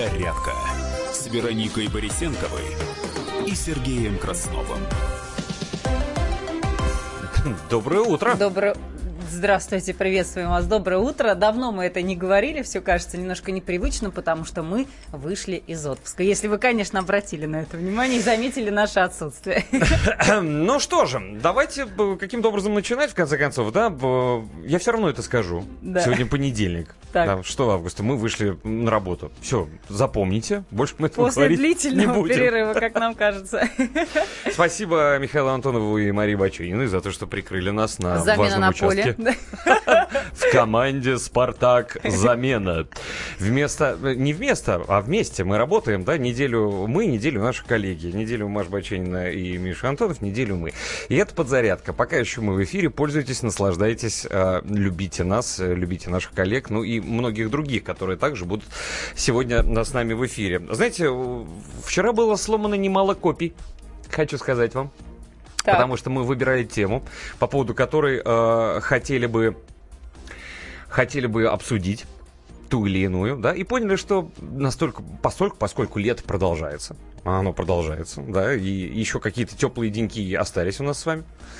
«Зарядка» с Вероникой Борисенковой и Сергеем Красновым. Доброе утро. Здравствуйте, приветствуем вас. Доброе утро. Давно мы это не говорили, все кажется немножко непривычно, потому что мы вышли из отпуска. Если вы, конечно, обратили на это внимание и заметили наше отсутствие. Ну что же, давайте каким-то образом начинать, в конце концов, да? Я все равно это скажу. Да. Сегодня понедельник. Да, 6 августа. Мы вышли на работу. Все, запомните. Больше мы этого говорить не будем. После длительного перерыва, как нам кажется. Спасибо Михаилу Антонову и Марии Бачининой за то, что прикрыли нас на замена важном на участке. Поле. В команде «Спартак» замена. Вместе мы работаем, да, неделю мы, неделю наши коллеги. Неделю Маша Баченина и Миша Антонов, неделю мы. И это подзарядка. Пока еще мы в эфире, пользуйтесь, наслаждайтесь, любите нас, любите наших коллег, ну и многих других, которые также будут сегодня с нами в эфире. Знаете, вчера было сломано немало копий, хочу сказать вам. Так. Потому что мы выбирали тему, по поводу которой хотели бы обсудить ту или иную, да, и поняли, что поскольку лето продолжается, оно продолжается, да, и еще какие-то теплые деньки остались у нас с вами,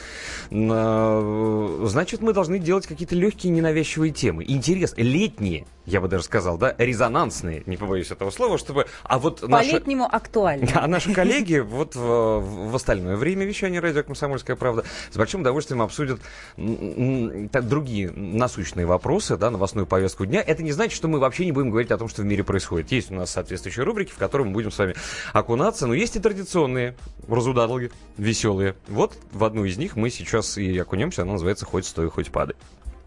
значит, мы должны делать какие-то легкие ненавязчивые темы. Летние, я бы даже сказал, да, резонансные, не побоюсь этого слова, чтобы... По-летнему актуально. А наши коллеги вот в остальное время вещания радио «Комсомольская правда» с большим удовольствием обсудят другие насущные вопросы, да, новостную повестку дня. Это не значит, что мы вообще не будем говорить о том, что в мире происходит. Есть у нас соответствующие рубрики, в которые мы будем с вами окунаться, но есть и традиционные разудалги, веселые. Вот в одну из них мы сейчас и окунемся, она называется «Хоть стой, хоть падай».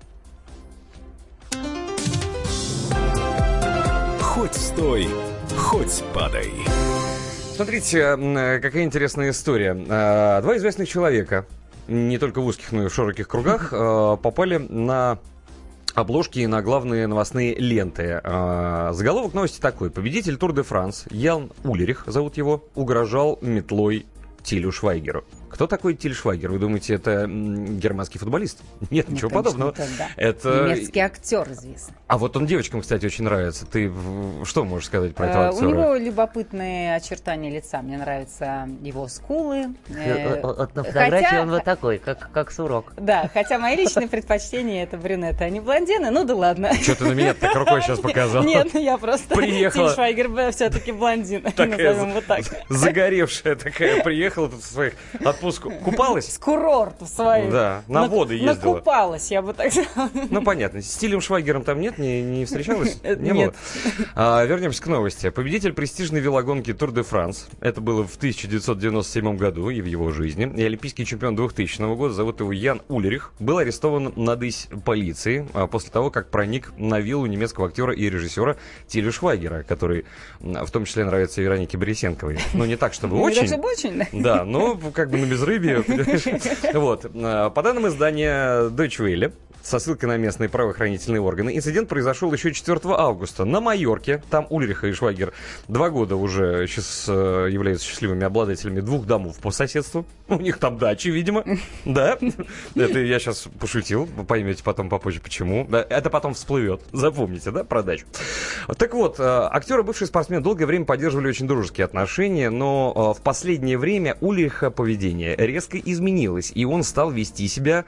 Хоть стой, хоть падай. Смотрите, какая интересная история. Два известных человека, не только в узких, но и в широких кругах, попали на обложки и на главные новостные ленты. Заголовок новости такой. Победитель Тур де Франс Ян Улерих, зовут его, угрожал метлой Тилю Швайгеру. Кто такой Тиль Швайгер? Вы думаете, это германский футболист? Нет, ничего подобного. Это немецкий актер известный. А вот он девочкам, кстати, очень нравится. Ты что можешь сказать про этого актера? У него любопытные очертания лица. Мне нравятся его скулы. На фотографии он вот такой, как сурок. Да, хотя мои личные предпочтения это брюнеты, а не блондины. Ну да ладно. Что ты на меня так рукой сейчас показал? Нет, я просто... Приехала. Тиль Швайгер все-таки блондин. Назовем вот так. Загоревшая такая. Приехала тут в своих отпусках. Купалась? С курорта своих. Да, на воды ездила. Накупалась, я бы так сказала. Ну, понятно. С Тилем Швайгером там нет? Не встречалась? Не было? Вернемся к новости. Победитель престижной велогонки Тур де Франс. Это было в 1997 году и в его жизни. И олимпийский чемпион 2000 года, зовут его Ян Улерих, был арестован на дысь полиции после того, как проник на виллу немецкого актера и режиссера Тиля Швайгера, который в том числе нравится Веронике Борисенковой. Ну, не так, чтобы очень. Не так, чтобы очень, да, но как бы на безрыбье. Вот. По данным издания Deutsche Welle, со ссылкой на местные правоохранительные органы, инцидент произошел еще 4 августа на Майорке. Там Ульриха и Швайгер 2 года уже являются счастливыми обладателями 2 домов по соседству. У них там дачи, видимо. Да. Это я сейчас пошутил. Поймете потом попозже, почему. Это потом всплывет. Запомните, да, про дачу. Так вот, актер и бывший спортсмен долгое время поддерживали очень дружеские отношения, но в последнее время Ульриха поведение резко изменилось, и он стал вести себя,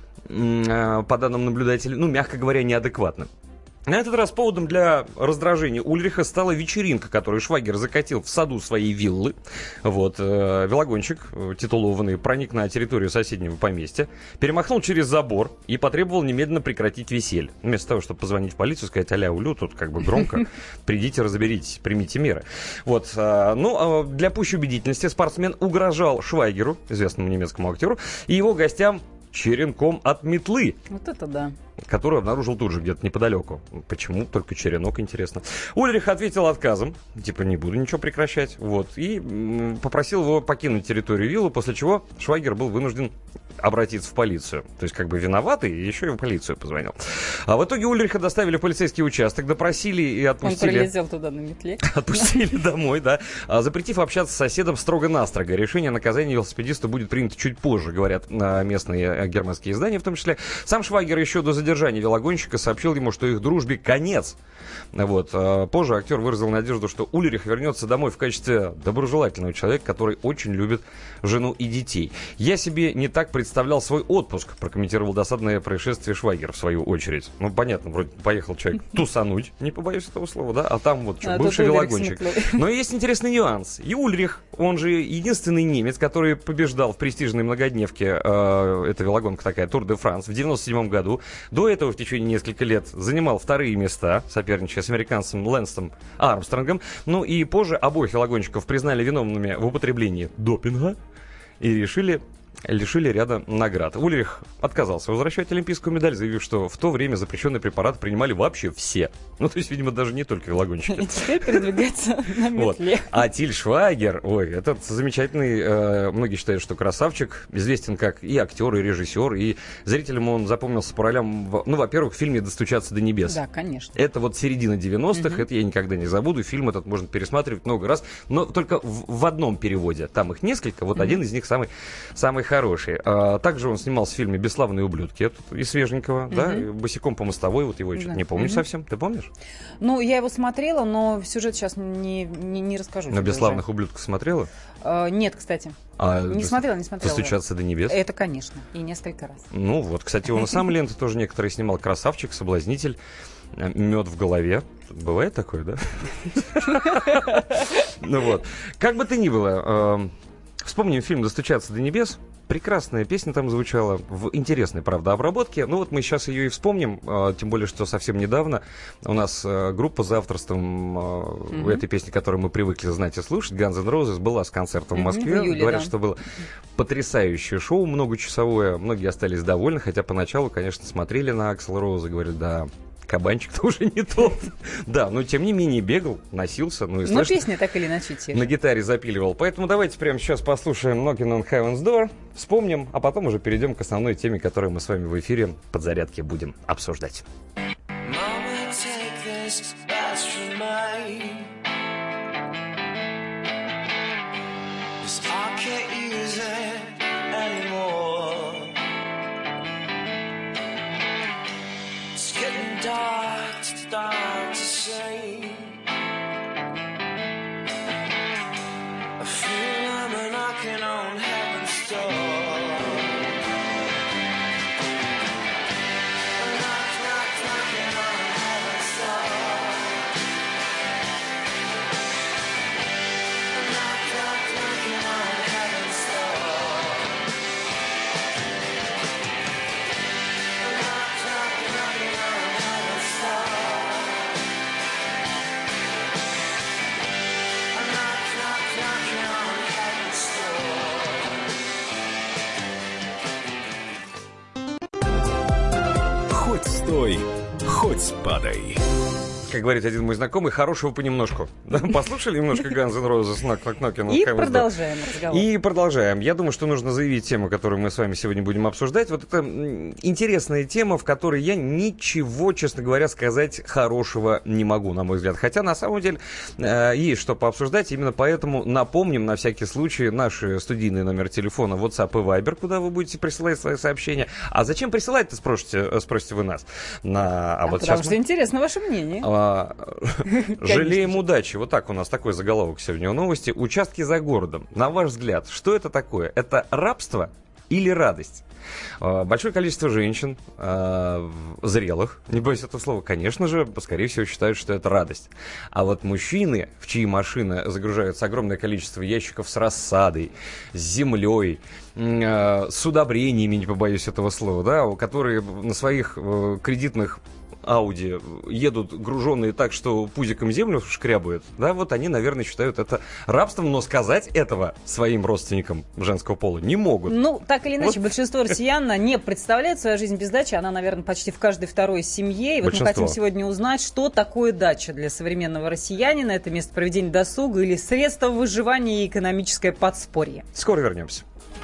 по данным наблюдателей, мягко говоря, неадекватно. На этот раз поводом для раздражения Ульриха стала вечеринка, которую Швайгер закатил в саду своей виллы. Вот, велогонщик, титулованный, проник на территорию соседнего поместья, перемахнул через забор и потребовал немедленно прекратить веселье. Вместо того, чтобы позвонить в полицию, сказать: аля, улю, тут как бы громко, придите, разберитесь, примите меры. Вот, для пущей убедительности спортсмен угрожал Швайгеру, известному немецкому актеру, и его гостям черенком от метлы. Вот это да. Которую обнаружил тут же, где-то неподалеку. Почему только черенок, интересно. Ульрих ответил отказом. Типа, не буду ничего прекращать. Вот. И попросил его покинуть территорию виллы, после чего Швайгер был вынужден обратиться в полицию. То есть, как бы виноватый, и еще и в полицию позвонил. А в итоге Ульриха доставили в полицейский участок, допросили и отпустили. Он прилетел туда на метле. Отпустили домой, да. Запретив общаться с соседом строго-настрого. Решение о наказании велосипедиста будет принято чуть позже, говорят местные германские издания в том числе. Сам Швайгер еще до задержания содержании велогонщика сообщил ему, что их дружбе конец. Вот. Позже актер выразил надежду, что Ульрих вернется домой в качестве доброжелательного человека, который очень любит жену и детей. «Я себе не так представлял свой отпуск», прокомментировал досадное происшествие Швайгер в свою очередь. Ну, понятно, вроде поехал человек тусануть, не побоюсь этого слова, да, а там вот что, бывший велогонщик. Но есть интересный нюанс. И Ульрих, он же единственный немец, который побеждал в престижной многодневке, это велогонка такая, Тур де Франс, в 97 году. До этого в течение нескольких лет занимал вторые места, соперничая с американцем Лэнсом Армстронгом. Ну и позже обоих велогонщиков признали виновными в употреблении допинга и лишили ряда наград. Ульрих отказался возвращать олимпийскую медаль, заявив, что в то время запрещенный препарат принимали вообще все. Ну, то есть, видимо, даже не только велогонщики. И теперь передвигается на метле. А Тиль Швайгер, этот замечательный, многие считают, что красавчик, известен как и актер, и режиссер, и зрителям он запомнился по ролям, во-первых, в фильме «Достучаться до небес». Да, конечно. Это вот середина 90-х, это я никогда не забуду. Фильм этот можно пересматривать много раз, но только в одном переводе. Там их несколько, вот один из них самый хороший. Также он снимался в фильме «Бесславные ублюдки», это из свеженького, да, «Босиком по мостовой», вот его я что-то не помню совсем. Ты помнишь? Ну, я его смотрела, но сюжет сейчас не расскажу. На «Бесславных ублюдков» смотрела? Нет, кстати. Не смотрела. «Достучаться до небес»? Это, конечно, и несколько раз. Ну, вот, кстати, он и сам ленты тоже некоторые снимал. «Красавчик», «Соблазнитель», «Мед в голове». Бывает такое, да? Ну вот. Как бы то ни было, вспомним фильм «Достучаться до небес». Прекрасная песня там звучала, в интересной, правда, обработке. Ну вот мы сейчас ее и вспомним, тем более, что совсем недавно у нас группа за авторством этой песни, которую мы привыкли знать и слушать, Guns N' Roses, была с концертом в Москве. Июле, говорят, что было потрясающее шоу, многочасовое. Многие остались довольны, хотя поначалу, конечно, смотрели на Аксл Роуз и говорили, да... Кабанчик-то уже не тот. Да, но тем не менее бегал, носился. Ну, и но песня так или иначе те же. На гитаре запиливал. Поэтому давайте прямо сейчас послушаем Knockin' on Heaven's Door, вспомним, а потом уже перейдем к основной теме, которую мы с вами в эфире подзарядки будем обсуждать. Dark to say, I feel I'm knocking on heaven's door. Knocking on heaven's door. Knocking on heaven's door. Knocking on heaven's door. Хоть стой, хоть падай. Как говорит один мой знакомый, хорошего понемножку. Да, послушали немножко Guns N' Roses, Knockin' on Heaven's Door. И продолжаем разговор. И продолжаем. Я думаю, что нужно заявить тему, которую мы с вами сегодня будем обсуждать. Вот это интересная тема, в которой я ничего, честно говоря, сказать хорошего не могу, на мой взгляд. Хотя, на самом деле, есть что пообсуждать. Именно поэтому напомним на всякий случай наши студийные номер телефона WhatsApp и Viber, куда вы будете присылать свои сообщения. А зачем присылать-то, спросите вы нас? Вот потому что интересно ваше мнение. Жалеем удачи. Вот так у нас такой заголовок сегодня у новости. Участки за городом. На ваш взгляд, что это такое? Это рабство или радость? Большое количество женщин, зрелых, не боюсь этого слова, конечно же, скорее всего, считают, что это радость. А вот мужчины, в чьи машины загружаются огромное количество ящиков с рассадой, с землей, с удобрениями, не побоюсь этого слова, да, которые на своих кредитных Ауди едут груженные так, что пузиком землю шкрябают, да, вот они, наверное, считают это рабством, но сказать этого своим родственникам женского пола не могут. Ну, так или иначе, большинство россиян не представляет свою жизнь без дачи, она, наверное, почти в каждой второй семье, и вот мы хотим сегодня узнать, что такое дача для современного россиянина, это место проведения досуга или средство выживания и экономическое подспорье. Скоро вернемся.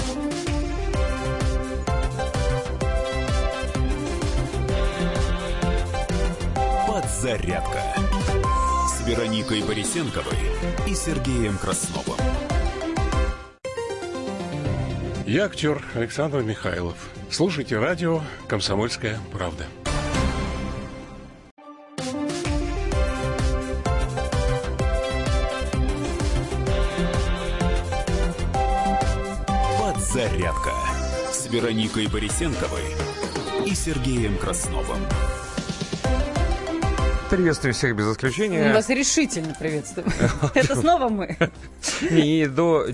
Зарядка с Вероникой Борисенковой и Сергеем Красновым. Я актер Александр Михайлов. Слушайте радио «Комсомольская правда». «Зарядка» с Вероникой Борисенковой и Сергеем Красновым. Приветствую всех без Мы исключения. вас решительно приветствуем. Это снова мы. И до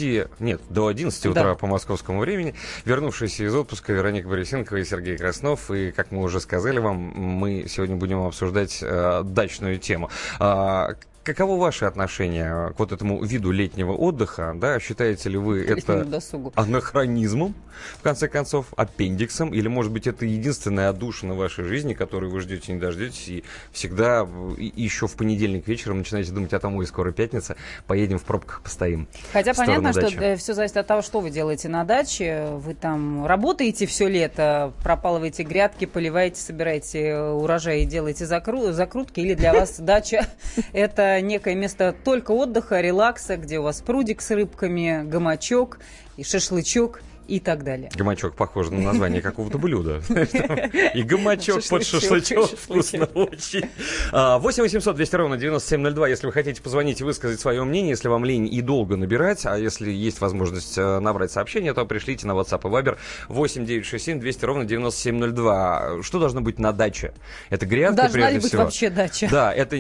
11 утра Да. по московскому времени вернувшиеся из отпуска Вероника Борисенкова и Сергей Краснов. И, как мы уже сказали вам, мы сегодня будем обсуждать дачную тему. Каково ваше отношение к вот этому виду летнего отдыха? Да? Считаете ли вы Летнему это досугу. анахронизмом, в конце концов, аппендиксом? Или, может быть, это единственная отдушина в вашей жизни, которую вы ждете, не дождетесь, и всегда еще в понедельник вечером начинаете думать, а там, ой, скоро пятница, поедем в пробках постоим. Хотя в сторону понятно, дачи. что все зависит от того, что вы делаете на даче. Вы там работаете все лето, пропалываете грядки, поливаете, собираете урожай и делаете закрутки. Или для вас дача – это некое место только отдыха, релакса, где у вас прудик с рыбками, гамачок и шашлычок и так далее. Гамачок похож на название какого-то блюда. И гамачок под Шашлычок, шашлычок. Вкусно очень. 8 800 200 ровно 9702. Если вы хотите позвонить и высказать свое мнение, если вам лень и долго набирать, а если есть возможность набрать сообщение, то пришлите на WhatsApp и Viber 8 967 200 ровно 9702. Что должно быть на даче? Это грядки, Должна ли прежде быть всего? вообще дача? Да, это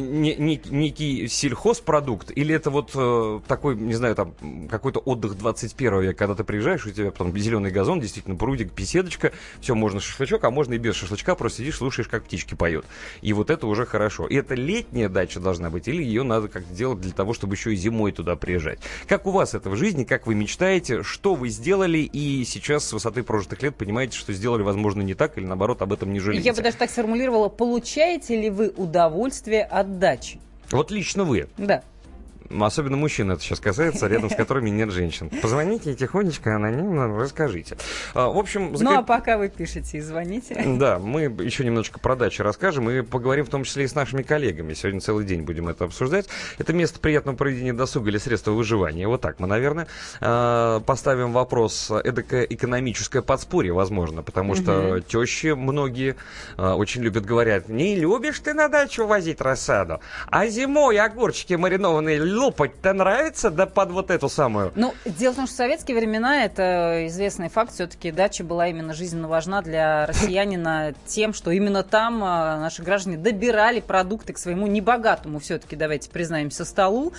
некий сельхозпродукт, или это вот такой, не знаю, там, какой-то отдых 21 века, когда ты приезжаешь, у тебя потом зеленый газон, действительно, прудик, беседочка, все, можно шашлычок, а можно и без шашлычка, просто сидишь, слушаешь, как птички поют. И вот это уже хорошо. И это летняя дача должна быть, или ее надо как-то делать для того, чтобы еще и зимой туда приезжать? Как у вас это в жизни, как вы мечтаете, что вы сделали, и сейчас с высоты прожитых лет понимаете, что сделали, возможно, не так, или наоборот, об этом не жалеете? Я бы даже так сформулировала, получаете ли вы удовольствие от дачи? Вот лично вы. Да. Особенно мужчин это сейчас касается, рядом с которыми нет женщин. Позвоните и тихонечко, анонимно расскажите. В общем... Ну, а пока вы пишете и звоните. Да, мы еще немножечко про дачи расскажем и поговорим в том числе и с нашими коллегами. Сегодня целый день будем это обсуждать. Это место приятного проведения досуга или средства выживания. Вот так мы, наверное, поставим вопрос. Эдакое экономическое подспорье, возможно, потому что тещи многие очень любят говорят: не любишь ты на дачу возить рассаду, а зимой огурчики маринованные лопать-то нравится, да под вот эту самую. Ну, дело в том, что в советские времена, это известный факт, все-таки дача была именно жизненно важна для россиянина тем, что именно там наши граждане добирали продукты к своему небогатому, все-таки, давайте признаемся, столу.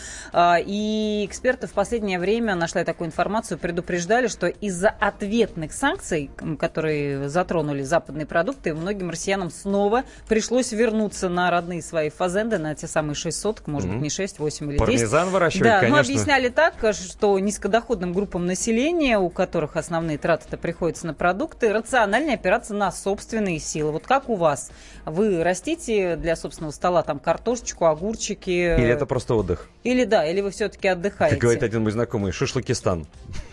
И эксперты в последнее время, нашла я такую информацию, предупреждали, что из-за ответных санкций, которые затронули западные продукты, многим россиянам снова пришлось вернуться на родные свои фазенды, на те самые 6 соток, может быть, не 6, 8 или 10. Пармезан выращивать, да, конечно. но объясняли так, что низкодоходным группам населения, у которых основные траты-то приходятся на продукты, рациональнее опираться на собственные силы. Вот как у вас? Вы растите для собственного стола там картошечку, огурчики? Или это просто отдых? Или да, или вы все-таки отдыхаете? Как говорит один мой знакомый, шашлыкистан.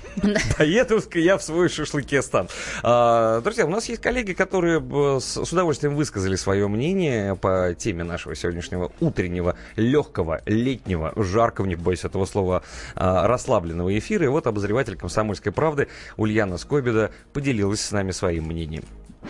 Поеду-ка я в свой шашлыкистан. Друзья, у нас есть коллеги, которые с удовольствием высказали свое мнение по теме нашего сегодняшнего утреннего, легкого, летнего, жаркого, не боюсь этого слова, расслабленного эфира. И вот обозреватель «Комсомольской правды» Ульяна Скобида поделилась с нами своим мнением.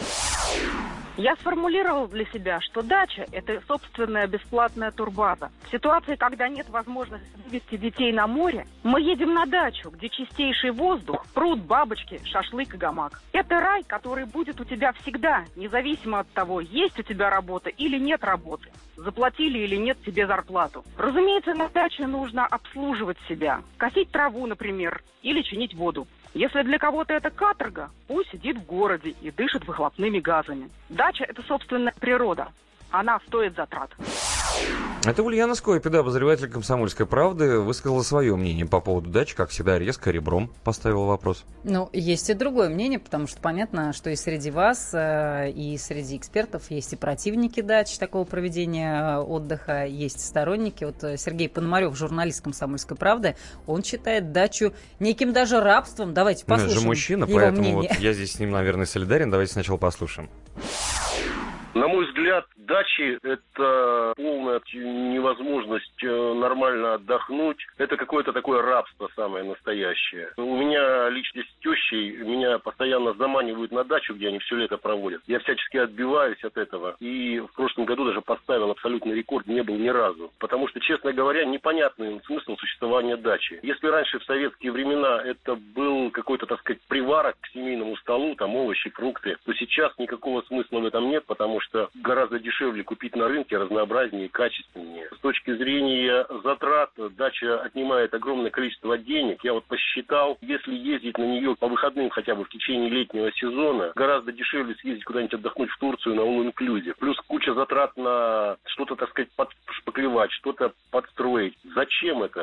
Я сформулировал для себя, что дача – это собственная бесплатная турбаза. В ситуации, когда нет возможности вывести детей на море, мы едем на дачу, где чистейший воздух, пруд, бабочки, шашлык и гамак. Это рай, который будет у тебя всегда, независимо от того, есть у тебя работа или нет работы, заплатили или нет тебе зарплату. Разумеется, на даче нужно обслуживать себя, косить траву, например, или чинить воду. Если для кого-то это каторга, пусть сидит в городе и дышит выхлопными газами. Дача – это собственная природа. Она стоит затрат. Это Ульяна Скобида, обозреватель «Комсомольской правды», высказала свое мнение по поводу дачи, как всегда, резко, ребром поставила вопрос. Ну, есть и другое мнение, потому что понятно, что и среди вас, и среди экспертов есть и противники дач, такого проведения отдыха, есть сторонники. Вот Сергей Пономарев, журналист «Комсомольской правды», он считает дачу неким даже рабством. Давайте послушаем Он же мужчина, его поэтому мнение. вот я здесь с ним, наверное, солидарен. Давайте сначала послушаем. На мой взгляд, дачи – это полная невозможность нормально отдохнуть. Это какое-то такое рабство самое настоящее. У меня лично с тещей, меня постоянно заманивают на дачу, где они все лето проводят. Я всячески отбиваюсь от этого. И в прошлом году даже поставил абсолютный рекорд, не был ни разу. Потому что, честно говоря, непонятный смысл существования дачи. Если раньше в советские времена это был какой-то, так сказать, приварок к семейному столу, там овощи, фрукты, то сейчас никакого смысла в этом нет, потому что гораздо дешевле купить на рынке, разнообразнее и качественнее. С точки зрения затрат, дача отнимает огромное количество денег. Я вот посчитал, если ездить на нее по выходным хотя бы в течение летнего сезона, гораздо дешевле съездить куда-нибудь отдохнуть в Турцию на all-inclusive. Плюс куча затрат на что-то, так сказать, подшпаклевать, что-то подстроить. Зачем это?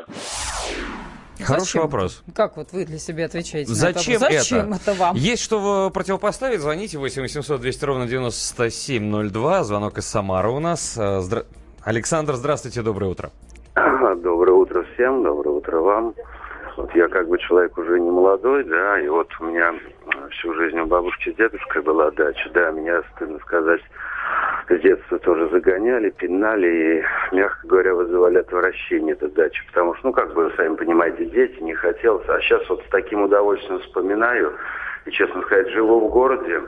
Хороший Зачем? вопрос. Как вот вы для себя отвечаете? Зачем на этот вопрос? Зачем это вам? Есть что противопоставить? Звоните 8 800 200 ровно 9702. Звонок из Самары у нас. Александр, здравствуйте, доброе утро. Доброе утро всем, доброе утро вам. Вот я как бы человек уже не молодой, да, и вот у меня всю жизнь у бабушки с дедушкой была дача, да, меня, стыдно сказать, с детства тоже загоняли, пинали и, мягко говоря, вызывали отвращение этой дачи, потому что, ну, как бы, сами понимаете, дети, не хотелось, а сейчас вот с таким удовольствием вспоминаю, и, честно сказать, живу в городе,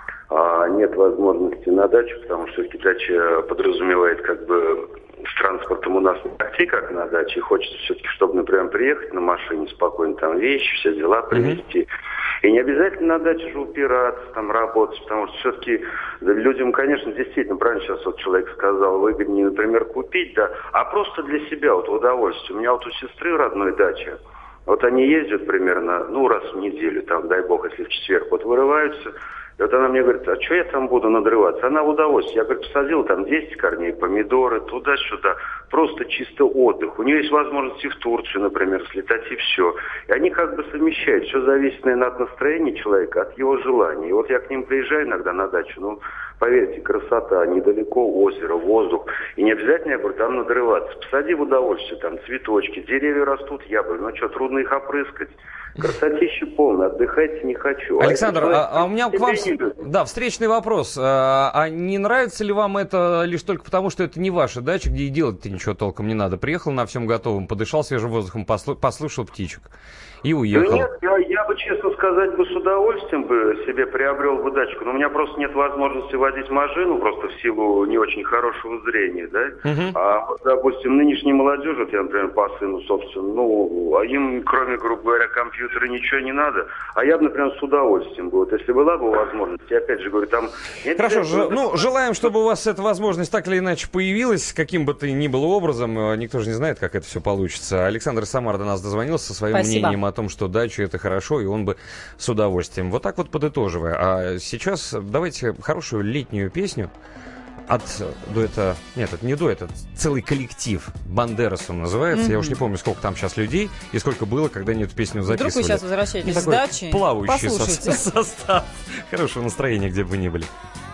а нет возможности на дачу, потому что все-таки дача подразумевает, как бы, с транспортом у нас не такси, как на даче, и хочется все-таки, чтобы, например, приехать на машине, спокойно там вещи, все дела привезти. И не обязательно на даче же упираться, там работать, потому что все-таки людям, конечно, действительно, правильно сейчас вот человек сказал, выгоднее, например, купить, да, а просто для себя, вот в удовольствие. У меня вот у сестры родной дача, вот они ездят примерно, ну, раз в неделю, там, дай бог, если в четверг, вот вырываются. И вот она мне говорит, а что я там буду надрываться? Она в удовольствие. Я, говорит, посадил там 10 корней, помидоры, туда-сюда. Просто чисто отдых. У нее есть возможность и в Турцию, например, слетать, и все. И они как бы совмещают. Все зависит, наверное, от настроения человека, от его желания. И вот я к ним приезжаю иногда на дачу, ну, поверьте, красота, недалеко озеро, воздух. И не обязательно, я говорю, там надрываться. Посади в удовольствие, там цветочки, деревья растут, яблони. Ну что, трудно их опрыскать? Красотища полная, отдыхайте не хочу. Александр, а у меня к вам встречный вопрос. А не нравится ли вам это лишь только потому, что это не ваша дача, где и делать-то ничего толком не надо? Приехал на всем готовом, подышал свежим воздухом, послушал птичек и уехал. Да нет, я бы, честно сказать, бы с удовольствием бы себе приобрел бы дачку, но у меня просто нет возможности водить машину, просто в силу не очень хорошего зрения, да? А вот, допустим, нынешней молодежи, вот я, например, по сыну, собственно, ну, а им, кроме, грубо говоря, компьютера ничего не надо, а я бы, например, с удовольствием бы, вот если была бы возможность, я опять же говорю, там... Хорошо, желаем, чтобы у вас эта возможность так или иначе появилась, каким бы то ни было образом, никто же не знает, как это все получится. Александр из Самары до нас дозвонился со своим мнением о том, что дача это хорошо, и он бы с удовольствием. Вот так вот подытоживая. А сейчас давайте хорошую летнюю песню от дуэта... Нет, это не дуэт, это целый коллектив. «Бандерас» он называется. Я уж не помню, сколько там сейчас людей и сколько было, когда они эту песню записывали. Вдруг вы сейчас возвращаетесь с дачи, плавающий состав. Хорошего настроения, где бы вы ни были.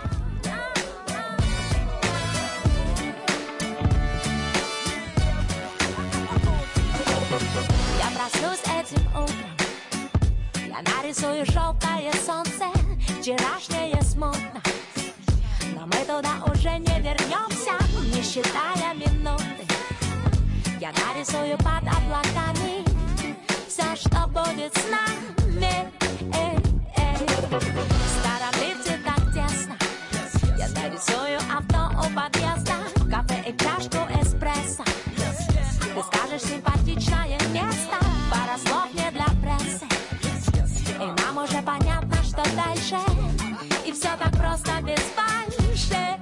Нарисую желтое солнце, вчерашнее смутно, но мы туда уже не вернемся, не считая минуты. Я нарисую под облаками все, что будет с нами. В старом лифте так тесно, я нарисую авто у подъезда, кафе и чашку эспрессо. Ты скажешь, симпатичное место, пара слов не для прессы. И нам уже понятно, что дальше. И все так просто без фальши.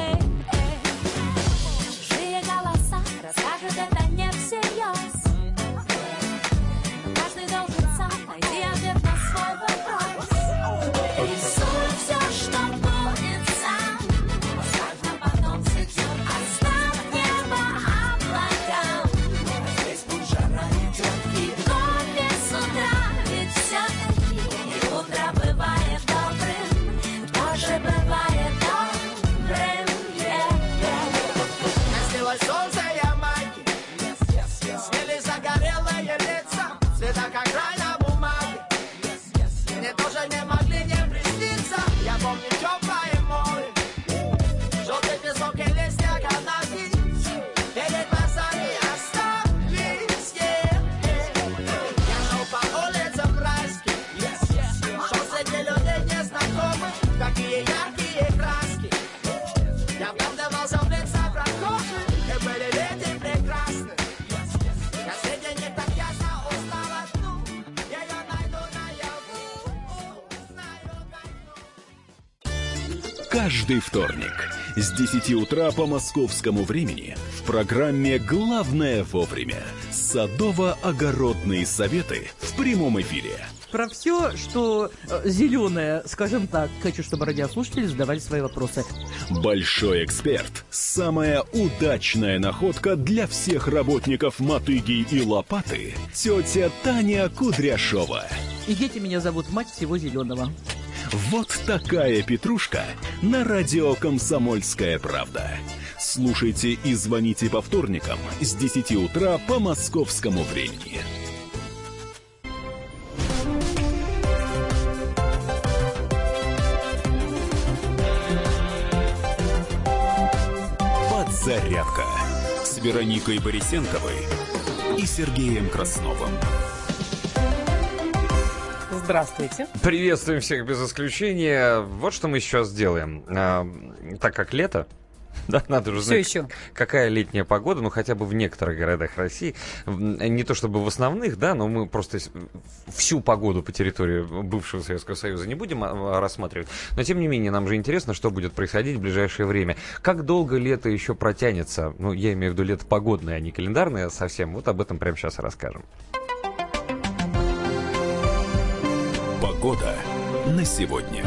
Чужие голоса расскажут это не всерьез. Каждый должен сам найти ответ на свой вопрос. каждый вторник с 10 утра по московскому времени в программе «Главное вовремя» садово-огородные советы в прямом эфире. Про все, что зеленое, скажем так, хочу, чтобы радиослушатели задавали свои вопросы. Большой эксперт. Самая удачная находка для всех работников мотыги и лопаты. Тетя Таня Кудряшова. И дети меня зовут мать всего зеленого. Вот такая петрушка на радио «Комсомольская правда». Слушайте и звоните по вторникам с 10 утра по московскому времени. Подзарядка с Вероникой Борисенковой и Сергеем Красновым. Здравствуйте. Приветствуем всех без исключения. Вот что мы сейчас сделаем. Так как лето, да, надо же знать, какая летняя погода, ну хотя бы в некоторых городах России. Не то чтобы в основных, да, но мы просто всю погоду по территории бывшего Советского Союза не будем рассматривать. Но тем не менее, нам же интересно, что будет происходить в ближайшее время. Как долго лето еще протянется? Ну, я имею в виду лето погодное, а не календарное совсем. Вот об этом прямо сейчас и расскажем. Погода на сегодня.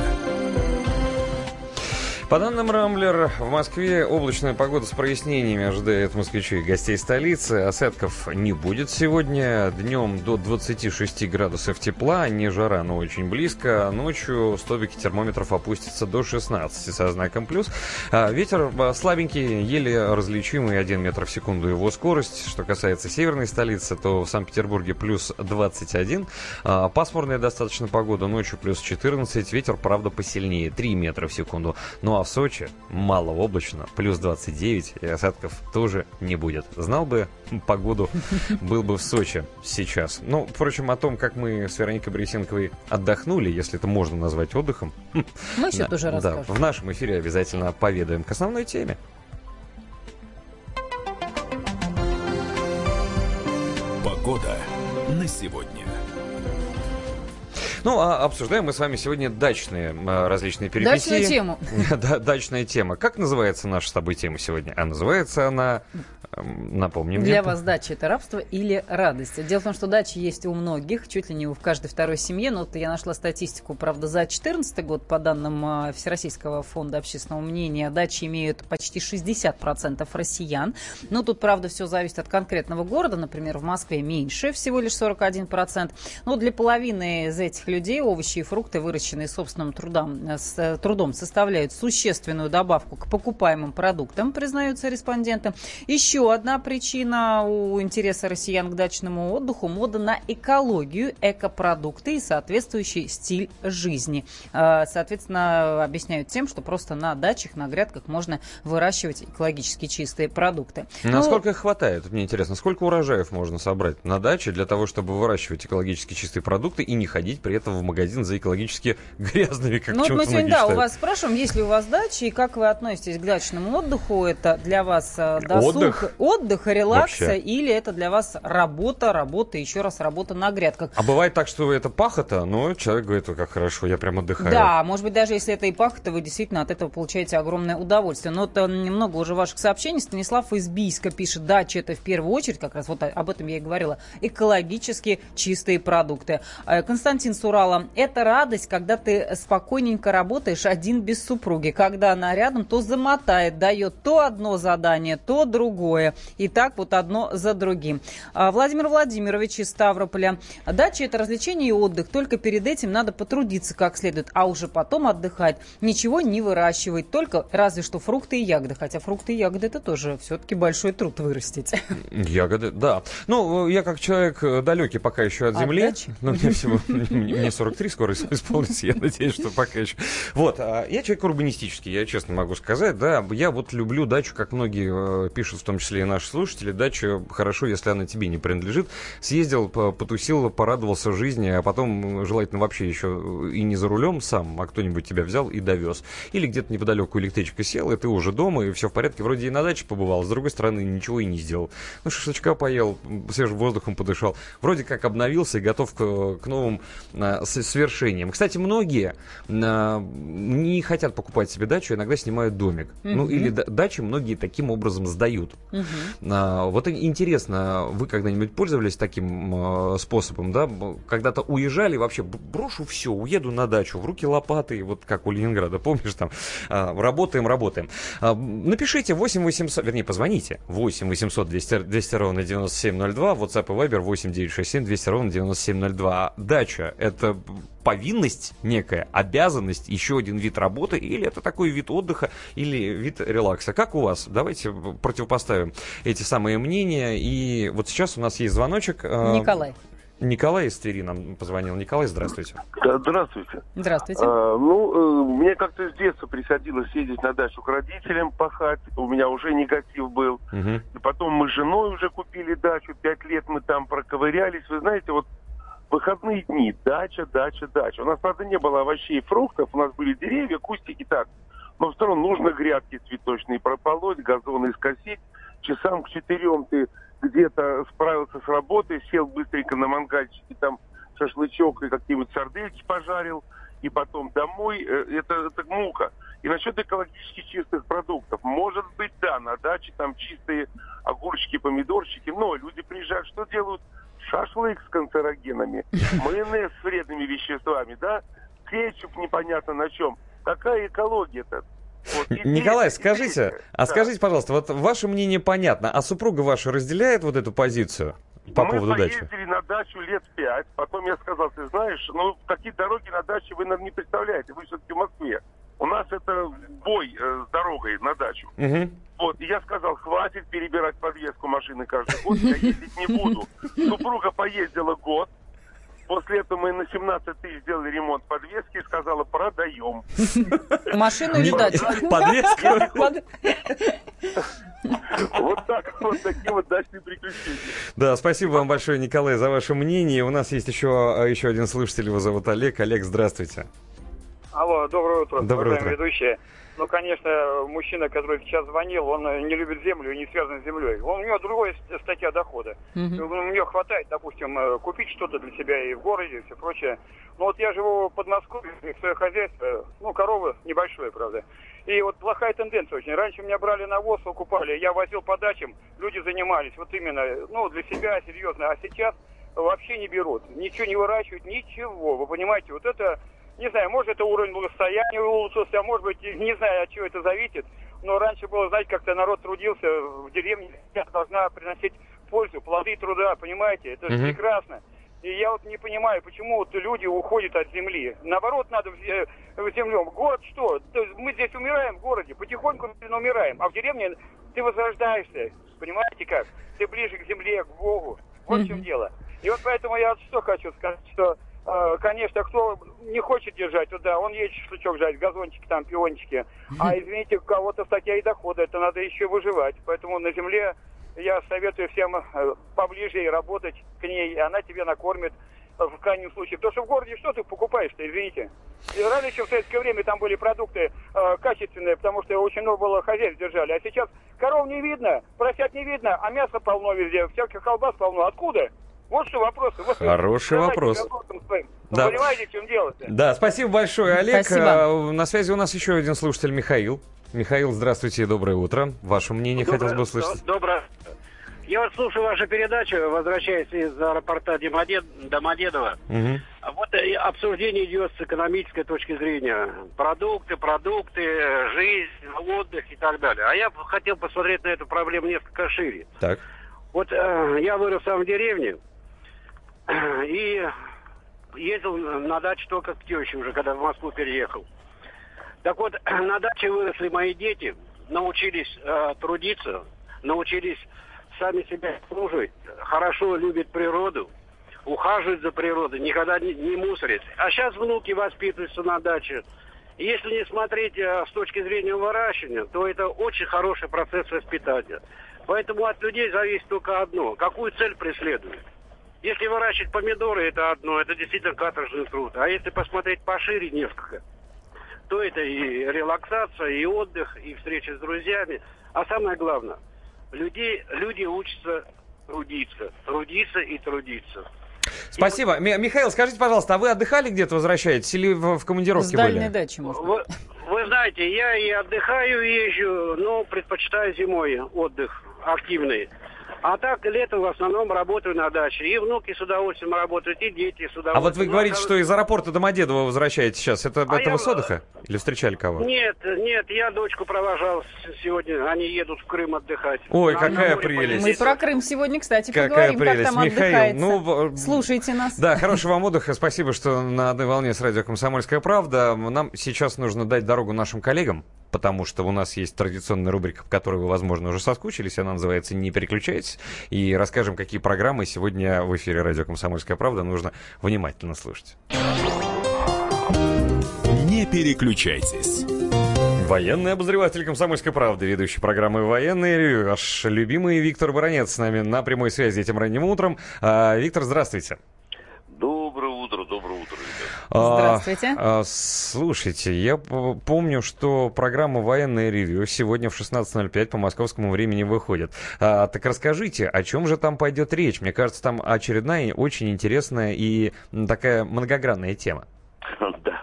По данным Рамблер, в Москве облачная погода с прояснениями ожидает москвичей и гостей столицы. Осадков не будет сегодня. Днем до 26 градусов тепла, не жара, но очень близко. Ночью столбики термометров опустятся до 16 со знаком плюс. Ветер слабенький, еле различимый, 1 метр в секунду его скорость. Что касается северной столицы, то в Санкт-Петербурге плюс 21. Пасмурная достаточно погода, ночью плюс 14. Ветер, правда, посильнее, 3 метра в секунду. Ну а в Сочи малооблачно, плюс 29, и осадков тоже не будет. Знал бы погоду, был бы в Сочи сейчас. Ну, впрочем, о том, как мы с Вероникой Борисенковой отдохнули, если это можно назвать отдыхом, мы еще тоже расскажем. Да, в нашем эфире обязательно поведаем к основной теме. Погода на сегодня. Ну, а обсуждаем мы с вами сегодня дачные различные перипетии. Дачную тему. Дачная тема. Как называется наша с тобой тема сегодня? А называется она... Напомним. Для вас дача — это рабство или радость? Дело в том, что дачи есть у многих, чуть ли не в каждой второй семье. Но вот я нашла статистику, правда, за 2014 год, по данным Всероссийского фонда общественного мнения, дачи имеют почти 60% россиян. Но тут, правда, все зависит от конкретного города. Например, в Москве меньше, всего лишь 41%. Но для половины из этих людей овощи и фрукты, выращенные собственным трудом, составляют существенную добавку к покупаемым продуктам, признаются респонденты. Еще одна причина у интереса россиян к дачному отдыху – мода на экологию, экопродукты и соответствующий стиль жизни. Соответственно, объясняют тем, что просто на дачах, на грядках можно выращивать экологически чистые продукты. Насколько их хватает? Мне интересно, сколько урожаев можно собрать на даче для того, чтобы выращивать экологически чистые продукты и не ходить при этом в магазин за экологически грязными, как ну, почему-то мы сегодня, считают. у вас спрашиваем, есть ли у вас дача и как вы относитесь к дачному отдыху? Это для вас досуг, отдых, релакс, вообще? Или это для вас работа, еще раз работа на грядках? А бывает так, что это пахота, но человек говорит, как хорошо, я прям отдыхаю. Да, может быть, даже если это и пахота, вы действительно от этого получаете огромное удовольствие. Но это немного уже ваших сообщений. Станислав из Бийска пишет, дача — это в первую очередь, как раз вот об этом я и говорила, экологически чистые продукты. Константин с Урала: это радость, когда ты спокойненько работаешь один без супруги. Когда она рядом, то замотает, дает то одно задание, то другое. И так вот одно за другим. Владимир Владимирович из Ставрополя: дача — это развлечение и отдых, только перед этим надо потрудиться как следует, а уже потом отдыхать. Ничего не выращивать, только разве что фрукты и ягоды. Хотя фрукты и ягоды — это тоже все-таки большой труд вырастить. Ягоды, да. Ну, я как человек далекий пока еще от земли. Ну, мне всего, мне 43 скоро исполнится, я надеюсь, что пока еще. Вот, я человек урбанистический, я честно могу сказать, да. Я вот люблю дачу, как многие пишут, в том числе и наши слушатели. Дача хорошо, если она тебе не принадлежит. Съездил, потусил, порадовался жизни, а потом желательно вообще еще и не за рулем сам, а кто-нибудь тебя взял и довез. Или где-то неподалеку электричка села, и ты уже дома, и все в порядке. Вроде и на даче побывал, с другой стороны ничего и не сделал. Ну, шашлычка поел, свежим воздухом подышал. Вроде как обновился и готов к новым свершением. Кстати, многие не хотят покупать себе дачу, иногда снимают домик. Ну, или дачи многие таким образом сдают. Вот интересно, вы когда-нибудь пользовались таким способом, да? Когда-то уезжали, вообще брошу все, уеду на дачу, в руки лопаты, вот как у Ленинграда, помнишь, там, работаем. Напишите 8 800, вернее, позвоните 8 800 200 ровно 9702, WhatsApp и Viber 8 967 200 ровно 9702. Дача — это повинность некая, обязанность, еще один вид работы, или это такой вид отдыха, или вид релакса? Как у вас? Давайте противопоставим эти самые мнения. И вот сейчас у нас есть звоночек. Николай из Твери нам позвонил. Николай, здравствуйте. Здравствуйте. Здравствуйте. Мне как-то с детства приходилось ездить на дачу к родителям пахать. У меня уже негатив был. И потом мы с женой уже купили дачу. 5 лет мы там проковырялись. Вы знаете, вот выходные дни, дача. У нас, правда, не было овощей и фруктов. У нас были деревья, кустики, так. Но все равно нужно грядки цветочные прополоть, газоны скосить. Часам к 4 ты где-то справился с работой, сел быстренько на мангальчике, там шашлычок и какие-нибудь сардельки пожарил, и потом домой. Это мука. И насчет экологически чистых продуктов. Может быть, да, на даче там чистые огурчики, помидорчики, но люди приезжают, что делают? Шашлык с канцерогенами, майонез с вредными веществами, да? Кетчуп непонятно на чем. Какая экология-то? Вот, Николай, скажите, пожалуйста, вот ваше мнение понятно, а супруга ваша разделяет вот эту позицию по поводу дачи? Мы поездили на дачу лет 5, потом я сказал, ты знаешь, такие дороги на даче вы, наверное, не представляете, вы все-таки в Москве. У нас это бой с дорогой на дачу. Вот, и я сказал, хватит перебирать подвеску машины каждый год, я ездить не буду. Супруга поездила год. После этого мы на 17 тысяч сделали ремонт подвески и сказала, продаем. Машину или дачу? Подвеску? Вот так, вот такие вот дачные приключения. Да, спасибо вам большое, Николай, за ваше мнение. У нас есть еще один слушатель, его зовут Олег. Олег, здравствуйте. Алло, доброе утро. Доброе утро. Ведущие. Ну, конечно, мужчина, который сейчас звонил, он не любит землю и не связан с землей. У него другая статья дохода. У него хватает, допустим, купить что-то для себя и в городе, и все прочее. Но вот я живу в Подмосковье, свое хозяйство, коровы небольшое, правда. И вот плохая тенденция очень. Раньше меня брали навоз, выкупали, я возил по дачам, люди занимались вот именно, для себя серьезно. А сейчас вообще не берут, ничего не выращивают, ничего. Вы понимаете, вот это... Не знаю, может, это уровень благосостояния улучшился, а может быть, не знаю, от чего это зависит. Но раньше было, знаете, как-то народ трудился в деревне, должна приносить пользу, плоды труда, понимаете? Это же прекрасно. И я вот не понимаю, почему вот люди уходят от земли. Наоборот, надо в землю. Город что? Мы здесь умираем в городе, потихоньку умираем. А в деревне ты возрождаешься. Понимаете как? Ты ближе к земле, к Богу. Вот в чем дело. И вот поэтому я вот что хочу сказать, что... Конечно, кто не хочет держать, то да, он едет шашлычок жарить, газончики там, пиончики. А извините, у кого-то статья и дохода, это надо еще выживать. Поэтому на земле я советую всем поближе работать к ней, и она тебе накормит в крайнем случае. Потому что в городе что ты покупаешь-то, извините. И раньше еще в советское время там были продукты качественные, потому что очень много было хозяйств держали. А сейчас коров не видно, поросят не видно, а мяса полно везде, всяких колбас полно. Откуда? Вот что вопрос. Хороший вопрос. Да. Вы понимаете, в чем дело-то? Да, спасибо большое, Олег. Спасибо. На связи у нас еще один слушатель, Михаил. Михаил, здравствуйте и доброе утро. Ваше мнение хотелось бы услышать. Доброе. Я вот слушаю вашу передачу, возвращаясь из аэропорта Домодедово. Вот обсуждение идет с экономической точки зрения. Продукты, жизнь, отдых и так далее. А я хотел посмотреть на эту проблему несколько шире. Так. Вот я вырос сам в деревне и ездил на дачу только к теще уже, когда в Москву переехал. Так вот, на даче выросли мои дети, научились трудиться, научились сами себя служить, хорошо любят природу, ухаживают за природой, никогда не мусорят. А сейчас внуки воспитываются на даче. И если не смотреть с точки зрения выращивания, то это очень хороший процесс воспитания. Поэтому от людей зависит только одно. Какую цель преследуют? Если выращивать помидоры, это одно, это действительно каторжный труд. А если посмотреть пошире несколько, то это и релаксация, и отдых, и встреча с друзьями. А самое главное, люди учатся трудиться и трудиться. Спасибо. Михаил, скажите, пожалуйста, а вы отдыхали где-то, возвращаетесь, или в командировке С дальней были? дачи, может. Вы знаете, я и отдыхаю, езжу, но предпочитаю зимой отдых активный. А так, летом в основном работаю на даче. И внуки с удовольствием работают, и дети с удовольствием. А вот вы говорите, что из аэропорта Домодедово возвращаетесь сейчас. Это вы с отдыха? Или встречали кого? Нет, я дочку провожал сегодня. Они едут в Крым отдыхать. Ой, какая прелесть. Мы про Крым сегодня, кстати, Какая поговорим, прелесть. как там Михаил, отдыхается. Слушайте нас. Да, хорошего вам отдыха. Спасибо, что на одной волне с радио «Комсомольская правда». Нам сейчас нужно дать дорогу нашим коллегам, потому что у нас есть традиционная рубрика, по которой вы, возможно, уже соскучились. Она называется «Не переключайтесь». И расскажем, какие программы сегодня в эфире радио «Комсомольская правда» нужно внимательно слушать. Не переключайтесь. Военный обозреватель «Комсомольской правды», ведущий программы «Военный ревью», ваш любимый Виктор Баранец с нами на прямой связи этим ранним утром. Виктор, здравствуйте. Доброе утро, ребят. Здравствуйте. Слушайте, я помню, что программа «Военное ревью» сегодня в 16:05 по московскому времени выходит. Так расскажите, о чем же там пойдет речь? Мне кажется, там очередная очень интересная и такая многогранная тема. Да.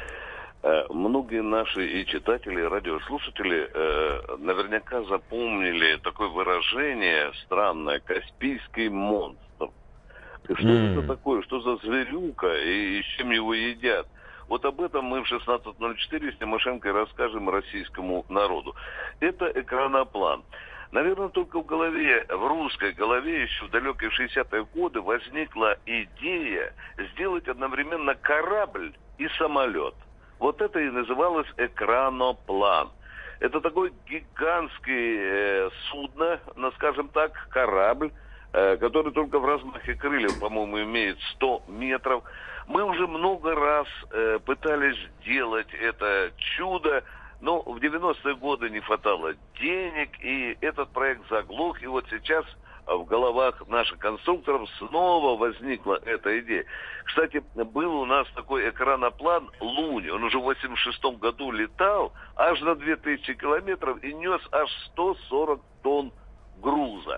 Многие наши и читатели, и радиослушатели наверняка запомнили такое выражение странное «Каспийский монстр». Что это такое? Что за зверюка и с чем его едят? Вот об этом мы в 16:04 с Тимошенко расскажем российскому народу. Это экраноплан. Наверное, только в русской голове еще в далекие 60-е годы возникла идея сделать одновременно корабль и самолет. Вот это и называлось экраноплан. Это такое гигантское судно, скажем так, корабль, который только в размахе крыльев, по-моему, имеет 100 метров. Мы уже много раз пытались сделать это чудо, но в 90-е годы не хватало денег, и этот проект заглох, и вот сейчас в головах наших конструкторов снова возникла эта идея. Кстати, был у нас такой экраноплан «Луни». Он уже в 1986 году летал аж на 2000 километров и нес аж 140 тонн груза.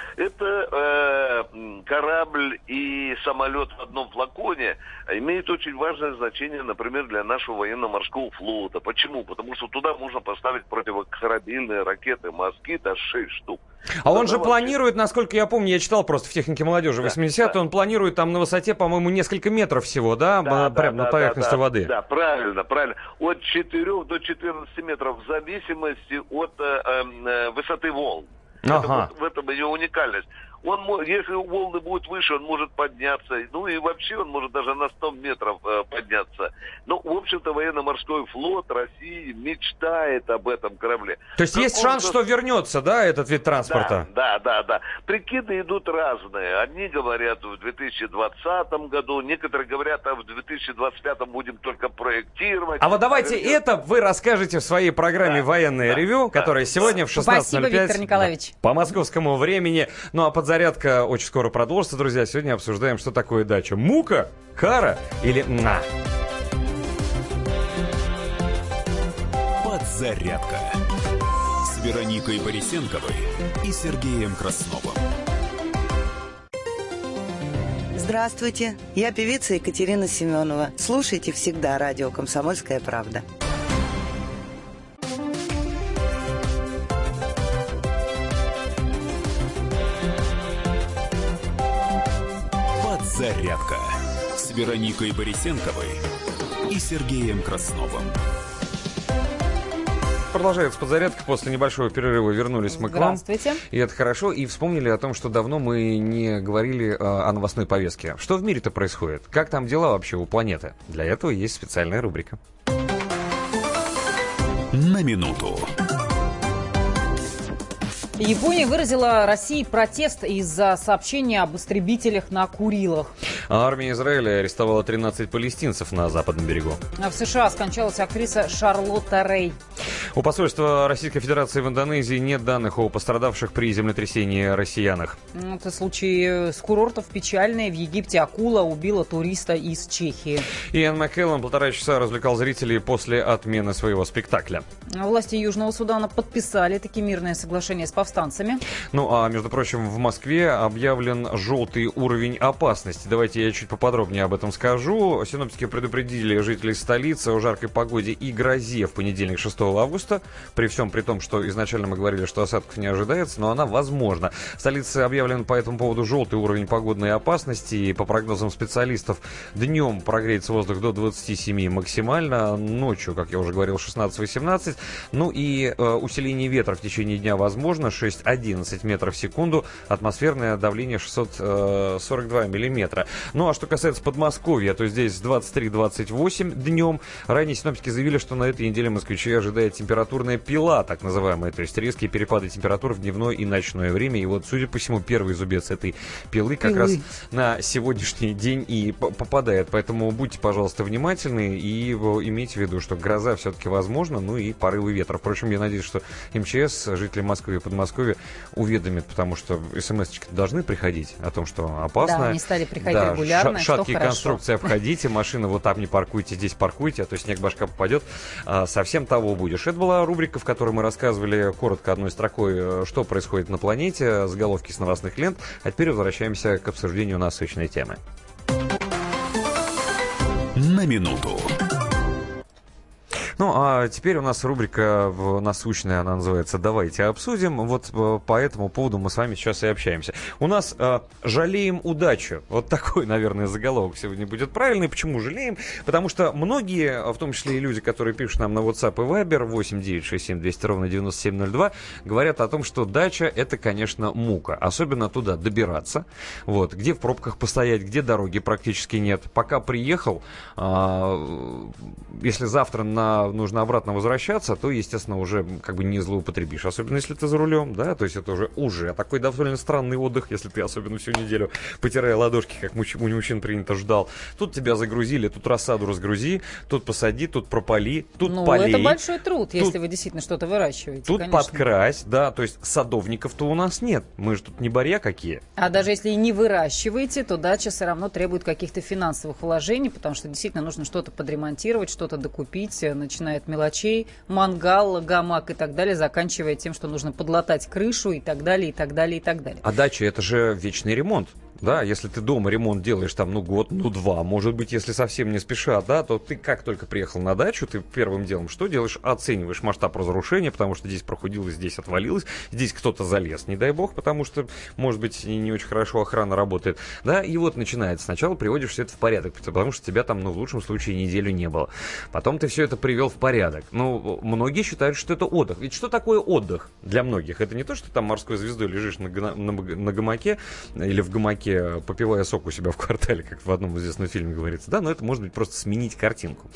Это корабль и самолет в одном флаконе имеет очень важное значение, например, для нашего военно-морского флота. Почему? Потому что туда можно поставить противокорабельные ракеты «Москит» аж 6 штук. А он же планирует, насколько я помню, я читал просто в «Технике молодежи» 80-е, он планирует там на высоте, по-моему, несколько метров всего, да? Прямо на поверхности воды. Да, правильно. От 4 до 14 метров в зависимости от высоты волн. Ага. В этом ее уникальность. Если волны будут выше, он может подняться. Ну и вообще он может даже на 100 метров подняться. Ну, в общем-то, военно-морской флот России мечтает об этом корабле. То есть есть шанс, что вернется, да, этот вид транспорта? Да. Прикиды идут разные. Одни говорят в 2020 году, некоторые говорят, а в 2025 будем только проектировать. А вот давайте это вы расскажете в своей программе «Военное ревью», которая сегодня в 16:05. Спасибо, Виктор Николаевич. По московскому времени. Ну а подзарядка очень скоро продолжится, друзья. Сегодня обсуждаем, что такое дача. Мука, кара или на? Подзарядка с Вероникой Борисенковой и Сергеем Красновым. Здравствуйте, я певица Екатерина Семенова. Слушайте всегда радио «Комсомольская правда». Подзарядка с Вероникой Борисенковой и Сергеем Красновым. Продолжается подзарядка. После небольшого перерыва вернулись мы к вам. Здравствуйте. И это хорошо. И вспомнили о том, что давно мы не говорили о новостной повестке. Что в мире-то происходит? Как там дела вообще у планеты? Для этого есть специальная рубрика. На минуту. Япония выразила России протест из-за сообщения об истребителях на Курилах. Армия Израиля арестовала 13 палестинцев на западном берегу. В США скончалась актриса Шарлотта Рэй. У посольства Российской Федерации в Индонезии нет данных о пострадавших при землетрясении россиянах. Это случай с курортов печальный. В Египте акула убила туриста из Чехии. Иэн Маккеллан 1,5 часа развлекал зрителей после отмены своего спектакля. Власти Южного Судана подписали таки мирное соглашение с повстанцами. Ну, а, между прочим, в Москве объявлен желтый уровень опасности. Давайте я чуть поподробнее об этом скажу. Синоптики предупредили жителей столицы о жаркой погоде и грозе в понедельник, 6 августа. При всем при том, что изначально мы говорили, что осадков не ожидается, но она возможна. В столице объявлен по этому поводу желтый уровень погодной опасности. И по прогнозам специалистов, днем прогреется воздух до 27 максимально. Ночью, как я уже говорил, 16-18. Ну и усиление ветра в течение дня возможно. 6-11 метров в секунду. Атмосферное давление 642 миллиметра. Ну а что касается Подмосковья, то здесь 23-28 днем. Ранее синоптики заявили, что на этой неделе москвичей ожидает температурная пила, так называемая. То есть резкие перепады температур в дневное и ночное время. И вот, судя по всему, первый зубец этой пилы как раз на сегодняшний день и попадает. Поэтому будьте, пожалуйста, внимательны и имейте в виду, что гроза все-таки возможна, ну и порывы ветра. Впрочем, я надеюсь, что МЧС жители Москвы и Подмосковья уведомит, потому что смс-очки должны приходить о том, что опасно. Да, они стали приходить регулярно, шаткие конструкции обходите, машины вот там не паркуйте, здесь паркуйте, а то снег башка попадет, совсем того будешь. Это была рубрика, в которой мы рассказывали коротко одной строкой, что происходит на планете, заголовки с новостных лент. А теперь возвращаемся к обсуждению насущной темы. На минуту. Ну, а теперь у нас рубрика насущная, она называется «Давайте обсудим». Вот по этому поводу мы с вами сейчас и общаемся. У нас «Жалеем удачу». Вот такой, наверное, заголовок сегодня будет правильный. Почему жалеем? Потому что многие, в том числе и люди, которые пишут нам на WhatsApp и Viber 8967-200-9702, говорят о том, что дача – это, конечно, мука. Особенно туда добираться. Вот. Где в пробках постоять, где дороги практически нет. Пока приехал, если завтра нужно обратно возвращаться, то, естественно, уже как бы не злоупотребишь. Особенно, если ты за рулем, да, то есть это уже такой довольно странный отдых, если ты особенно всю неделю, потирая ладошки, как у мужчин принято, ждал. Тут тебя загрузили, тут рассаду разгрузи, тут посади, тут пропали, тут полей. Ну, это большой труд, если вы действительно что-то выращиваете, тут конечно. подкрась, да, то есть садовников-то у нас нет. Мы же тут не барья какие. А даже если и не выращиваете, то дача все равно требует каких-то финансовых вложений, потому что действительно нужно что-то подремонтировать, что-то докупить, начиная от мелочей, мангал, гамак и так далее, заканчивая тем, что нужно подлатать крышу и так далее, и так далее, и так далее. А дача – это же вечный ремонт. Да, если ты дома ремонт делаешь там, год, два, может быть, если совсем не спеша, да, то ты как только приехал на дачу, ты первым делом что делаешь? Оцениваешь масштаб разрушения, потому что здесь прохудилось, здесь отвалилось, здесь кто-то залез, не дай бог, потому что, может быть, не очень хорошо охрана работает, да, и вот начинается. Сначала приводишь все это в порядок, потому что тебя там, в лучшем случае, неделю не было. Потом ты все это привел в порядок. Ну, многие считают, что это отдых. Ведь что такое отдых для многих? Это не то, что там морской звездой лежишь на гамаке или в гамаке, попивая сок у себя в квартале, как в одном известном фильме говорится, да, но это может быть просто сменить картинку.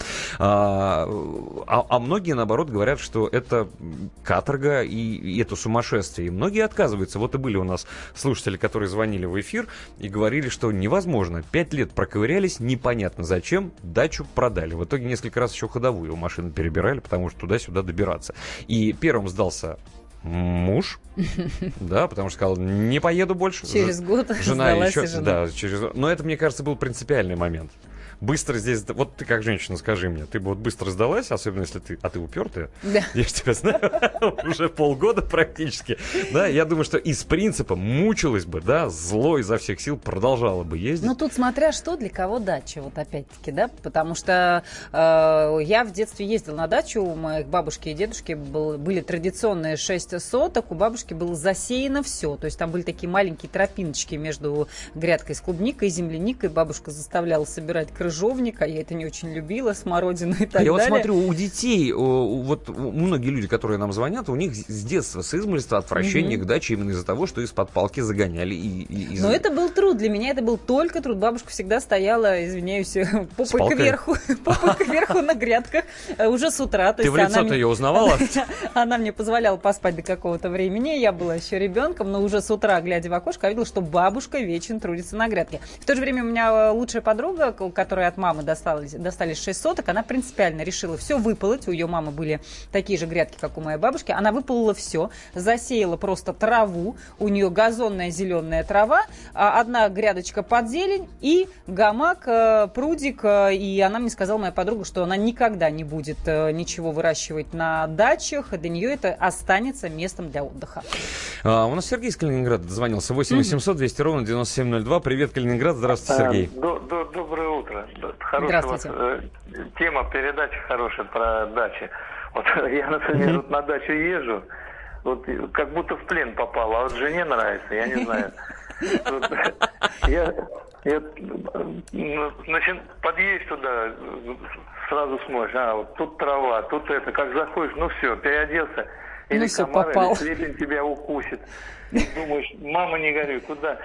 А многие, наоборот, говорят, что это каторга и это сумасшествие. И многие отказываются. Вот и были у нас слушатели, которые звонили в эфир и говорили, что невозможно. 5 лет проковырялись, непонятно зачем, дачу продали. В итоге несколько раз еще ходовую машину перебирали, потому что туда-сюда добираться. И первым сдался муж, да, потому что сказал, не поеду больше. Через год жена еще, жена. да, но это, мне кажется, был принципиальный момент. Быстро здесь, вот ты как женщина, скажи мне, ты бы вот быстро сдалась, особенно если ты упертая, да. Я же тебя знаю, уже полгода практически, да, я думаю, что из принципа мучилась бы, да, зло изо всех сил продолжала бы ездить. Ну, тут смотря что, для кого дача, вот опять-таки, да, потому что я в детстве ездила на дачу, у моих бабушки и дедушки были традиционные 6 соток, у бабушки было засеяно все, то есть там были такие маленькие тропиночки между грядкой с клубникой и земляникой, бабушка заставляла собирать крыжовник, а я это не очень любила, смородину и так далее. Я вот смотрю, у детей, вот многие люди, которые нам звонят, у них с детства, с измольства отвращение к даче именно из-за того, что из-под палки загоняли. Но это был труд, для меня это был только труд. Бабушка всегда стояла, извиняюсь, попой кверху на грядках, уже с утра. Ты в лицо-то ее узнавала? Она мне позволяла поспать до какого-то времени, я была еще ребенком, но уже с утра, глядя в окошко, я видела, что бабушка вечно трудится на грядке. В то же время у меня лучшая подруга, которая которые от мамы достались 6 соток, она принципиально решила все выполоть. У ее мамы были такие же грядки, как у моей бабушки. Она выполола все, засеяла просто траву. У нее газонная зеленая трава, одна грядочка под зелень и гамак, прудик. И она мне сказала, моя подруга, что она никогда не будет ничего выращивать на дачах. Для нее это останется местом для отдыха. У нас Сергей из Калининграда дозвонился. 8 800 200 ровно 9702. Привет, Калининград. Здравствуйте, Сергей. Доброе утро. Хорошая тема передачи хорошая про дачи. Вот я, например, вот на дачу езжу, вот как будто в плен попал, а вот жене нравится, я не знаю. Значит, подъедешь туда, сразу смотришь, вот тут трава, тут это, как заходишь, ну все, переоделся, или все, комар, попал. или слепень тебя укусит. И думаешь, мама, не горюй, куда?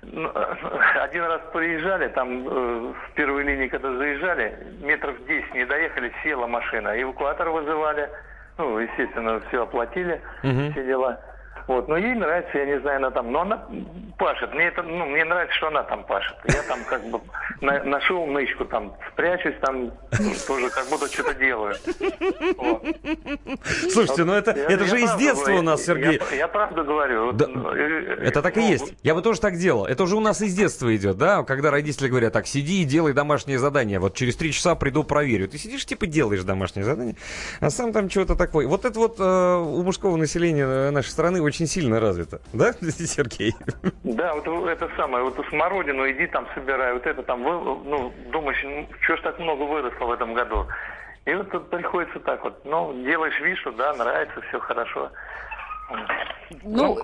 Один раз приезжали, там в первой линии, когда заезжали, метров 10 не доехали, села машина, эвакуатор вызывали, ну, естественно, все оплатили, все дела. Вот, но ей нравится, я не знаю, она там, но она пашет. Мне нравится, что она там пашет. Я там как бы нашел нычку, там спрячусь, там тоже как будто что-то делаю. Вот. Слушайте, ну это же из детства у нас, Сергей. Я правду говорю. Да, это так и есть. Я бы тоже так делал. Это уже у нас из детства идет, да? Когда родители говорят, так, сиди и делай домашнее задание. Вот через 3 часа приду, проверю. Ты сидишь, типа, делаешь домашнее задание, а сам там чего-то такое. Вот это вот у мужского населения нашей страны очень сильно развито. Да, Сергей? Да, вот это самое. Вот смородину иди там собирай. Вот это там, ну, думаешь, что ж так много выросло в этом году. И вот тут приходится так вот. Ну, делаешь вид, что да, нравится, все хорошо. Ну,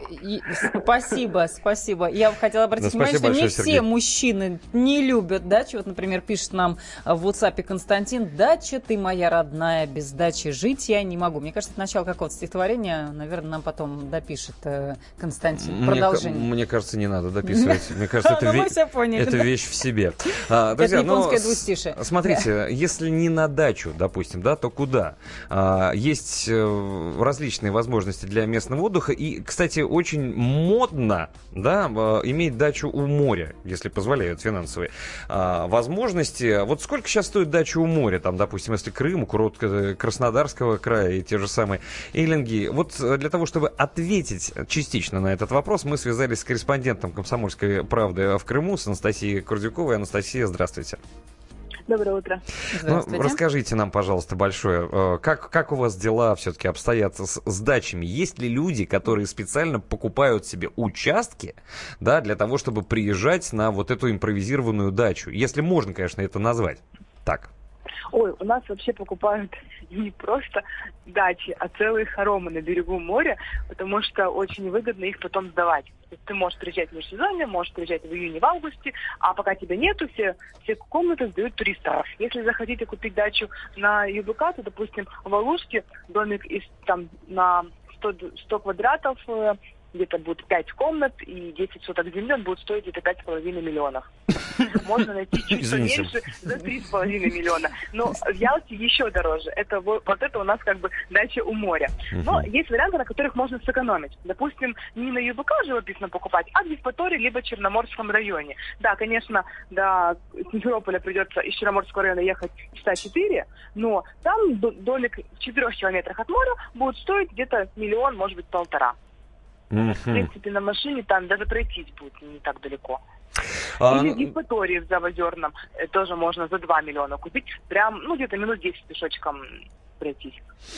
спасибо. Я хотела обратить внимание, что не все мужчины не любят дачу. Вот, например, пишет нам в WhatsApp Константин: «Дача, ты моя родная, без дачи жить я не могу». Мне кажется, это начало какого-то стихотворения. Наверное, нам потом допишет Константин. Продолжение. Мне кажется, не надо дописывать. Мне кажется, это вещь в себе. Это японское двустишие. Смотрите, если не на дачу, допустим, да, то куда? Есть различные возможности для местного отдыха. И, кстати, очень модно, да, иметь дачу у моря, если позволяют финансовые возможности. Вот сколько сейчас стоит дача у моря? Там, допустим, если Крым, курорт Краснодарского края и те же самые Эйлинги. Вот для того, чтобы ответить частично на этот вопрос, мы связались с корреспондентом «Комсомольской правды» в Крыму, с Анастасией Курдюковой. Анастасия, здравствуйте. Доброе утро. Ну, расскажите нам, пожалуйста, большое, как у вас дела все-таки обстоят с дачами? Есть ли люди, которые специально покупают себе участки, да, для того, чтобы приезжать на вот эту импровизированную дачу? Если можно, конечно, это назвать так. Ой, у нас вообще покупают не просто дачи, а целые хоромы на берегу моря, потому что очень выгодно их потом сдавать. То есть ты можешь приезжать в межсезонье, можешь приезжать в июне, в августе, а пока тебя нету, все комнаты сдают туристам. Если захотите купить дачу на ЮБК, то, допустим, в Алушке домик там на 100 квадратов, где-то будет 5 комнат и 10 соток земли, он будет стоить где-то 5,5 миллионов. Можно найти чуть меньше за 3,5 миллиона. Но в Ялте еще дороже. Это вот это у нас как бы дача у моря. Но есть варианты, на которых можно сэкономить. Допустим, не на ЮБК живописно покупать, а в Евпатории либо Черноморском районе. Да, конечно, до Симферополя придется из Черноморского района ехать часа 4, но там домик в 4 километрах от моря будет стоить где-то миллион, может быть, 1,5. В принципе, на машине там даже пройтись будет не так далеко. Или в Евпатории, в Завозерном, тоже можно за 2 миллиона купить. Прям, где-то минут 10 пешочком пройтись.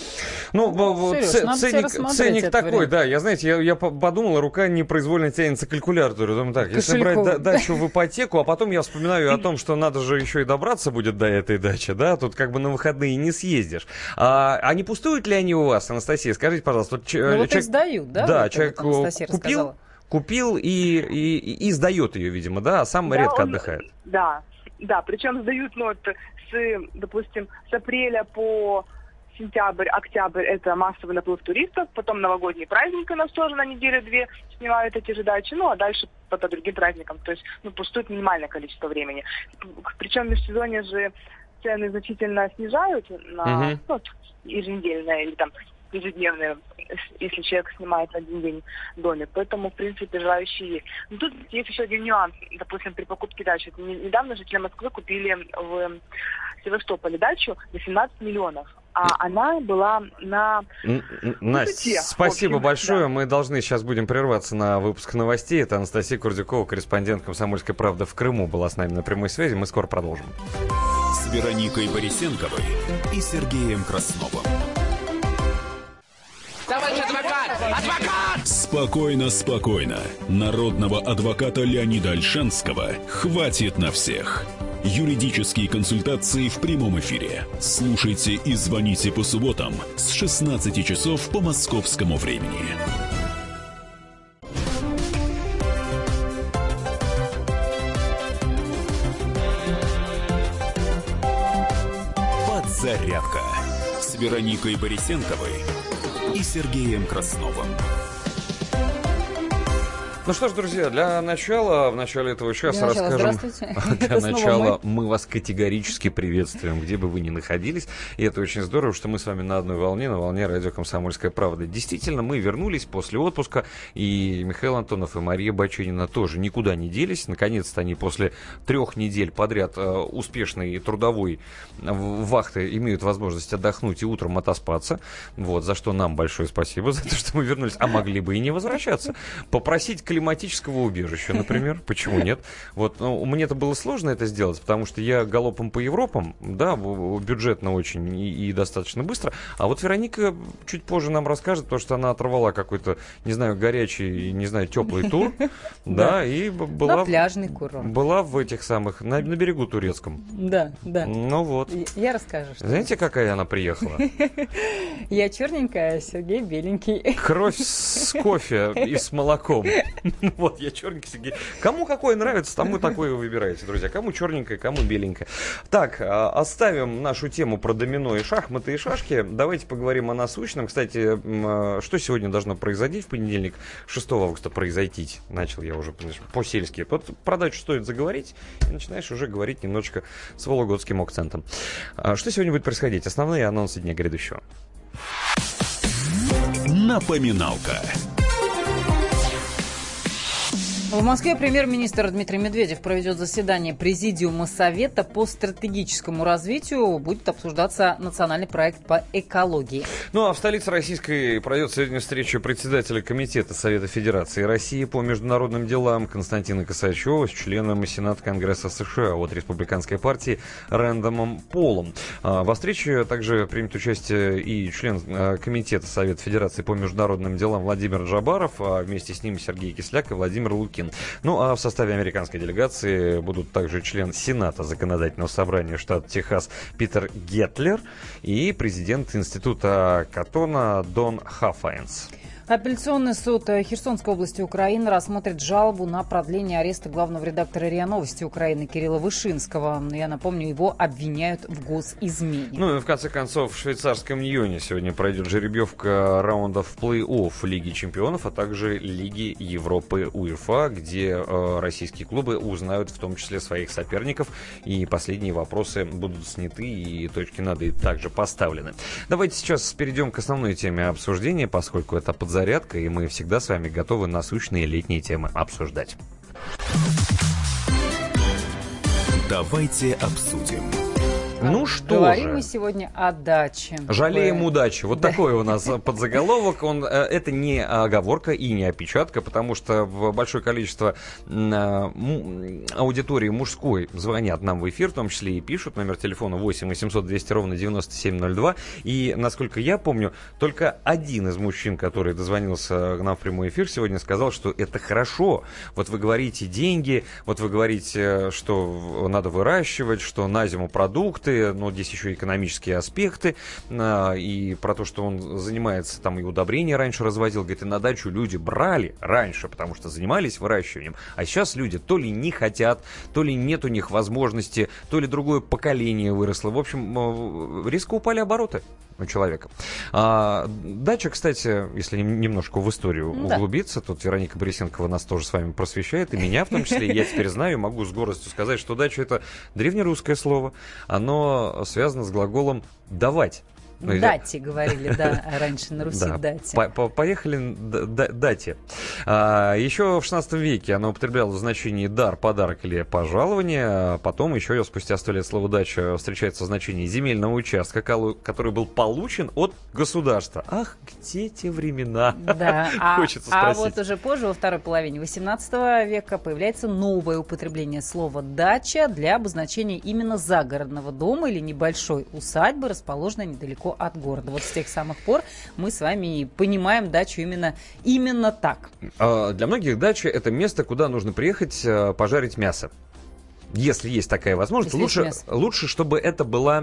Ценник такой, да. Я подумал, рука непроизвольно тянется к калькулятору. Думаю, так, если брать дачу в ипотеку, а потом я вспоминаю о том, что надо же еще и добраться будет до этой дачи, да, тут как бы на выходные не съездишь. А не пустуют ли они у вас, Анастасия? Скажите, пожалуйста. Вот их сдают, да? Да, человек купил и сдает ее, видимо, да, а сам редко отдыхает. Да, причем сдают, допустим, с апреля по сентябрь, октябрь — это массовый наплыв туристов, потом новогодние праздники у нас тоже на неделю-две снимают эти же дачи, а дальше по другим праздникам, то есть пустует минимальное количество времени. Причем в межсезонье же цены значительно снижают на еженедельное или там ежедневное если человек снимает на один день домик. Поэтому, в принципе, желающие есть. Но тут есть еще один нюанс. Допустим, при покупке дачи. Недавно жители Москвы купили в Севастополе дачу за 17 миллионов. А она была на Настя, спасибо большое. Да. Мы должны сейчас будем прерваться на выпуск новостей. Это Анастасия Курдюкова, корреспондент «Комсомольской правды» в Крыму, была с нами на прямой связи. Мы скоро продолжим. С Вероникой Борисенковой и Сергеем Красновым. Товарищ адвокат! Адвокат! Спокойно, спокойно. Народного адвоката Леонида Ольшанского хватит на всех. Юридические консультации в прямом эфире. Слушайте и звоните по субботам с 16 часов по московскому времени. Подзарядка с Вероникой Борисенковой и Сергеем Красновым. Ну что ж, друзья, в начале этого часа расскажем. Для начала мы вас категорически приветствуем, где бы вы ни находились. И это очень здорово, что мы с вами на одной волне, на волне радио «Комсомольская правда». Действительно, мы вернулись после отпуска, и Михаил Антонов и Мария Баченина тоже никуда не делись. Наконец-то они после 3 недель подряд успешной трудовой вахты имеют возможность отдохнуть и утром отоспаться. Вот, за что нам большое спасибо, за то, что мы вернулись. А могли бы и не возвращаться. Попросить климатического убежища, например. Почему нет? Вот, мне-то было сложно это сделать, потому что я галопом по Европам, да, бюджетно очень и достаточно быстро. А вот Вероника чуть позже нам расскажет, потому что она оторвала какой-то, не знаю, горячий, не знаю, теплый тур, да, и была... На пляжный курорт. Была в этих самых, на берегу турецком. Да, да. Ну вот. Я расскажу. Знаете, какая она приехала? Я черненькая, Сергей беленький. Кровь с кофе и с молоком. Вот, я черненький, Сергей. Кому какое нравится, тому такое вы выбираете, друзья. Кому черненькое, кому беленькое. Так, оставим нашу тему про домино и шахматы и шашки. Давайте поговорим о насущном. Кстати, что сегодня должно произойти в понедельник, 6 августа произойти? Начал я уже по-сельски. Вот про дачу стоит заговорить, и начинаешь уже говорить немножечко с вологодским акцентом. Что сегодня будет происходить? Основные анонсы дня грядущего. Напоминалка. В Москве премьер-министр Дмитрий Медведев проведет заседание Президиума Совета по стратегическому развитию. Будет обсуждаться национальный проект по экологии. Ну а в столице российской пройдет сегодня встреча председателя Комитета Совета Федерации России по международным делам Константина Косачева с членом Сената Конгресса США от республиканской партии Рэндомом Полом. Во встрече также примет участие и член Комитета Совета Федерации по международным делам Владимир Джабаров, а вместе с ним Сергей Кисляк и Владимир Лукин. Ну, а в составе американской делегации будут также член Сената Законодательного собрания штата Техас Питер Гетлер и президент Института Катона Дон Хафайнс. Апелляционный суд Херсонской области Украины рассмотрит жалобу на продление ареста главного редактора РИА Новости Украины Кирилла Вышинского. Я напомню, его обвиняют в госизмене. Ну и в конце концов в швейцарском Ньоне сегодня пройдет жеребьевка раундов плей-офф Лиги Чемпионов, а также Лиги Европы УЕФА, где российские клубы узнают в том числе своих соперников, и последние вопросы будут сняты, и точки над «и» также поставлены. Давайте сейчас перейдем к основной теме обсуждения, поскольку это подзарядка, и мы всегда с вами готовы насущные летние темы обсуждать. Давайте обсудим. Ну что Говорим же. мы сегодня о даче. Жалеем удачи. Вот такой у нас подзаголовок. Это не оговорка и не опечатка, потому что в большое количество аудитории мужской звонят нам в эфир, в том числе и пишут. Номер телефона 8 800 200 ровно 9702. И, насколько я помню, только один из мужчин, который дозвонился к нам в прямой эфир, сегодня сказал, что это хорошо. Вот вы говорите деньги, вот вы говорите, что надо выращивать, что на зиму продукты, но здесь еще экономические аспекты, и про то, что он занимается, там и удобрения раньше разводил, говорит, и на дачу люди брали раньше, потому что занимались выращиванием, а сейчас люди то ли не хотят, то ли нет у них возможности, то ли другое поколение выросло. В общем, резко упали обороты у человека. Дача, кстати, если немножко в историю углубиться, тут Вероника Борисенкова нас тоже с вами просвещает, и меня в том числе, я теперь знаю, могу с гордостью сказать, что дача — это древнерусское слово, оно связано с глаголом «давать». Дати говорили, да, раньше на Руси дати. Поехали дати. Еще в 16 веке она употребляла в значении дар, подарок или пожалование. Потом еще спустя 100 лет слово дача встречается в значении земельного участка, который был получен от государства. Ах, где те времена? Да, хочется спросить. А вот уже позже, во второй половине 18 века, появляется новое употребление слова «дача» для обозначения именно загородного дома или небольшой усадьбы, расположенной недалеко от города. Вот с тех самых пор мы с вами и понимаем дачу именно так. Для многих дача — это место, куда нужно приехать пожарить мясо. Если есть такая возможность, лучше, чтобы это была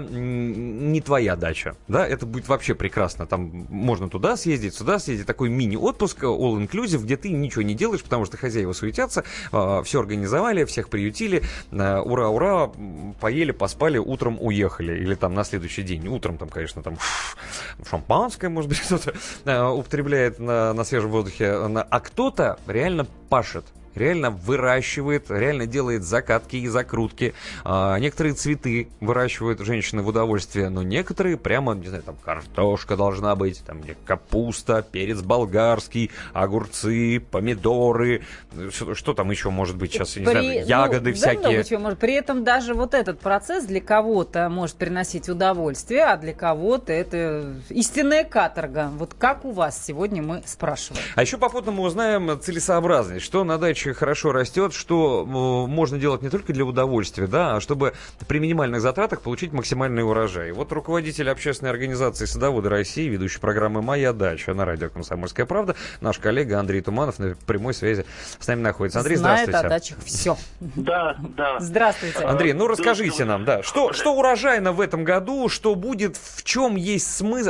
не твоя дача. Да, это будет вообще прекрасно. Там можно туда съездить, сюда съездить. Такой мини-отпуск, all-inclusive, где ты ничего не делаешь, потому что хозяева суетятся, все организовали, всех приютили. Ура, ура, поели, поспали, утром уехали. Или там на следующий день. Утром там, конечно, там шампанское, может быть, кто-то употребляет на свежем воздухе. А кто-то реально пашет. Реально выращивает, реально делает закатки и закрутки. Некоторые цветы выращивают женщины в удовольствие, но некоторые прямо, не знаю, там картошка должна быть, там капуста, перец болгарский, огурцы, помидоры, что там еще может быть сейчас, я не знаю, ягоды всякие. Да, много чего может. При этом даже вот этот процесс для кого-то может приносить удовольствие, а для кого-то это истинная каторга. Вот как у вас сегодня мы спрашиваем. А еще попутно мы узнаем целесообразность, что на даче хорошо растет, что можно делать не только для удовольствия, да, а чтобы при минимальных затратах получить максимальный урожай. Вот руководитель общественной организации «Садоводы России», ведущий программы «Моя дача» на радио «Комсомольская правда», наш коллега Андрей Туманов на прямой связи с нами находится. Андрей, знает здравствуйте. О дачах все. Да. Здравствуйте. Андрей, ну расскажите нам, да, что урожайно в этом году, что будет, в чем есть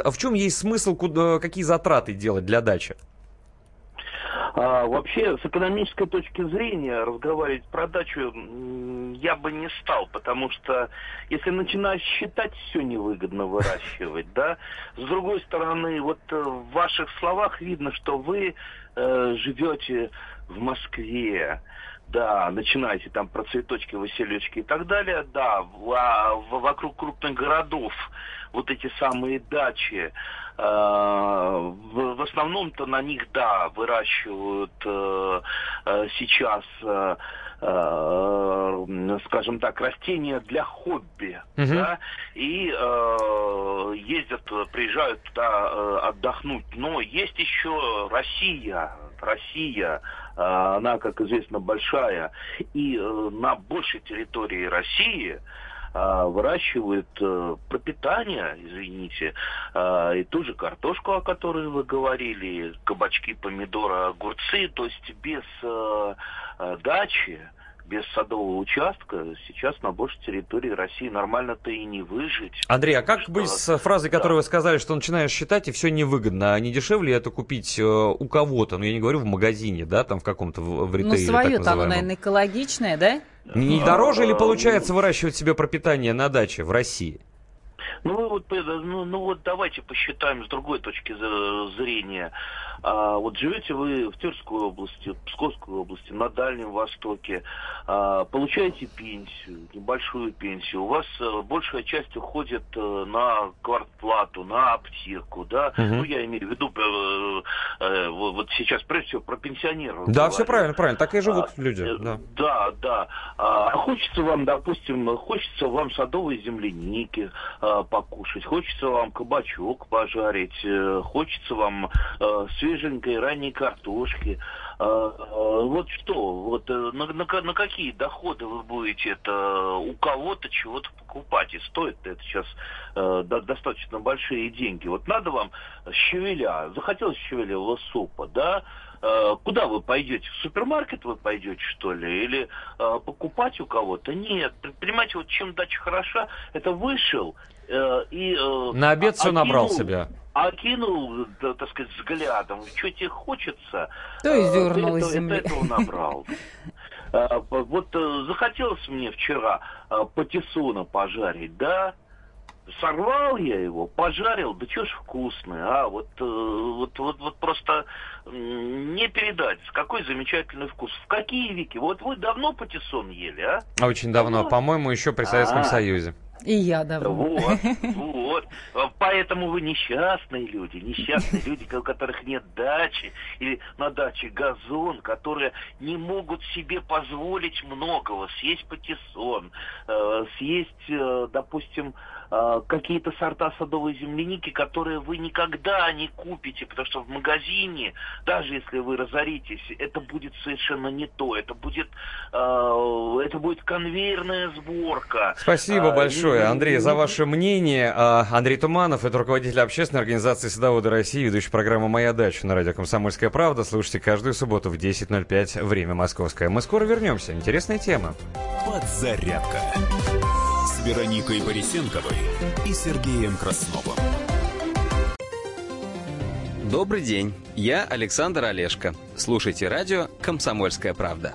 смысл, какие затраты делать для дачи? Вообще, с экономической точки зрения, разговаривать про дачу я бы не стал, потому что если начинаешь считать, все невыгодно выращивать, да. С другой стороны, вот в ваших словах видно, что вы живете в Москве, да, начинаете там про цветочки, василечки и так далее, да, вокруг крупных городов вот эти самые дачи, в основном-то на них, да, выращивают сейчас, скажем так, растения для хобби, да, и приезжают туда отдохнуть. Но есть еще Россия, она, как известно, большая, и на большей территории России выращивают пропитание, извините, и ту же картошку, о которой вы говорили, кабачки, помидоры, огурцы, то есть без дачи, без садового участка сейчас на большей территории России нормально-то и не выжить. Андрей, а как быть с фразой, которую вы сказали, что начинаешь считать, и все невыгодно? А не дешевле это купить у кого-то? Ну, я не говорю в магазине, да, там в каком-то в ритейле, ну, свое-то оно, наверное, экологичное, да? Не дороже ли получается выращивать себе пропитание на даче в России? Ну вот давайте посчитаем с другой точки зрения. Вот живете вы в Тверской области, в Псковской области, на Дальнем Востоке, получаете пенсию, небольшую пенсию, у вас большая часть уходит на квартплату, на аптеку, да? Ну, я имею в виду, вот сейчас прежде всего про пенсионеров. Да, все правильно, так и живут люди. Да. Хочется вам, допустим, садовой земляники покушать, хочется вам кабачок пожарить, хочется вам свеженькой ранней картошки. Вот что, вот на какие доходы вы будете это у кого-то чего-то покупать? И стоит это сейчас достаточно большие деньги. Вот надо вам захотелось щавелевого супа, да? Куда вы пойдете? В супермаркет вы пойдете, что ли? Или покупать у кого-то? Нет. Понимаете, вот чем дача хороша, это вышел и... на обед все набрал себя. Окинул, так сказать, взглядом, что тебе хочется, то и зернул из земли. Этого набрал. Вот захотелось мне вчера патиссона пожарить, да? Сорвал я его, пожарил, да чё ж вкусный, вот просто не передать, какой замечательный вкус. В какие веки? Вот вы давно патиссон ели, а? Очень давно, по-моему, еще при Советском Союзе. И я давно. Вот. Поэтому вы несчастные люди, у которых нет дачи, или на даче газон, которые не могут себе позволить многого. Съесть патиссон, съесть, допустим, какие-то сорта садовой земляники, которые вы никогда не купите, потому что в магазине, даже если вы разоритесь, это будет совершенно не то. Это будет конвейерная сборка. Спасибо большое, Андрей, за ваше мнение. Андрей Туманов, это руководитель общественной организации «Садоводы России», ведущий программу «Моя дача» на радио «Комсомольская правда». Слушайте каждую субботу в 10:05, время московское. Мы скоро вернемся. Интересная тема. Подзарядка с Вероникой Борисенковой и Сергеем Красновым. Добрый день, я Александр Олешко. Слушайте радио «Комсомольская правда».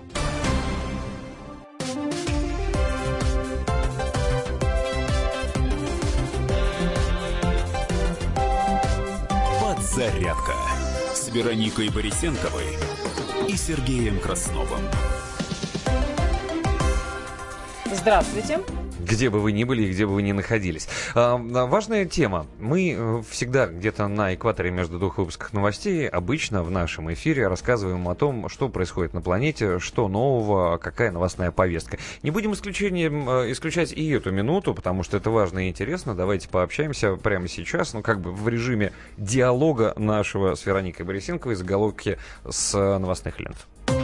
Подзарядка с Вероникой Борисенковой и Сергеем Красновым. Здравствуйте. Где бы вы ни были и где бы вы ни находились. Важная тема. Мы всегда где-то на экваторе между двух выпусков новостей обычно в нашем эфире рассказываем о том, что происходит на планете, что нового, какая новостная повестка. Не будем исключать и эту минуту, потому что это важно и интересно. Давайте пообщаемся прямо сейчас, в режиме диалога нашего с Вероникой Борисенковой, заголовки с новостных лент.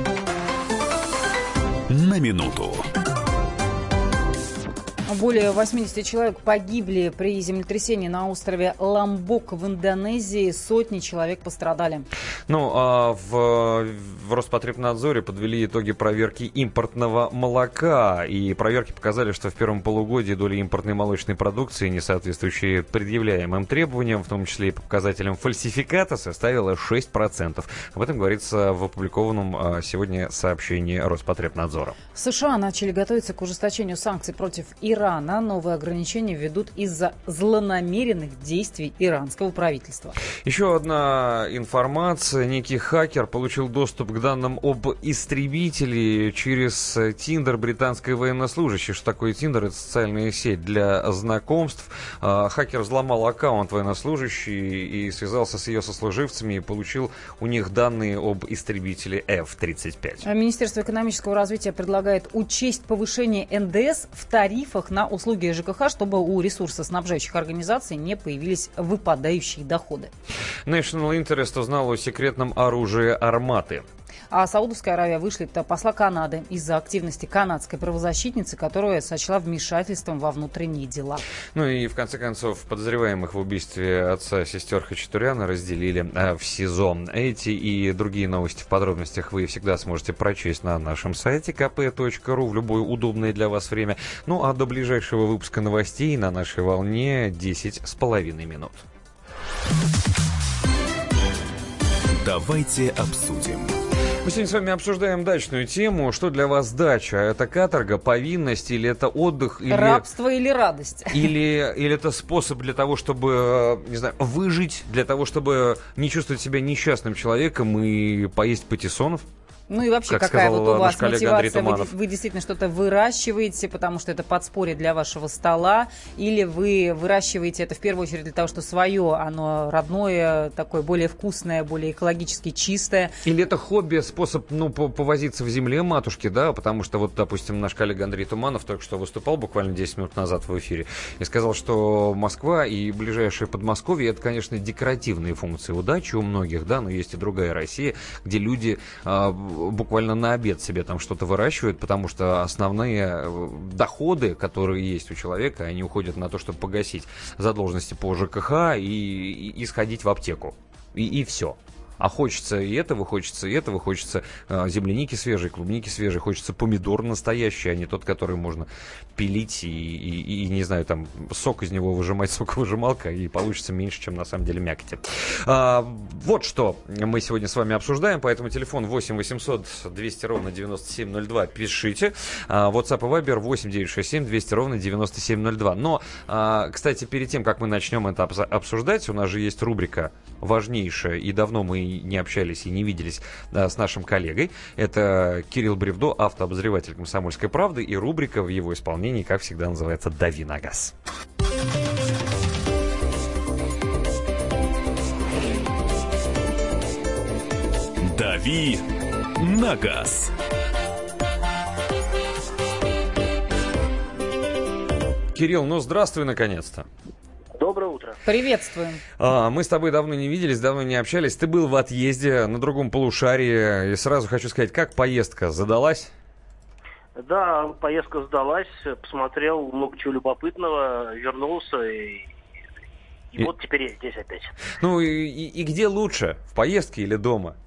На минуту. Более 80 человек погибли при землетрясении на острове Ломбок в Индонезии. Сотни человек пострадали. В Роспотребнадзоре подвели итоги проверки импортного молока. И проверки показали, что в первом полугодии доля импортной молочной продукции, не соответствующей предъявляемым требованиям, в том числе и по показателям фальсификата, составила 6%. Об этом говорится в опубликованном сегодня сообщении Роспотребнадзора. США начали готовиться к ужесточению санкций против Ирана. Новые ограничения введут из-за злонамеренных действий иранского правительства. Еще одна информация. Некий хакер получил доступ к данным об истребителе через Tinder британской военнослужащей. Что такое Tinder? Это социальная сеть для знакомств. Хакер взломал аккаунт военнослужащей и связался с ее сослуживцами и получил у них данные об истребителе F-35. Министерство экономического развития предлагает учесть повышение НДС в тарифах на услуги ЖКХ, чтобы у ресурсоснабжающих организаций не появились выпадающие доходы. National Interest узнал о секретном оружии «Арматы». А Саудовская Аравия вышлет посла Канады из-за активности канадской правозащитницы, которая сочла вмешательством во внутренние дела. И в конце концов, подозреваемых в убийстве отца сестер Хачатуряна разделили в СИЗО. Эти и другие новости в подробностях вы всегда сможете прочесть на нашем сайте kp.ru в любое удобное для вас время. А до ближайшего выпуска новостей на нашей волне 10,5 минут. Давайте обсудим. Мы сегодня с вами обсуждаем дачную тему. Что для вас дача? Это каторга, повинность или это отдых? Или... Рабство или радость? Или это способ для того, чтобы, выжить, для того, чтобы не чувствовать себя несчастным человеком и поесть патиссонов? И вообще, какая вот у вас мотивация? Вы действительно что-то выращиваете, потому что это подспорье для вашего стола? Или вы выращиваете это в первую очередь для того, что свое, оно родное, такое более вкусное, более экологически чистое? Или это хобби, способ, повозиться в земле матушки, да? Потому что, допустим, наш коллега Андрей Туманов только что выступал буквально 10 минут назад в эфире и сказал, что Москва и ближайшее Подмосковье — это, конечно, декоративные функции удачи у многих, да, но есть и другая Россия, где люди буквально на обед себе там что-то выращивают, потому что основные доходы, которые есть у человека, они уходят на то, чтобы погасить задолженности по ЖКХ и сходить в аптеку. И все. А хочется и этого, хочется земляники свежей, клубники свежей, хочется помидор настоящий, а не тот, который можно пилить и не знаю, там сок из него выжимать, соковыжималка, и получится меньше, чем на самом деле мякоти. Вот что мы сегодня с вами обсуждаем, поэтому телефон 8 800 200 ровно 9702, пишите. WhatsApp и Viber 8 967 200 ровно 9702. Но, кстати, перед тем, как мы начнем это обсуждать, у нас же есть рубрика важнейшая, и давно мы не общались и не виделись с нашим коллегой. Это Кирилл Бревдо, автообозреватель «Комсомольской правды», и рубрика в его исполнении, как всегда, называется «Дави на газ». «Дави на газ». Кирилл, ну здравствуй наконец-то. Доброе утро. Приветствуем. Мы с тобой давно не виделись, давно не общались. Ты был в отъезде на другом полушарии. И сразу хочу сказать, как поездка задалась? Да, поездка сдалась, посмотрел много чего любопытного, вернулся и вот теперь я здесь опять. Ну и где лучше, в поездке или дома?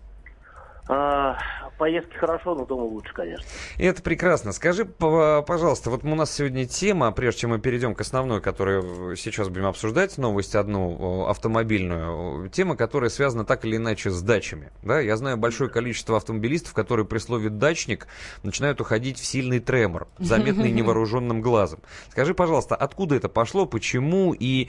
Поездки хорошо, но дома лучше, конечно. Это прекрасно. Скажи, пожалуйста, вот у нас сегодня тема, прежде чем мы перейдем к основной, которую сейчас будем обсуждать, новость одну автомобильную, тема, которая связана так или иначе с дачами. Да? Я знаю большое количество автомобилистов, которые при слове «дачник» начинают уходить в сильный тремор, заметный невооруженным глазом. Скажи, пожалуйста, откуда это пошло, почему? И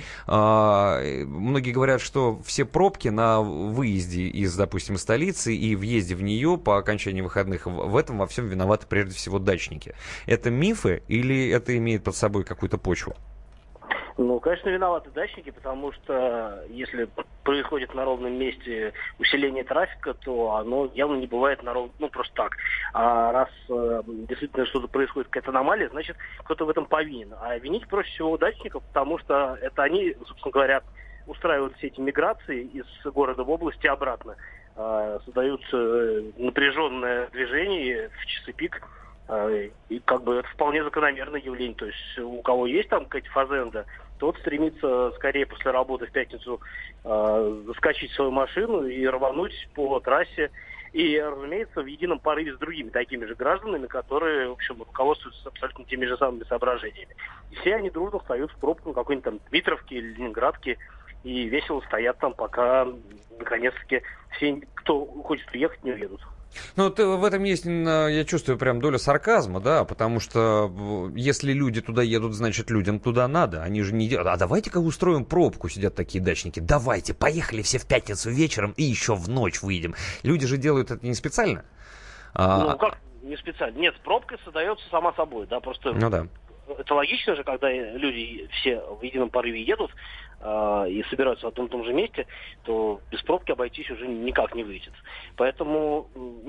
многие говорят, что все пробки на выезде из, допустим, столицы и въезде в нее по окончании выходных, в этом во всем виноваты прежде всего дачники. Это мифы или это имеет под собой какую-то почву? Ну, конечно, виноваты дачники, потому что если происходит на ровном месте усиление трафика, то оно явно не бывает просто так. А раз действительно что-то происходит, какая-то аномалия, значит, кто-то в этом повинен. А винить проще всего дачников, потому что это они, собственно говоря, устраивают все эти миграции из города в область и обратно. Создаются напряженное движение в часы пик, и как бы это вполне закономерное явление. То есть у кого есть там какая-то фазенда, тот стремится скорее после работы в пятницу заскочить в свою машину и рвануть по трассе. И, разумеется, в едином порыве с другими такими же гражданами, которые, в общем, руководствуются абсолютно теми же самыми соображениями. И все они дружно встают в пробку на какой-нибудь там Дмитровке или Ленинградке и весело стоят там, пока, наконец-таки, все, кто хочет уехать, не уедут. Ну, в этом есть, я чувствую, прям доля сарказма, да, потому что если люди туда едут, значит, людям туда надо. Они же не делают. А давайте-ка устроим пробку, сидят такие дачники. Давайте, поехали все в пятницу вечером и еще в ночь выйдем. Люди же делают это не специально. Ну, как не специально? Нет, пробка создается сама собой, да, просто... Ну, да. Это логично же, когда люди все в едином порыве едут и собираются в одном и том же месте, то без пробки обойтись уже никак не выйдет. Поэтому,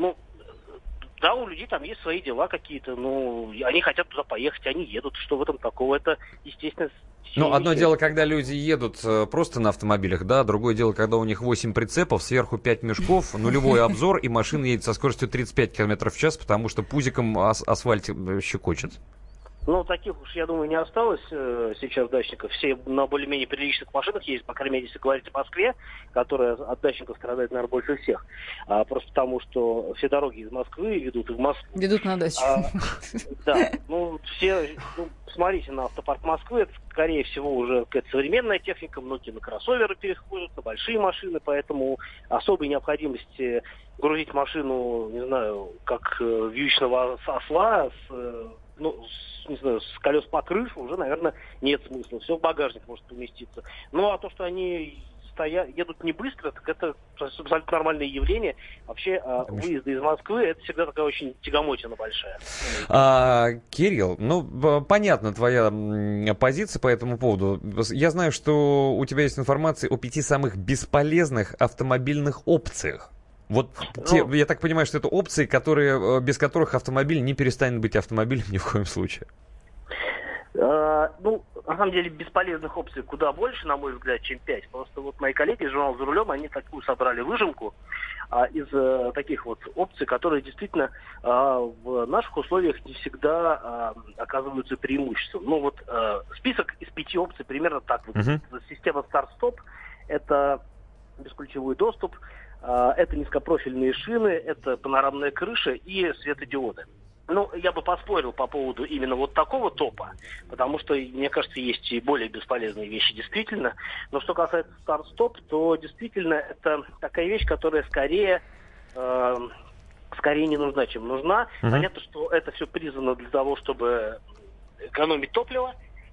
да, у людей там есть свои дела какие-то, они хотят туда поехать, они едут. Что в этом такого? Это, естественно... Ну, одно дело, когда люди едут просто на автомобилях, да, другое дело, когда у них 8 прицепов, сверху 5 мешков, нулевой обзор, и машина едет со скоростью 35 км в час, потому что пузиком асфальт щекочет. Ну, таких уж, я думаю, не осталось сейчас дачников. Все на более-менее приличных машинах ездят, по крайней мере, если говорить о Москве, которая от дачников страдает, наверное, больше всех. Просто потому, что все дороги из Москвы ведут и в Москву. Ведут на дачу. Да, посмотрите на автопарк Москвы, это, скорее всего, уже какая-то современная техника, многие на кроссоверы переходят, на большие машины, поэтому особой необходимости грузить машину, не знаю, как вьючного осла, с колес по крышу уже, наверное, нет смысла. Все в багажник может поместиться. Ну, а то, что они едут не быстро, так это абсолютно нормальное явление. Вообще, выезды из Москвы, это всегда такая очень тягомотина большая. Кирилл, понятна твоя позиция по этому поводу. Я знаю, что у тебя есть информация о 5 самых бесполезных автомобильных опциях. Я так понимаю, что это опции, без которых автомобиль не перестанет быть автомобилем ни в коем случае. На самом деле, бесполезных опций куда больше, на мой взгляд, чем 5. Просто мои коллеги из журнала «За рулем», они такую собрали выжимку из таких опций, которые действительно в наших условиях не всегда оказываются преимуществом. Список из 5 опций примерно так выглядит. Система старт-стоп, это бесключевой доступ, это низкопрофильные шины, это панорамная крыша и светодиоды. Я бы поспорил по поводу именно такого топа, потому что, мне кажется, есть и более бесполезные вещи действительно. Но что касается старт-стоп, то действительно это такая вещь, которая скорее не нужна, чем нужна. Понятно, что это все призвано для того, чтобы экономить топливо.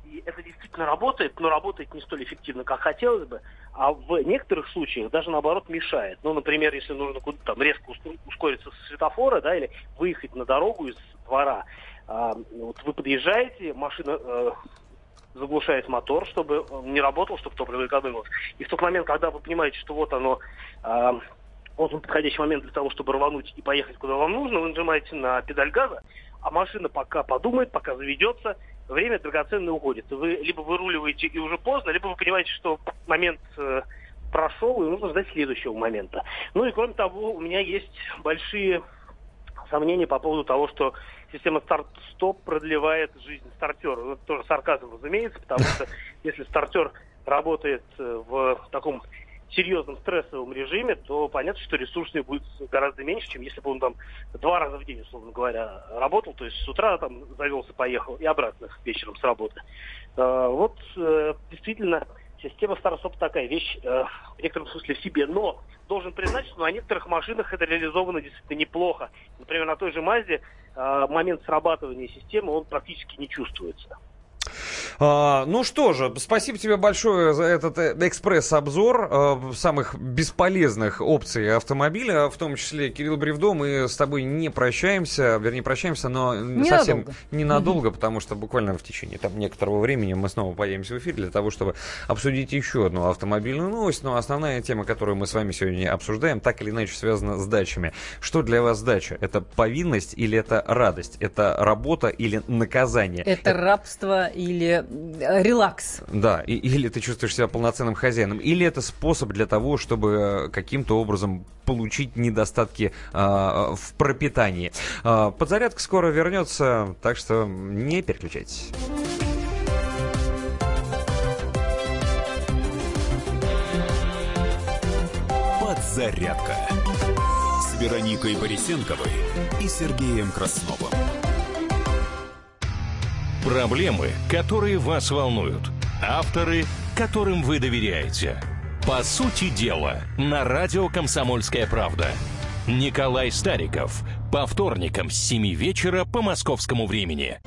и это действительно работает, но работает не столь эффективно, как хотелось бы, а в некоторых случаях даже наоборот мешает. Ну, например, если нужно куда-то там резко ускориться с светофора, да, или выехать на дорогу из двора, вот вы подъезжаете, машина заглушает мотор, чтобы он не работал, чтобы топливо экономилось. И в тот момент, когда вы понимаете, что вот оно, вот он подходящий момент для того, чтобы рвануть и поехать куда вам нужно, вы нажимаете на педаль газа, а машина пока подумает, пока заведется, время драгоценное уходит. Вы либо выруливаете и уже поздно, либо вы понимаете, что момент прошел, и нужно ждать следующего момента. Ну и кроме того, у меня есть большие сомнения по поводу того, что система старт-стоп продлевает жизнь стартера. Это тоже сарказм, разумеется, потому что если стартер работает в таком серьезном стрессовом режиме, то понятно, что ресурсный будет гораздо меньше, чем если бы он там 2 раза в день, условно говоря, работал. То есть с утра там завелся, поехал и обратно вечером с работы. Вот действительно система старт-стоп такая вещь в некотором смысле в себе. Но должен признать, что на некоторых машинах это реализовано действительно неплохо. Например, на той же Мазде момент срабатывания системы, он практически не чувствуется. Ну что же, спасибо тебе большое за этот экспресс-обзор самых бесполезных опций автомобиля, в том числе, Кирилл Бревдо, мы с тобой не прощаемся, вернее, прощаемся, но совсем ненадолго, потому что буквально в течение там некоторого времени мы снова появимся в эфире для того, чтобы обсудить еще одну автомобильную новость, но основная тема, которую мы с вами сегодня обсуждаем, так или иначе связана с дачами. Что для вас дача? Это повинность или это радость? Это работа или наказание? Это рабство или релакс. Да, или ты чувствуешь себя полноценным хозяином, или это способ для того, чтобы каким-то образом получить недостатки в пропитании. Подзарядка скоро вернется, так что не переключайтесь. Подзарядка с Вероникой Борисенковой и Сергеем Красновым. Проблемы, которые вас волнуют. Авторы, которым вы доверяете. По сути дела, на радио «Комсомольская правда». Николай Стариков. По вторникам с 7 вечера по московскому времени.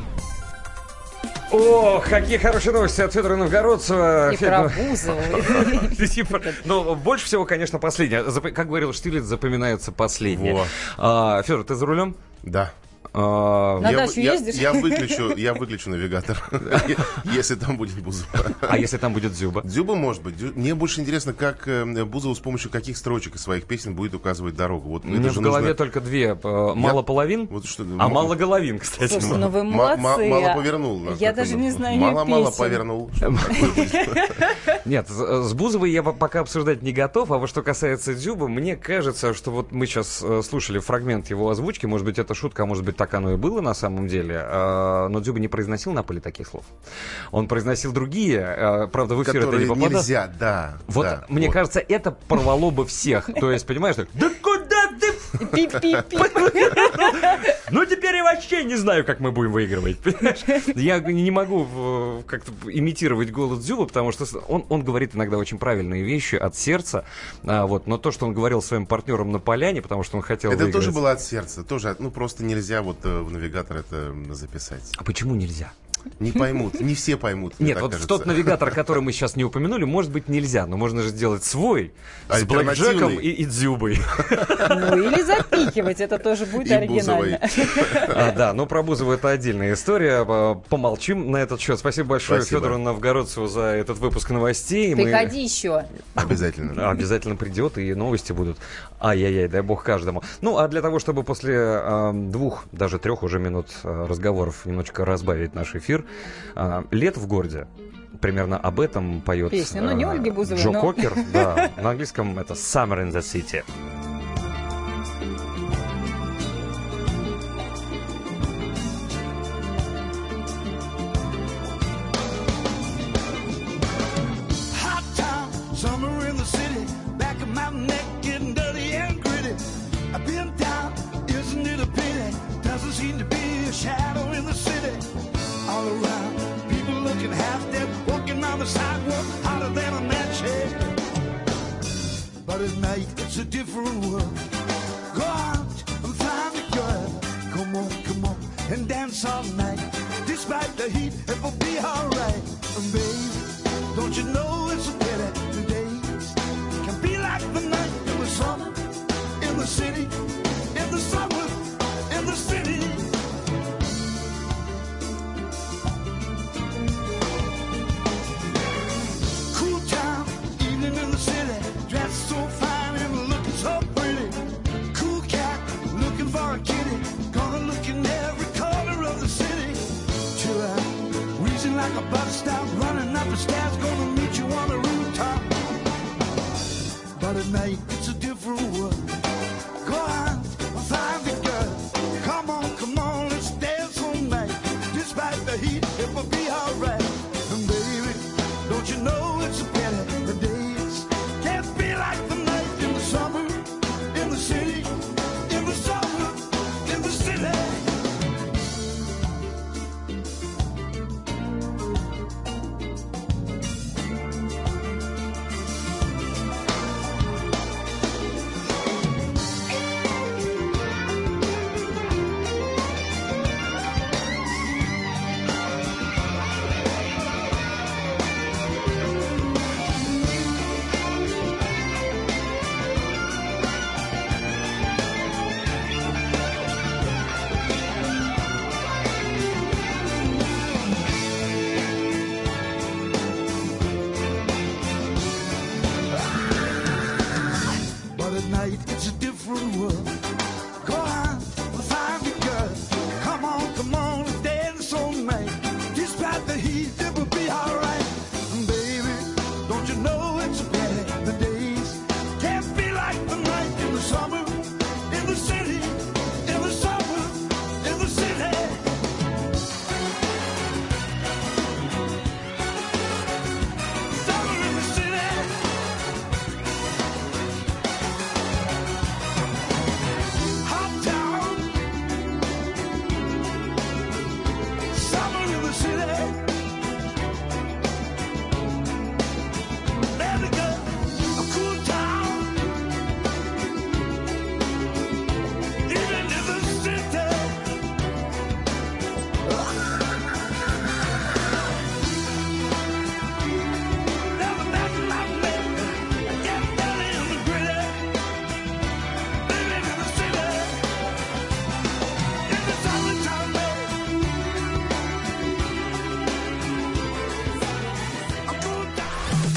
О, какие хорошие новости от Федора Новгородцева. И про Бузову. Но больше всего, конечно, последнее. Как говорил Штирлиц, запоминается последнее. Федор, ты за рулем? Да. На дачу ездишь? Я выключу навигатор, если там будет Бузова. А если там будет Дзюба? Дзюба может быть. Мне больше интересно, как Бузова с помощью каких строчек из своих песен будет указывать дорогу. Вот у меня в голове только две. Мало половин, мало головин, кстати. Слушайте, ну вы молодцы. Мало повернул. Я даже не знаю ее песен. Мало повернул. Нет, с Бузовой я пока обсуждать не готов. А вот что касается Дзюба, мне кажется, что вот мы сейчас слушали фрагмент его озвучки. Может быть, это шутка, а может быть, так оно и было на самом деле. Но Дзюба не произносил на поле таких слов. Он произносил другие, правда, в эфир это не попадало. Нельзя, да. Вот, да, мне вот. кажется, это порвало бы всех. То есть, понимаешь, да куда ты? Ну, теперь я вообще не знаю, как мы будем выигрывать. Я не могу как-то имитировать голос Дзюбы, потому что он говорит иногда очень правильные вещи от сердца. Вот, но то, что он говорил своим партнерам на поляне, потому что он хотел это выиграть... тоже было от сердца. Тоже, ну, просто нельзя вот в навигатор это записать. А почему нельзя? Не поймут, не все поймут. Нет, вот в тот навигатор, который мы сейчас не упомянули, может быть, нельзя, но можно же сделать свой с блэкджеком и Дзюбой. Ну или запихивать, это тоже будет оригинально. Да, но про Бузову это отдельная история. Помолчим на этот счет. Спасибо большое Федору Новгородцеву за этот выпуск новостей. Приходи еще. Обязательно. Обязательно придет, и новости будут. Ай-яй-яй, дай бог каждому. Ну, а для того, чтобы после 2, даже 3 уже минут разговоров немножечко разбавить наш эфир, «Лето в городе». Примерно об этом поет песня, ну не Ольги Бузовой, Джо Кокер. Да, на английском это «Summer in the City». But at night it's a different world. Go out and find a girl. Come on, and dance all night. Despite the heat, it will be alright. And baby, don't you know it's a pity the days can be like the night in the summer in the city, in the summer in the city. Cool town, evening in the city, dressed so fine and looking so pretty. Cool cat, looking for a kitty, gonna look in every corner of the city. Chill out, reaching like a bus stop, running up the stairs, gonna meet you on the rooftop. But at night, it's a different world. Go on, find the girl. Come on, let's dance all night. Despite the heat, it will be alright. And baby, don't you know it's a pity the days can't be like the night in the summer, in the city, in the summer, in the city. But at night it's a different world. Go on, find the girl. Come on, let's dance all night. Despite the heat, it will be alright. And baby, don't you know it's a pity the days can't be like the night in the summer, in the city, in the summer, in the city. Summer in the city. Hot town, summer in the city. There we go, a cool town, even in the city. Never met my baby, get down in the gritty, living in the city, in the summertime, baby. A cool town.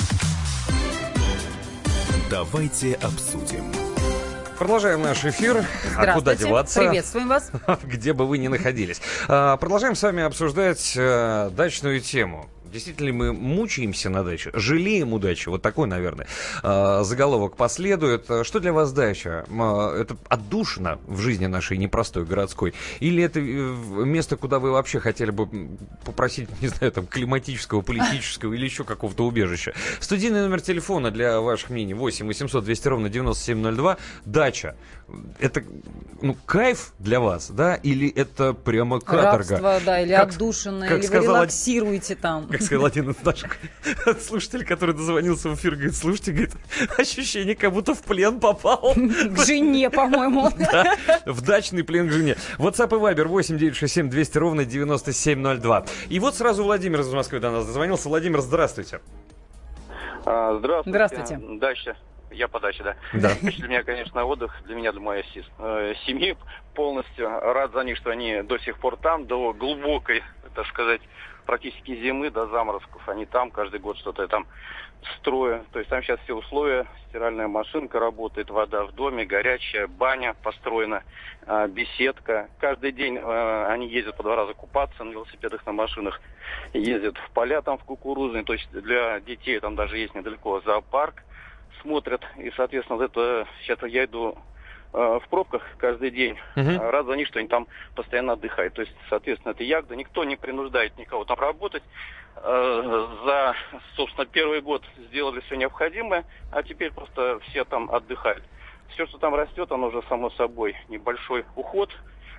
Давайте обсудим. Продолжаем наш эфир. А куда деваться? Приветствуем вас. Где бы вы ни находились. Продолжаем с вами обсуждать дачную тему. Действительно ли мы мучаемся на даче? Жалеем удачи? Вот такой, наверное, заголовок последует. Что для вас дача? Это отдушина в жизни нашей непростой городской? Или это место, куда вы вообще хотели бы попросить, не знаю, там, климатического, политического или еще какого-то убежища? Студийный номер телефона для ваших мнений 8 800 200 ровно 9702. Дача. Это, кайф для вас, да? Или это прямо каторга? Рабство, да, или отдушина, или вы релаксируете там. Как сказал один из наших слушателей, который дозвонился в эфир, говорит, слушайте, говорит, ощущение, как будто в плен попал. К жене, по-моему. Да, в дачный плен к жене. WhatsApp и Viber 8 967 200 ровно 9702. И вот сразу Владимир из Москвы до нас дозвонился. Владимир, здравствуйте. Здравствуйте. Здравствуйте. Дача. Я по даче, да. Да. Для меня, конечно, отдых, для меня, для моей семьи полностью. Рад за них, что они до сих пор там, до глубокой, так сказать, практически зимы, до заморозков. Они там каждый год что-то там строят. То есть там сейчас все условия. Стиральная машинка работает, вода в доме, горячая, баня построена, беседка. Каждый день они ездят по 2 раза купаться на велосипедах, на машинах. Ездят в поля там, в кукурузные. То есть для детей там даже есть недалеко зоопарк. Смотрят. И, соответственно, вот это сейчас я иду в пробках каждый день. Рад за них, что они там постоянно отдыхают. То есть, соответственно, это ягода. Никто не принуждает никого там работать. За, собственно, первый год сделали все необходимое, а теперь просто все там отдыхают. Все, что там растет, оно уже само собой небольшой уход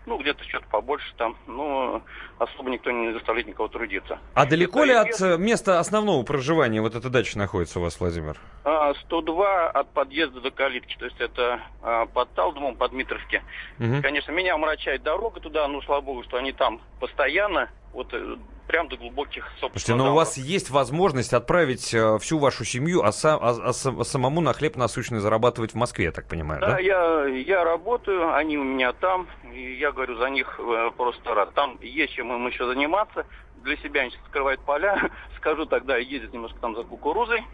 ну, где-то что-то побольше там, но особо никто не заставляет никого трудиться. А далеко ли от места основного проживания вот эта дача находится у вас, Владимир? 102 от подъезда до калитки, то есть это под Талдомом, под Дмитровке. Конечно, меня омрачает дорога туда, но слава богу, что они там постоянно, вот прям до глубоких сопок. Слушайте, но у вас есть возможность отправить всю вашу семью, а самому на хлеб насущный зарабатывать в Москве, я так понимаю, да? Да, я работаю, они у меня там, и я говорю, за них просто рад. Там есть чем им еще заниматься, для себя они сейчас открывают поля, скажу тогда, ездят немножко там за кукурузой.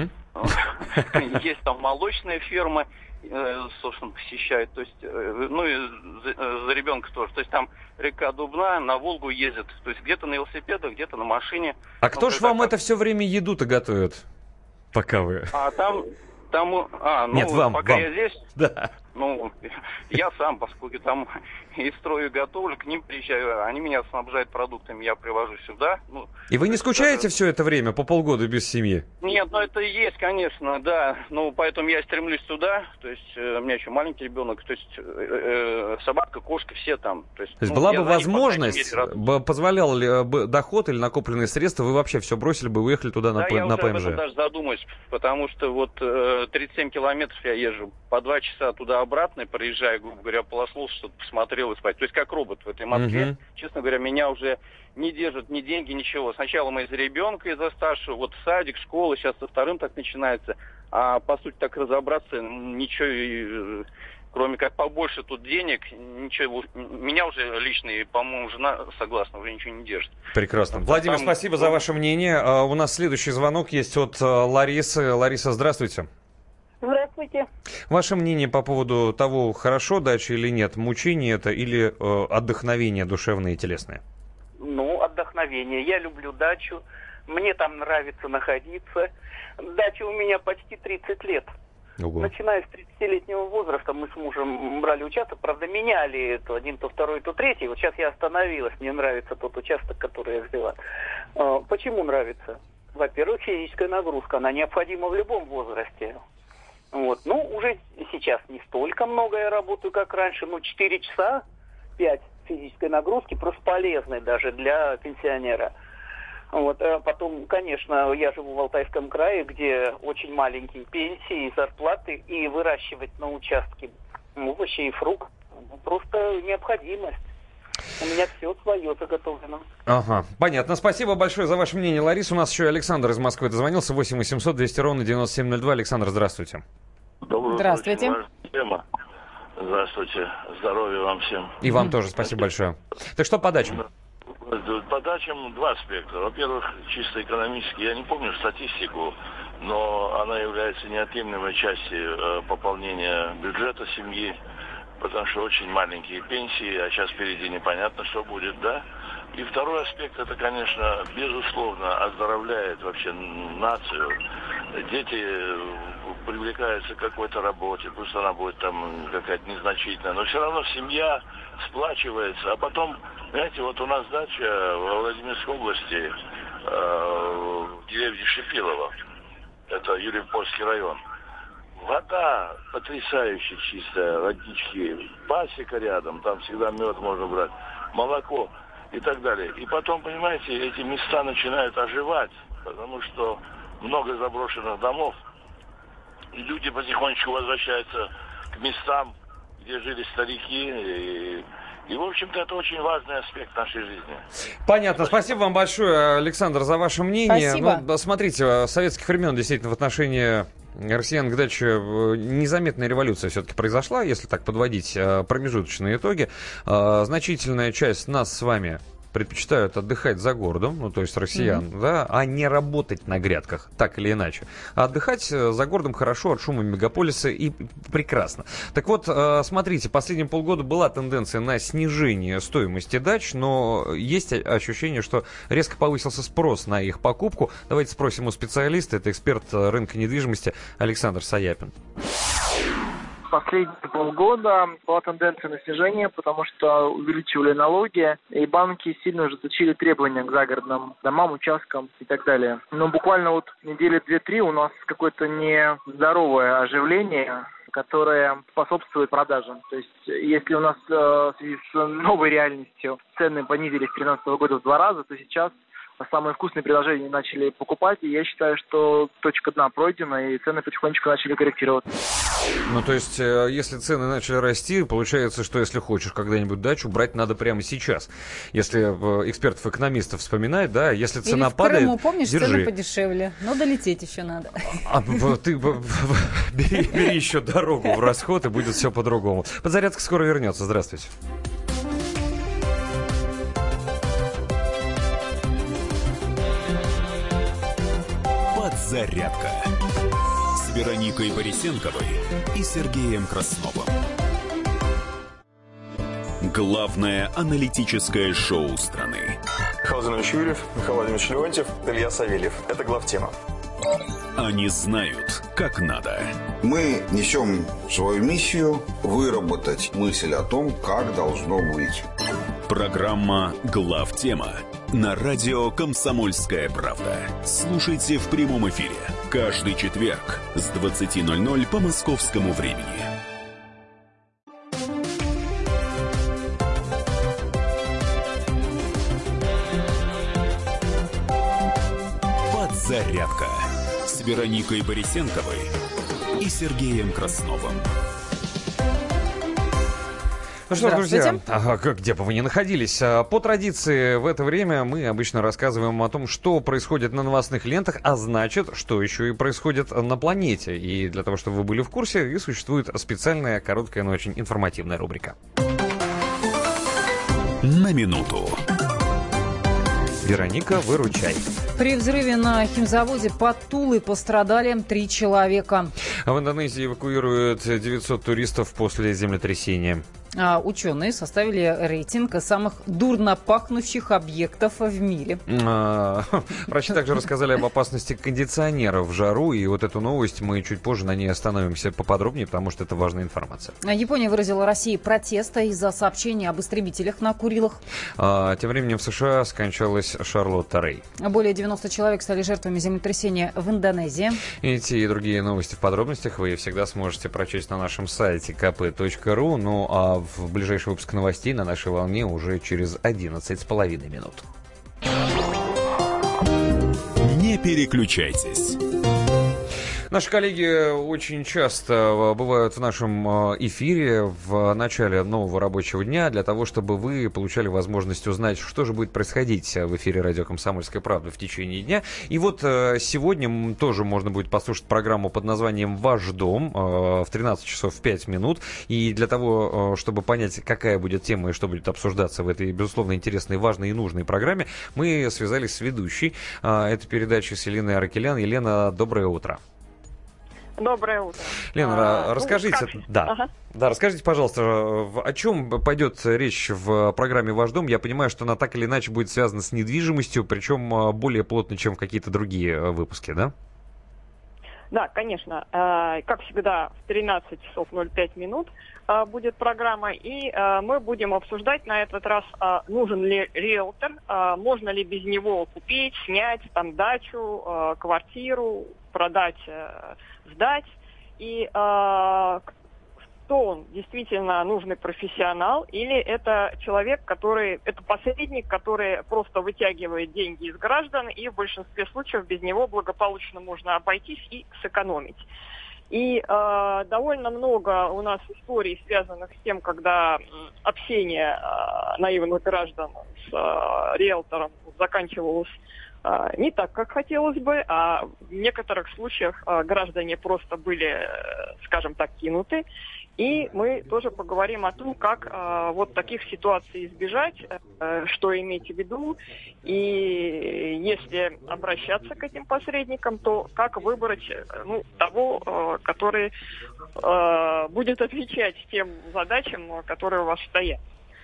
Есть там молочная ферма, собственно, посещают, то есть, ну и за ребенка тоже. То есть там река Дубна, на Волгу ездят, то есть где-то на велосипедах, где-то на машине. А кто ж вам это все время еду-то готовит, пока вы... Нет, вам, пока вам. Я здесь, да. Ну, я сам, поскольку там и строю, готовлю, к ним приезжаю, они меня снабжают продуктами, я привожу сюда. Ну, и вы не скучаете все это время, по полгода без семьи? Нет, ну это есть, конечно, да. Ну, поэтому я стремлюсь туда. То есть у меня еще маленький ребенок, то есть собака, кошка, все там. То есть была бы возможность, позволял ли доход или накопленные средства, вы вообще все бросили бы, уехали туда на ПМЖ? Я уже об этом даже задумаюсь, потому что вот 37 километров я езжу, по 2 часа туда-обратно, проезжаю, грубо говоря, полослался, что-то посмотрел и спать. То есть как робот в этой Москве. Честно говоря, меня уже не держат ни деньги, ничего. Сначала мы из-за ребенка, из-за старшего, вот садик, школа, сейчас со вторым так начинается. А по сути так разобраться, ничего, кроме как побольше тут денег, ничего. Меня уже лично, и, по-моему, жена согласна, уже ничего не держит. Прекрасно. Владимир, спасибо за ваше мнение. У нас следующий звонок есть от Ларисы. Лариса, здравствуйте. Здравствуйте. Ваше мнение по поводу того, хорошо дача или нет, мучение это или отдохновение душевное и телесное? Ну, отдохновение. Я люблю дачу, мне там нравится находиться. Дача у меня почти 30 лет. Ого. Начиная с 30-летнего возраста мы с мужем брали участок, правда, меняли то один, то второй, то третий. Вот сейчас я остановилась, мне нравится тот участок, который я взяла. Почему нравится? Во-первых, физическая нагрузка, она необходима в любом возрасте. Вот. Ну, уже сейчас не столько много я работаю, как раньше, но 4 часа, 5 физической нагрузки, просто полезной даже для пенсионера. Вот. А потом, конечно, я живу в Алтайском крае, где очень маленькие пенсии, зарплаты, и выращивать на участке овощи и фрукты просто необходимость. У меня все свое заготовлено. Ага, понятно. Спасибо большое за ваше мнение, Лариса. У нас еще Александр из Москвы дозвонился. 8 800 200 ровно 9702. Александр, здравствуйте. Здравствуйте. Тема. Здравствуйте. Здоровья вам всем. И вам тоже спасибо большое. Так что по дачам? По дачам два аспекта. Во-первых, чисто экономически, я не помню статистику, но она является неотъемлемой частью пополнения бюджета семьи. Потому что очень маленькие пенсии, а сейчас впереди непонятно, что будет, да? И второй аспект, это, конечно, безусловно, оздоровляет вообще нацию. Дети привлекаются к какой-то работе, пусть она будет там какая-то незначительная, но все равно семья сплачивается. А потом, знаете, вот у нас дача во Владимирской области, в деревне Шипилово, это Юрьев-Польский район. Вода потрясающе чистая, водички, пасека рядом, там всегда мед можно брать, молоко и так далее. И потом, понимаете, эти места начинают оживать, потому что много заброшенных домов, и люди потихонечку возвращаются к местам, где жили старики, и в общем-то, это очень важный аспект нашей жизни. Понятно. Спасибо вам большое, Александр, за ваше мнение. Спасибо. Ну, смотрите, с советских времен действительно в отношении россиян к даче незаметная революция все-таки произошла, если так подводить промежуточные итоги. Значительная часть нас с вами предпочитают отдыхать за городом, ну, то есть россиян, да, а не работать на грядках, так или иначе. А отдыхать за городом хорошо, от шума мегаполиса, и прекрасно. Так вот, смотрите, последние полгода была тенденция на снижение стоимости дач, но есть ощущение, что резко повысился спрос на их покупку. Давайте спросим у специалиста, это эксперт рынка недвижимости Александр Саяпин. Последние полгода была тенденция на снижение, потому что увеличивали налоги, и банки сильно ужесточили требования к загородным домам, участкам и так далее. Но буквально вот недели 2-3 у нас какое-то нездоровое оживление которая способствует продажам. То есть, если у нас в связи с новой реальностью цены понизились с 2013 года в 2 раза, то сейчас самые вкусные предложения начали покупать, и я считаю, что точка дна пройдена, и цены потихонечку начали корректироваться. Ну, то есть, если цены начали расти, получается, что если хочешь когда-нибудь дачу, брать надо прямо сейчас. Если экспертов-экономистов вспоминать, да, если цена или в падает, Крыму, помнишь, держи. цены подешевле, но долететь еще надо. Ты бери еще дорогу в расход, и будет все по-другому. Подзарядка скоро вернется. Здравствуйте. Подзарядка с Вероникой Борисенковой и Сергеем Красновым. Главное аналитическое шоу страны. Михаил Владимирович Юрьев, Михаил Владимирович Леонтьев, Илья Савельев. Это главтема. Они знают, как надо. Мы несем свою миссию выработать мысль о том, как должно быть. Программа «Главтема» на радио «Комсомольская правда». Слушайте в прямом эфире каждый четверг с 20:00 по московскому времени. Подзарядка с Вероникой Борисенковой и Сергеем Красновым. Ну что, друзья, где бы вы ни находились, по традиции в это время мы обычно рассказываем о том, что происходит на новостных лентах, а значит, что еще и происходит на планете. И для того, чтобы вы были в курсе, и существует специальная, короткая, но очень информативная рубрика. На минуту. Вероника, выручай. При взрыве на химзаводе под Тулой пострадали 3 человека. В Индонезии эвакуируют 900 туристов после землетрясения. Ученые составили рейтинг самых дурно пахнущих объектов в мире. Врачи также рассказали об опасности кондиционеров в жару, и вот эту новость мы чуть позже на ней остановимся поподробнее, потому что это важная информация. Япония выразила России протест из-за сообщений об истребителях на Курилах. Тем временем в США скончалась Шарлотта Рей. Более 90 человек стали жертвами землетрясения в Индонезии. Эти и другие новости в подробностях вы всегда сможете прочесть на нашем сайте kp.ru. Ну а в ближайший выпуск новостей на нашей волне уже через 11,5 минут. Не переключайтесь. Наши коллеги очень часто бывают в нашем эфире в начале нового рабочего дня для того, чтобы вы получали возможность узнать, что же будет происходить в эфире радио «Комсомольская правда» в течение дня. И вот сегодня тоже можно будет послушать программу под названием «Ваш дом» в 13 часов 5 минут. И для того, чтобы понять, какая будет тема и что будет обсуждаться в этой, безусловно, интересной, важной и нужной программе, мы связались с ведущей этой передачи, с Еленой Аракелян. Елена, доброе утро. Доброе утро. Лена, расскажите, расскажите, пожалуйста, о чем пойдет речь в программе «Ваш дом». Я понимаю, что она так или иначе будет связана с недвижимостью, причем более плотно, чем в какие-то другие выпуски, да? Да, конечно. Как всегда, в 13 часов 05 минут будет программа, и мы будем обсуждать на этот раз, нужен ли риэлтор, можно ли без него купить, снять там дачу, квартиру, продать, сдать, и кто он, действительно нужный профессионал, или это человек, это посредник, который просто вытягивает деньги из граждан, и в большинстве случаев без него благополучно можно обойтись и сэкономить. И довольно много у нас историй, связанных с тем, когда общение наивных граждан с риэлтором заканчивалось не так, как хотелось бы, а в некоторых случаях граждане просто были, скажем так, кинуты. И мы тоже поговорим о том, как вот таких ситуаций избежать, что иметь в виду, и если обращаться к этим посредникам, то как выбрать того, который будет отвечать тем задачам, которые у вас стоят.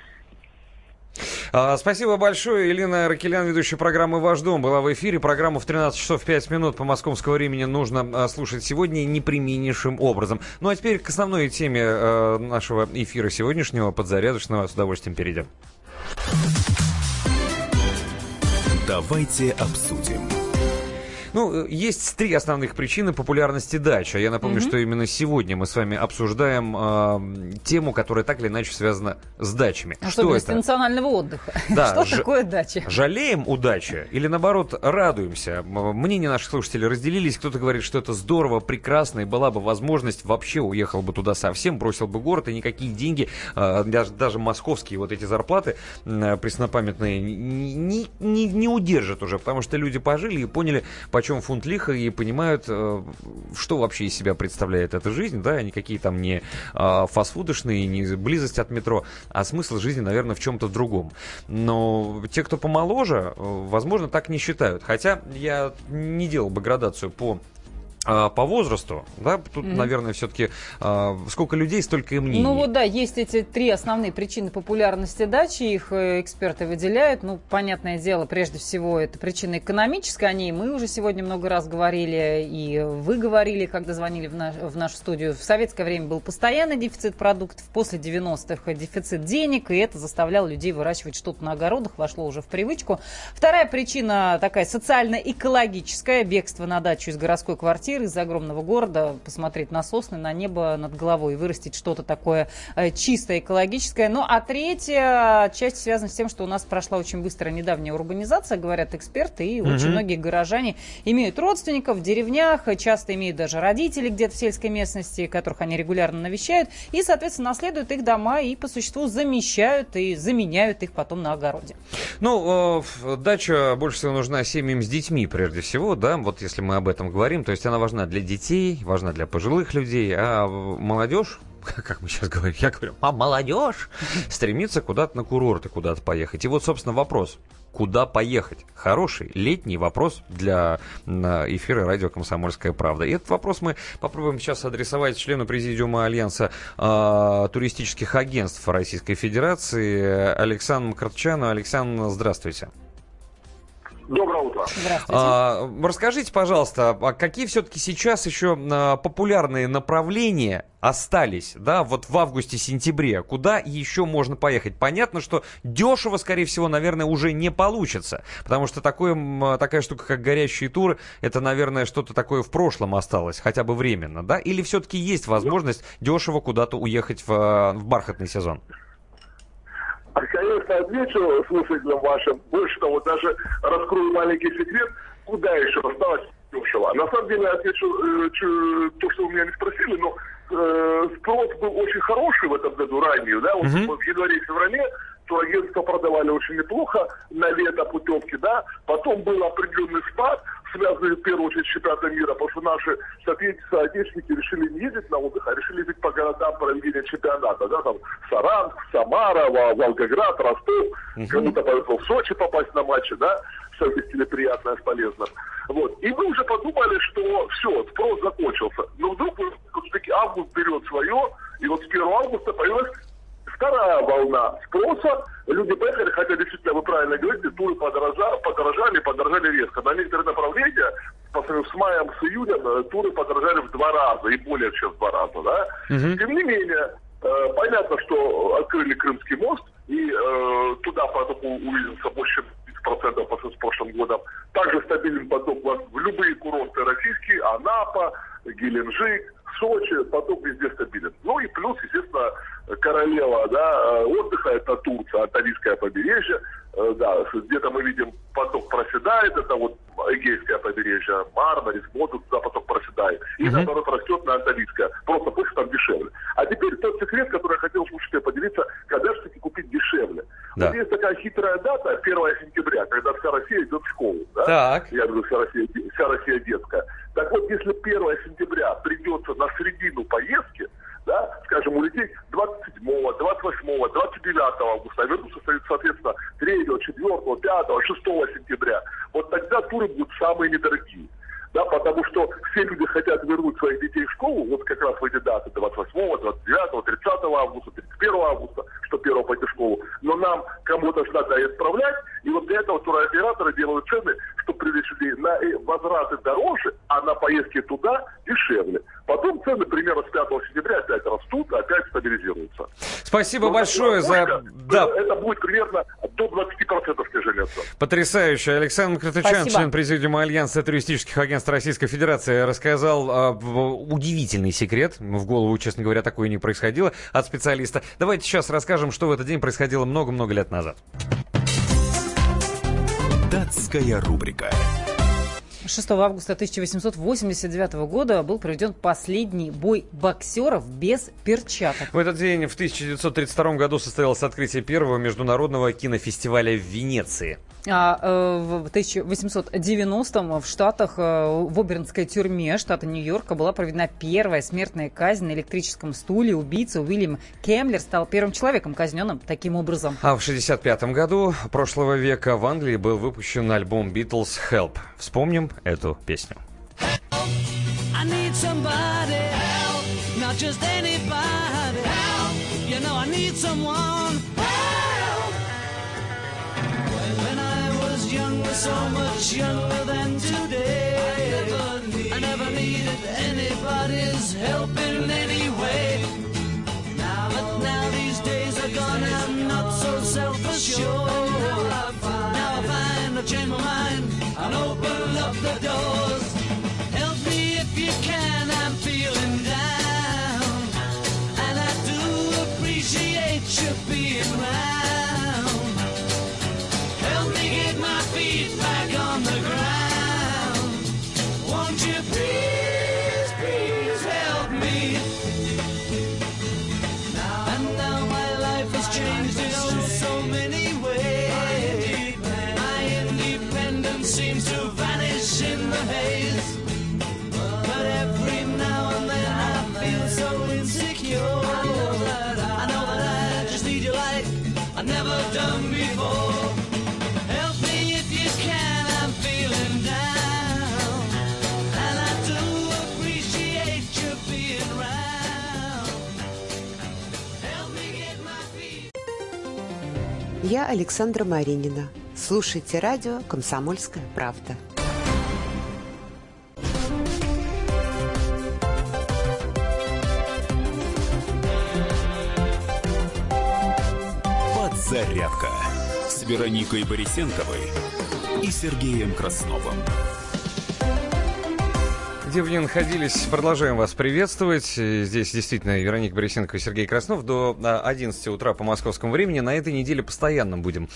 Спасибо большое. Елена Аракелян, ведущая программы «Ваш дом», была в эфире. Программу в 13 часов 5 минут по московскому времени нужно слушать сегодня непременнейшим образом. Ну а теперь к основной теме нашего эфира сегодняшнего, подзарядочного, с удовольствием перейдем. Давайте обсудим. Ну, есть 3 основных причины популярности дач. Я напомню, что именно сегодня мы с вами обсуждаем тему, которая так или иначе связана с дачами. Особенности национального отдыха. Да, что такое дача? Жалеем удачи или, наоборот, радуемся? Мнения наших слушателей разделились. Кто-то говорит, что это здорово, прекрасно, и была бы возможность, вообще уехал бы туда совсем, бросил бы город, и никакие деньги, даже московские вот эти зарплаты преснопамятные, не удержат уже, потому что люди пожили и поняли, почем фунт лиха, и понимают, что вообще из себя представляет эта жизнь, да, никакие там не фастфудошные, не близость от метро, а смысл жизни, наверное, в чем-то другом. Но те, кто помоложе, возможно, так не считают. Хотя я не делал бы градацию по возрасту, да, тут, наверное, все-таки сколько людей, столько и мнений. Ну вот да, есть эти 3 основные причины популярности дачи, их эксперты выделяют. Ну, понятное дело, прежде всего, это причина экономическая, о ней мы уже сегодня много раз говорили, и вы говорили, когда звонили в нашу студию. В советское время был постоянный дефицит продуктов, после 90-х дефицит денег, и это заставляло людей выращивать что-то на огородах, вошло уже в привычку. Вторая причина такая социально-экологическая, бегство на дачу из городской квартиры, из огромного города, посмотреть на сосны, на небо над головой и вырастить что-то такое чисто экологическое. Ну, а третья часть связана с тем, что у нас прошла очень быстрая недавняя урбанизация, говорят эксперты, и очень многие горожане имеют родственников в деревнях, часто имеют даже родителей где-то в сельской местности, которых они регулярно навещают, и, соответственно, наследуют их дома и по существу замещают и заменяют их потом на огороде. Ну, дача больше всего нужна семьям с детьми, прежде всего, да, вот если мы об этом говорим, то есть она важна для детей, важна для пожилых людей, а молодежь, как мы сейчас говорим, я говорю, молодежь стремится куда-то на курорты, куда-то поехать. И вот, собственно, вопрос. Куда поехать? Хороший летний вопрос для эфира радио «Комсомольская правда». И этот вопрос мы попробуем сейчас адресовать члену президиума Альянса туристических агентств Российской Федерации Александру Мкртчяну. Александр, здравствуйте. Доброе утро. Здравствуйте. Расскажите, пожалуйста, какие все-таки сейчас еще популярные направления остались, да, вот в августе-сентябре? Куда еще можно поехать? Понятно, что дешево, скорее всего, наверное, уже не получится, потому что такая штука, как горящие туры, это, наверное, что-то такое в прошлом осталось, хотя бы временно, да? Или все-таки есть возможность дешево куда-то уехать в бархатный сезон? Конечно, отвечу слушателям вашим. Больше того, даже раскрою маленький секрет, куда еще осталось дешево. На самом деле, отвечу то, что вы меня не спросили, но спрос был очень хороший в этом году ранее, да, вот в январе-феврале турагентства продавали очень неплохо на лето путевки, да, потом был определенный спад, связанный в первую очередь с чемпионатом мира, потому что наши соотечественники решили не ездить на отдых, а решили ездить по городам проведения чемпионата, да, там Саранск, Самара, Волгоград, Ростов, кому-то повезло в Сочи попасть на матчи, да, совместили приятное с полезным. Вот. И мы уже подумали, что все, спрос закончился. Но вдруг все-таки август берет свое, и вот с 1 августа появилась вторая волна спроса. Люди поехали, хотя действительно, вы правильно говорите, туры подорожали резко. На некоторые направления, по сравнению с маем, с июнем, туры подорожали в 2 раза, и более чем в 2 раза. Да? Тем не менее, понятно, что открыли Крымский мост, и туда поток увидится больше 30% по сравнению с прошлым годом. Также стабилен поток в любые курорты российские, Анапа, Геленджик, Сочи, поток везде стабилен. Ну и плюс, естественно, королева, да, отдыха, это Турция, Анталийское побережье. Да, где-то мы видим, поток проседает, это вот Эгейское побережье, Мармарис, Бодук, туда поток проседает. И наоборот растет на Анталийское, просто потому что там дешевле. А теперь тот секрет, который я хотел слушателям поделиться, когда же таки купить дешевле. Да. Вот есть такая хитрая дата, 1 сентября, когда вся Россия идет в школу. Да? Так. Я говорю, вся Россия детская. Так вот, если 1 сентября придется на середину поездки, да, скажем, улететь 27, 28, 29 августа, а вернуться, соответственно, 3, 4, 5, 6 сентября, вот тогда туры будут самые недорогие. Да, потому что все люди хотят вернуть своих детей в школу, вот как раз в эти даты, 28, 29, 30 августа, 31 августа, что 1 пойти в школу. Но нам кому-то же надо и отправлять, и вот для этого туроператоры делают цены, чтобы привлечь людей на возвраты дороже, а на поездки туда дешевле. Потом цены примерно с 5 сентября опять растут, тут опять стабилизируется. Спасибо большое за... Да. Это будет примерно до 20% тяжелеться. Потрясающе. Александр Кратычан, член президиума Альянса туристических агентств Российской Федерации, рассказал удивительный секрет. В голову, честно говоря, такое не происходило от специалиста. Давайте сейчас расскажем, что в этот день происходило много-много лет назад. Датская рубрика. 6 августа 1889 года был проведен последний бой боксеров без перчаток. В этот день, в 1932 году, состоялось открытие первого международного кинофестиваля в Венеции. В 1890-м в Штатах, в Обернской тюрьме штата Нью-Йорка была проведена первая смертная казнь на электрическом стуле. Убийца Уильям Кемлер стал первым человеком, казненным таким образом. А в 1965 году прошлого века в Англии был выпущен альбом Beatles «Help». Вспомним эту песню. So much younger than today. I never needed anybody's help in any way. But now these days are gone, I'm not so self-assured. Now I find I've changed my mind and open up the doors. Help me if you can, I'm feeling down, and I do appreciate you being around. Back on the ground. Won't you please, please help me? And now my life has changed in so many ways. My independence seems to vanish in the haze. But every now and then I feel so insecure. I know that I just need you like I've never done before. Я Александра Маринина. Слушайте радио «Комсомольская правда». Подзарядка с Вероникой Борисенковой и Сергеем Красновым. Где бы ни находились, продолжаем вас приветствовать. Здесь действительно Вероника Борисенко и Сергей Краснов. До 11 утра по московскому времени. На этой неделе постоянно будем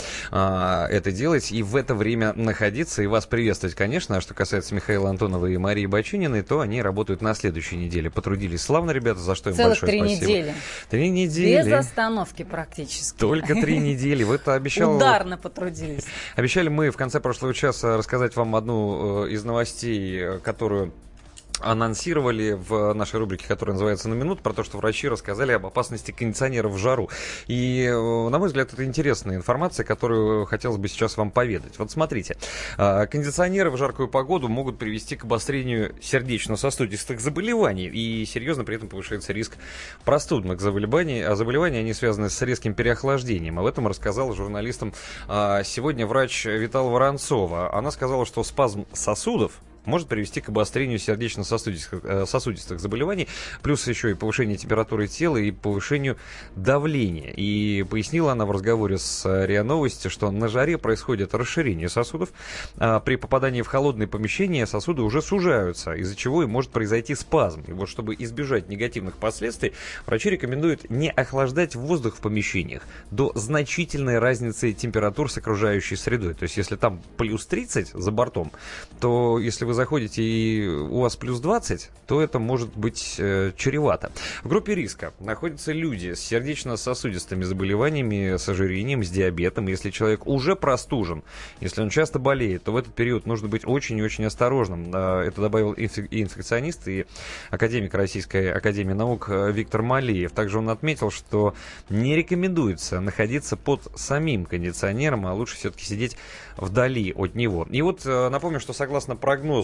это делать и в это время находиться. И вас приветствовать, конечно. А что касается Михаила Антонова и Марии Бачининой, то они работают на следующей неделе. Потрудились славно, ребята, за что им целых большое 3 спасибо. недели. 3 недели. Без остановки практически. Только 3 недели. Вы это обещали. Ударно потрудились. Обещали мы в конце прошлого часа рассказать вам одну из новостей, которую анонсировали в нашей рубрике, которая называется «На минуту», про то, что врачи рассказали об опасности кондиционеров в жару. И, на мой взгляд, это интересная информация, которую хотелось бы сейчас вам поведать. Вот смотрите, кондиционеры в жаркую погоду могут привести к обострению сердечно-сосудистых заболеваний, и серьезно при этом повышается риск простудных заболеваний. А заболевания, они связаны с резким переохлаждением. Об этом рассказала журналистам сегодня врач Виталия Воронцова. Она сказала, что спазм сосудов может привести к обострению сердечно-сосудистых заболеваний, плюс еще и повышению температуры тела и повышению давления. И пояснила она в разговоре с РИА Новости, что на жаре происходит расширение сосудов, а при попадании в холодные помещения сосуды уже сужаются, из-за чего и может произойти спазм. И вот чтобы избежать негативных последствий, врачи рекомендуют не охлаждать воздух в помещениях до значительной разницы температур с окружающей средой. То есть если там плюс 30 за бортом, то если вы заходите и у вас плюс 20, то это может быть чревато. В группе риска находятся люди с сердечно-сосудистыми заболеваниями, с ожирением, с диабетом. Если человек уже простужен, если он часто болеет, то в этот период нужно быть очень и очень осторожным. Это добавил и инфекционист, и академик Российской академии наук Виктор Малеев. Также он отметил, что не рекомендуется находиться под самим кондиционером, а лучше все-таки сидеть вдали от него. И вот напомню, что согласно прогнозу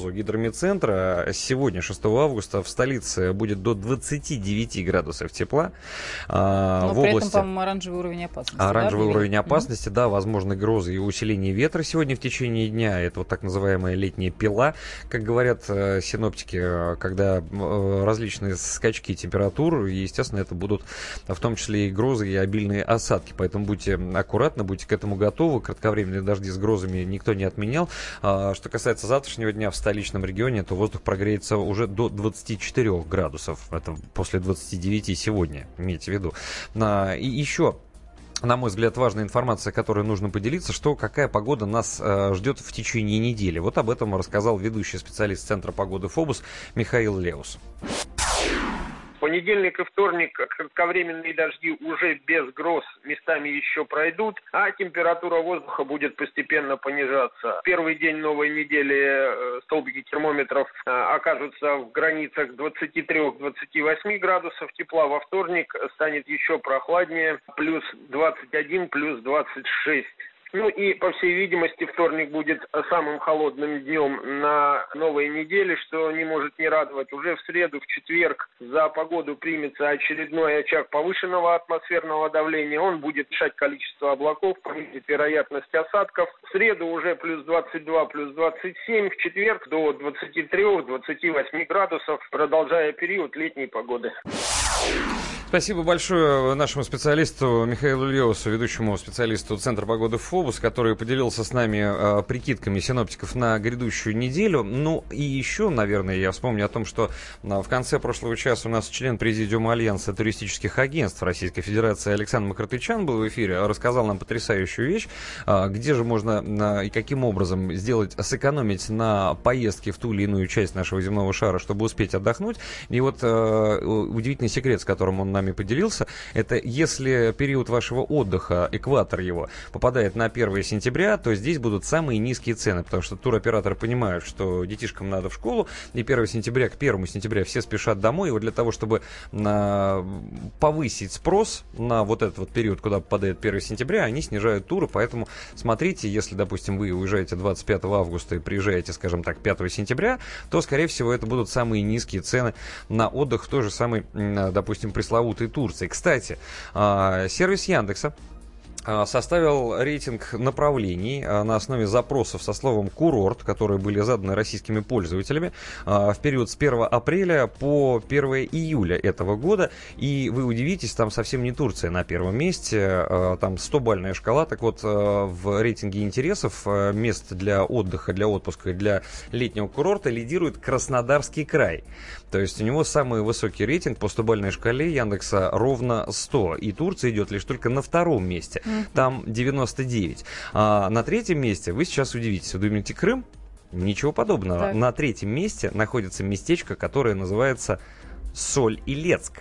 прогнозу Гидрометцентра, сегодня, 6 августа, в столице будет до 29 градусов тепла. Но в при области... этом, по-моему, оранжевый уровень опасности. Оранжевый да, уровень опасности, да, возможны грозы и усиление ветра сегодня в течение дня. Это вот так называемая летняя пила, как говорят синоптики, когда различные скачки температур, и, естественно, это будут в том числе и грозы, и обильные осадки. Поэтому будьте аккуратны, будьте к этому готовы. Кратковременные дожди с грозами никто не отменял. Что касается завтрашнего дня в столичном регионе, то воздух прогреется уже до 24 градусов. Это после 29 сегодня, имейте в виду. И еще, на мой взгляд, важная информация, которой нужно поделиться, что какая погода нас ждет в течение недели. Вот об этом рассказал ведущий специалист Центра погоды ФОБУС Михаил Леус. Понедельник и вторник кратковременные дожди уже без гроз местами еще пройдут, а температура воздуха будет постепенно понижаться. Первый день новой недели столбики термометров окажутся в границах 23-28 градусов тепла. Во вторник станет еще прохладнее, плюс 21, плюс 26. Ну и, по всей видимости, вторник будет самым холодным днем на новой неделе, что не может не радовать. Уже в среду, в четверг за погоду примется очередной очаг повышенного атмосферного давления. Он будет мешать количество облаков, понизит вероятность осадков. В среду уже плюс 22, плюс 27. В четверг до 23-28 градусов, продолжая период летней погоды. Спасибо большое нашему специалисту Михаилу Леусу, ведущему специалисту Центра погоды ФОБУС, который поделился с нами прикидками синоптиков на грядущую неделю. Ну и еще, наверное, я вспомню о том, что в конце прошлого часа у нас член президиума Альянса туристических агентств Российской Федерации Александр Макартычан был в эфире, рассказал нам потрясающую вещь, где же можно и каким образом сэкономить на поездке в ту или иную часть нашего земного шара, чтобы успеть отдохнуть. И вот удивительный секрет, с которым он нам поделился, это если период вашего отдыха, экватор его, попадает на 1 сентября, то здесь будут самые низкие цены, потому что туроператоры понимают, что детишкам надо в школу, и 1 сентября к 1 сентября все спешат домой, и вот для того, чтобы повысить спрос на вот этот вот период, куда попадает 1 сентября, они снижают туры, поэтому смотрите, если, допустим, вы уезжаете 25 августа и приезжаете, скажем так, 5 сентября, то, скорее всего, это будут самые низкие цены на отдых в той же самой, допустим, пресловутой Турции. Кстати, сервис Яндекса составил рейтинг направлений на основе запросов со словом «курорт», которые были заданы российскими пользователями в период с 1 апреля по 1 июля этого года. И вы удивитесь, там совсем не Турция на первом месте, там 100-бальная шкала. Так вот, в рейтинге интересов мест для отдыха, для отпуска и для летнего курорта лидирует Краснодарский край. То есть у него самый высокий рейтинг по 100-бальной шкале Яндекса ровно 100. И Турция идет лишь только на втором месте. Там 99. А на третьем месте, вы сейчас удивитесь, вы думаете, Крым? Ничего подобного. Так. На третьем месте находится местечко, которое называется Соль-Илецк.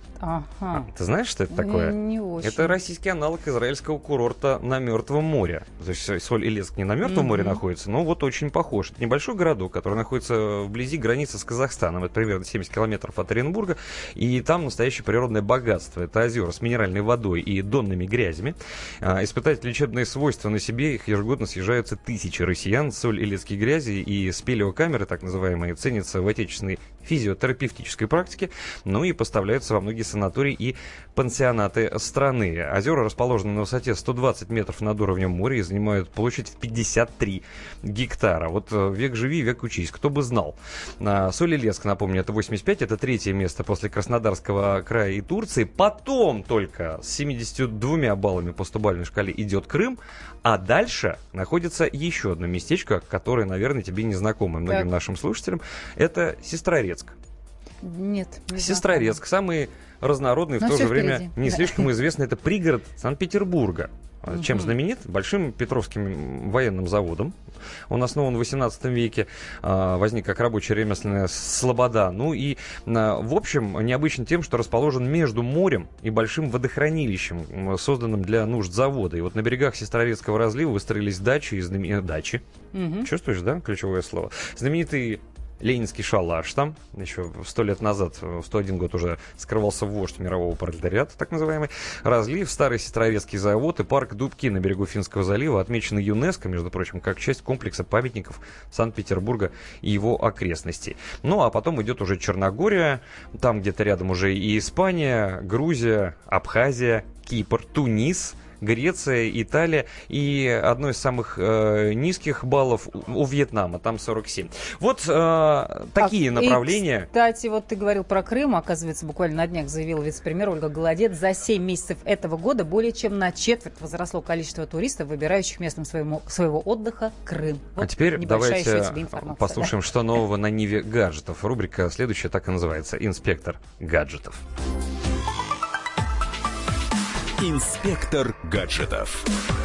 Ага. Ты знаешь, что это такое? Не очень. Это российский аналог израильского курорта на Мертвом море. То есть Соль-Илецк не на Мертвом море находится, но вот очень похож. Это небольшой городок, который находится вблизи границы с Казахстаном. Это примерно 70 километров от Оренбурга. И там настоящее природное богатство. Это озера с минеральной водой и донными грязями. Испытать лечебные свойства на себе их ежегодно съезжаются тысячи россиян. Соль-Илецкие грязи и спелеокамеры, так называемые, ценятся в отечественной физиотерапевтической практике, ну и поставляются во многие санатории и пансионаты страны. Озера расположены на высоте 120 метров над уровнем моря и занимают площадь в 53 гектара. Вот век живи, век учись. Кто бы знал. Соль-Илецк, напомню, это 85, это третье место после Краснодарского края и Турции. Потом только с 72 баллами по 100-бальной шкале идет Крым, а дальше находится еще одно местечко, которое, наверное, тебе не знакомо многим нашим слушателям. Это Сестрорецк. Нет. Сестрорецк. Самый разнородный, в то же время не слишком известный. Это пригород Санкт-Петербурга. Чем знаменит? Большим Петровским военным заводом. Он основан в 18 веке, возник как рабочая ремесленная слобода. Ну и, в общем, необычен тем, что расположен между морем и большим водохранилищем, созданным для нужд завода. И вот на берегах Сестрорецкого разлива выстроились дачи и Чувствуешь, да, ключевое слово? Знаменитый ленинский шалаш там. Еще 100 лет назад, 101 год уже скрывался вождь мирового пролетариата, так называемый. Разлив, старый Сестрорецкий завод и парк Дубки на берегу Финского залива отмечены ЮНЕСКО, между прочим, как часть комплекса памятников Санкт-Петербурга и его окрестностей. Ну, а потом идет уже Черногория, там где-то рядом уже и Испания, Грузия, Абхазия, Кипр, Тунис, Греция, Италия и одно из самых низких баллов у Вьетнама, там 47. Вот такие направления. Кстати, вот ты говорил про Крым, оказывается, буквально на днях заявила вице-премьер Ольга Голодец, за 7 месяцев этого года более чем на четверть возросло количество туристов, выбирающих местом своего отдыха Крым. Вот а теперь давайте послушаем, да? Что нового на Ниве гаджетов. Рубрика следующая так и называется «Инспектор гаджетов». Инспектор гаджетов.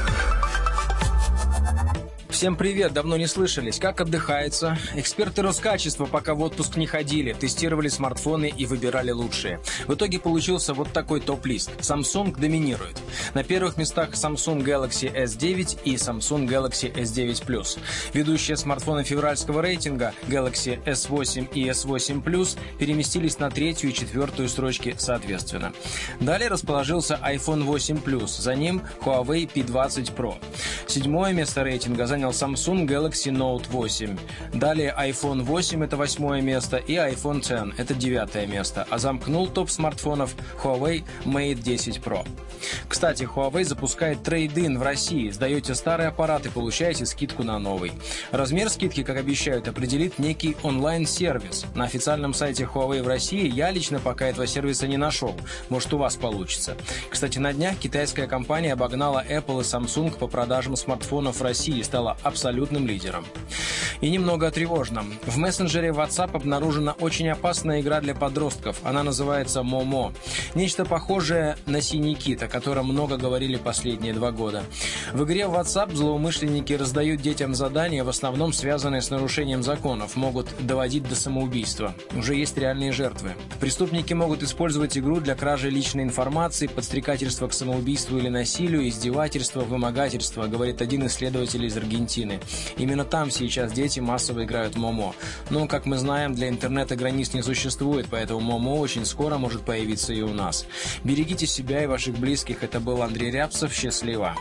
Всем привет, давно не слышались. Как отдыхается? Эксперты Роскачества пока в отпуск не ходили, тестировали смартфоны и выбирали лучшие. В итоге получился вот такой топ-лист. Samsung доминирует. На первых местах Samsung Galaxy S9 и Samsung Galaxy S9 Plus. Ведущие смартфоны февральского рейтинга Galaxy S8 и S8 Plus переместились на 3-ю и 4-ю строчки соответственно. Далее расположился iPhone 8 Plus, за ним Huawei P20 Pro. 7-е место рейтинга занял Samsung Galaxy Note 8. Далее iPhone 8 – это 8-е место, и iPhone X – это 9-е место. А замкнул топ смартфонов Huawei Mate 10 Pro. Кстати, Huawei запускает трейд-ин в России. Сдаете старый аппарат и получаете скидку на новый. Размер скидки, как обещают, определит некий онлайн-сервис. На официальном сайте Huawei в России я лично пока этого сервиса не нашел. Может, у вас получится. Кстати, на днях китайская компания обогнала Apple и Samsung по продажам смартфонов в России и стала абсолютным лидером. И немного о тревожном. В мессенджере WhatsApp обнаружена очень опасная игра для подростков. Она называется Momo. Нечто похожее на синий кит, о котором много говорили последние 2 года. В игре WhatsApp злоумышленники раздают детям задания, в основном связанные с нарушением законов, могут доводить до самоубийства. Уже есть реальные жертвы. Преступники могут использовать игру для кражи личной информации, подстрекательства к самоубийству или насилию, издевательства, вымогательства, говорит один исследователь из Аргентины. Именно там сейчас дети массово играют в Momo. Но, как мы знаем, для интернета границ не существует, поэтому Momo очень скоро может появиться и у нас. Берегите себя и ваших близких. Это был Андрей Рябцев. Счастливо.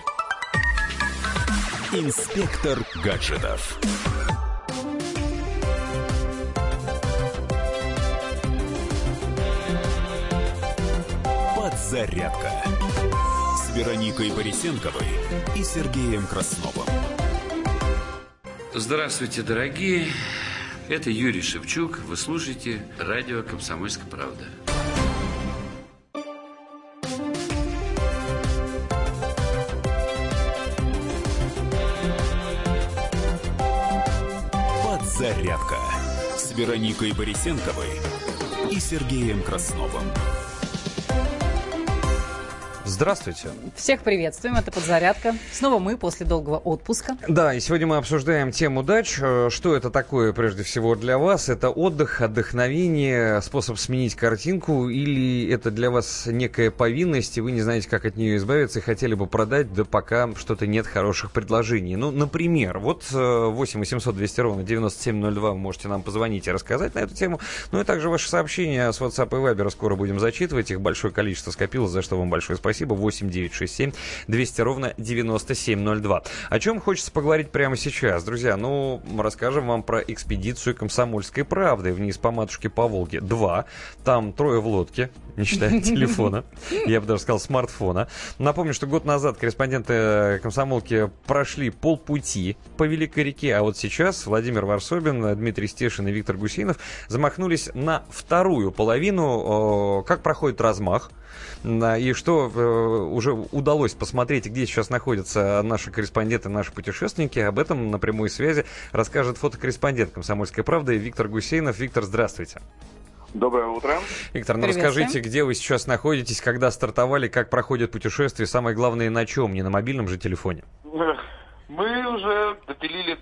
Инспектор гаджетов. Подзарядка с Вероникой Борисенковой и Сергеем Красновым. Здравствуйте, дорогие. Это Юрий Шевчук. Вы слушаете радио «Комсомольская правда». Подзарядка с Вероникой Борисенковой и Сергеем Красновым. Здравствуйте. Всех приветствуем, это «Подзарядка». Снова мы после долгого отпуска. Да, и сегодня мы обсуждаем тему дач. Что это такое, прежде всего, для вас? Это отдых, отдохновение, способ сменить картинку, или это для вас некая повинность, и вы не знаете, как от нее избавиться, и хотели бы продать, да пока что-то нет хороших предложений. Ну, например, вот 8 800 200 ровно 9702 вы можете нам позвонить и рассказать на эту тему. Ну и также ваши сообщения с WhatsApp и Viber скоро будем зачитывать. Их большое количество скопилось, за что вам большое спасибо. 8 967 200 ровно 9702. О чем хочется поговорить прямо сейчас, друзья? Ну, расскажем вам про экспедицию «Комсомольской правды» вниз по матушке по Волге 2. Там 3 в лодке, не считая телефона. Я бы даже сказал смартфона. Напомню, что год назад корреспонденты «Комсомолки» прошли полпути по Великой реке, а вот сейчас Владимир Варсобин, Дмитрий Стешин и Виктор Гусейнов замахнулись на вторую половину. Как проходит размах и что уже удалось посмотреть, где сейчас находятся наши корреспонденты, наши путешественники. Об этом на прямой связи расскажет фотокорреспондент «Комсомольской правды» Виктор Гусейнов. Виктор, здравствуйте. Доброе утро. Виктор, ну расскажите, где вы сейчас находитесь, когда стартовали, как проходит путешествие, самое главное, на чем, не на мобильном же телефоне? Мы уже допилили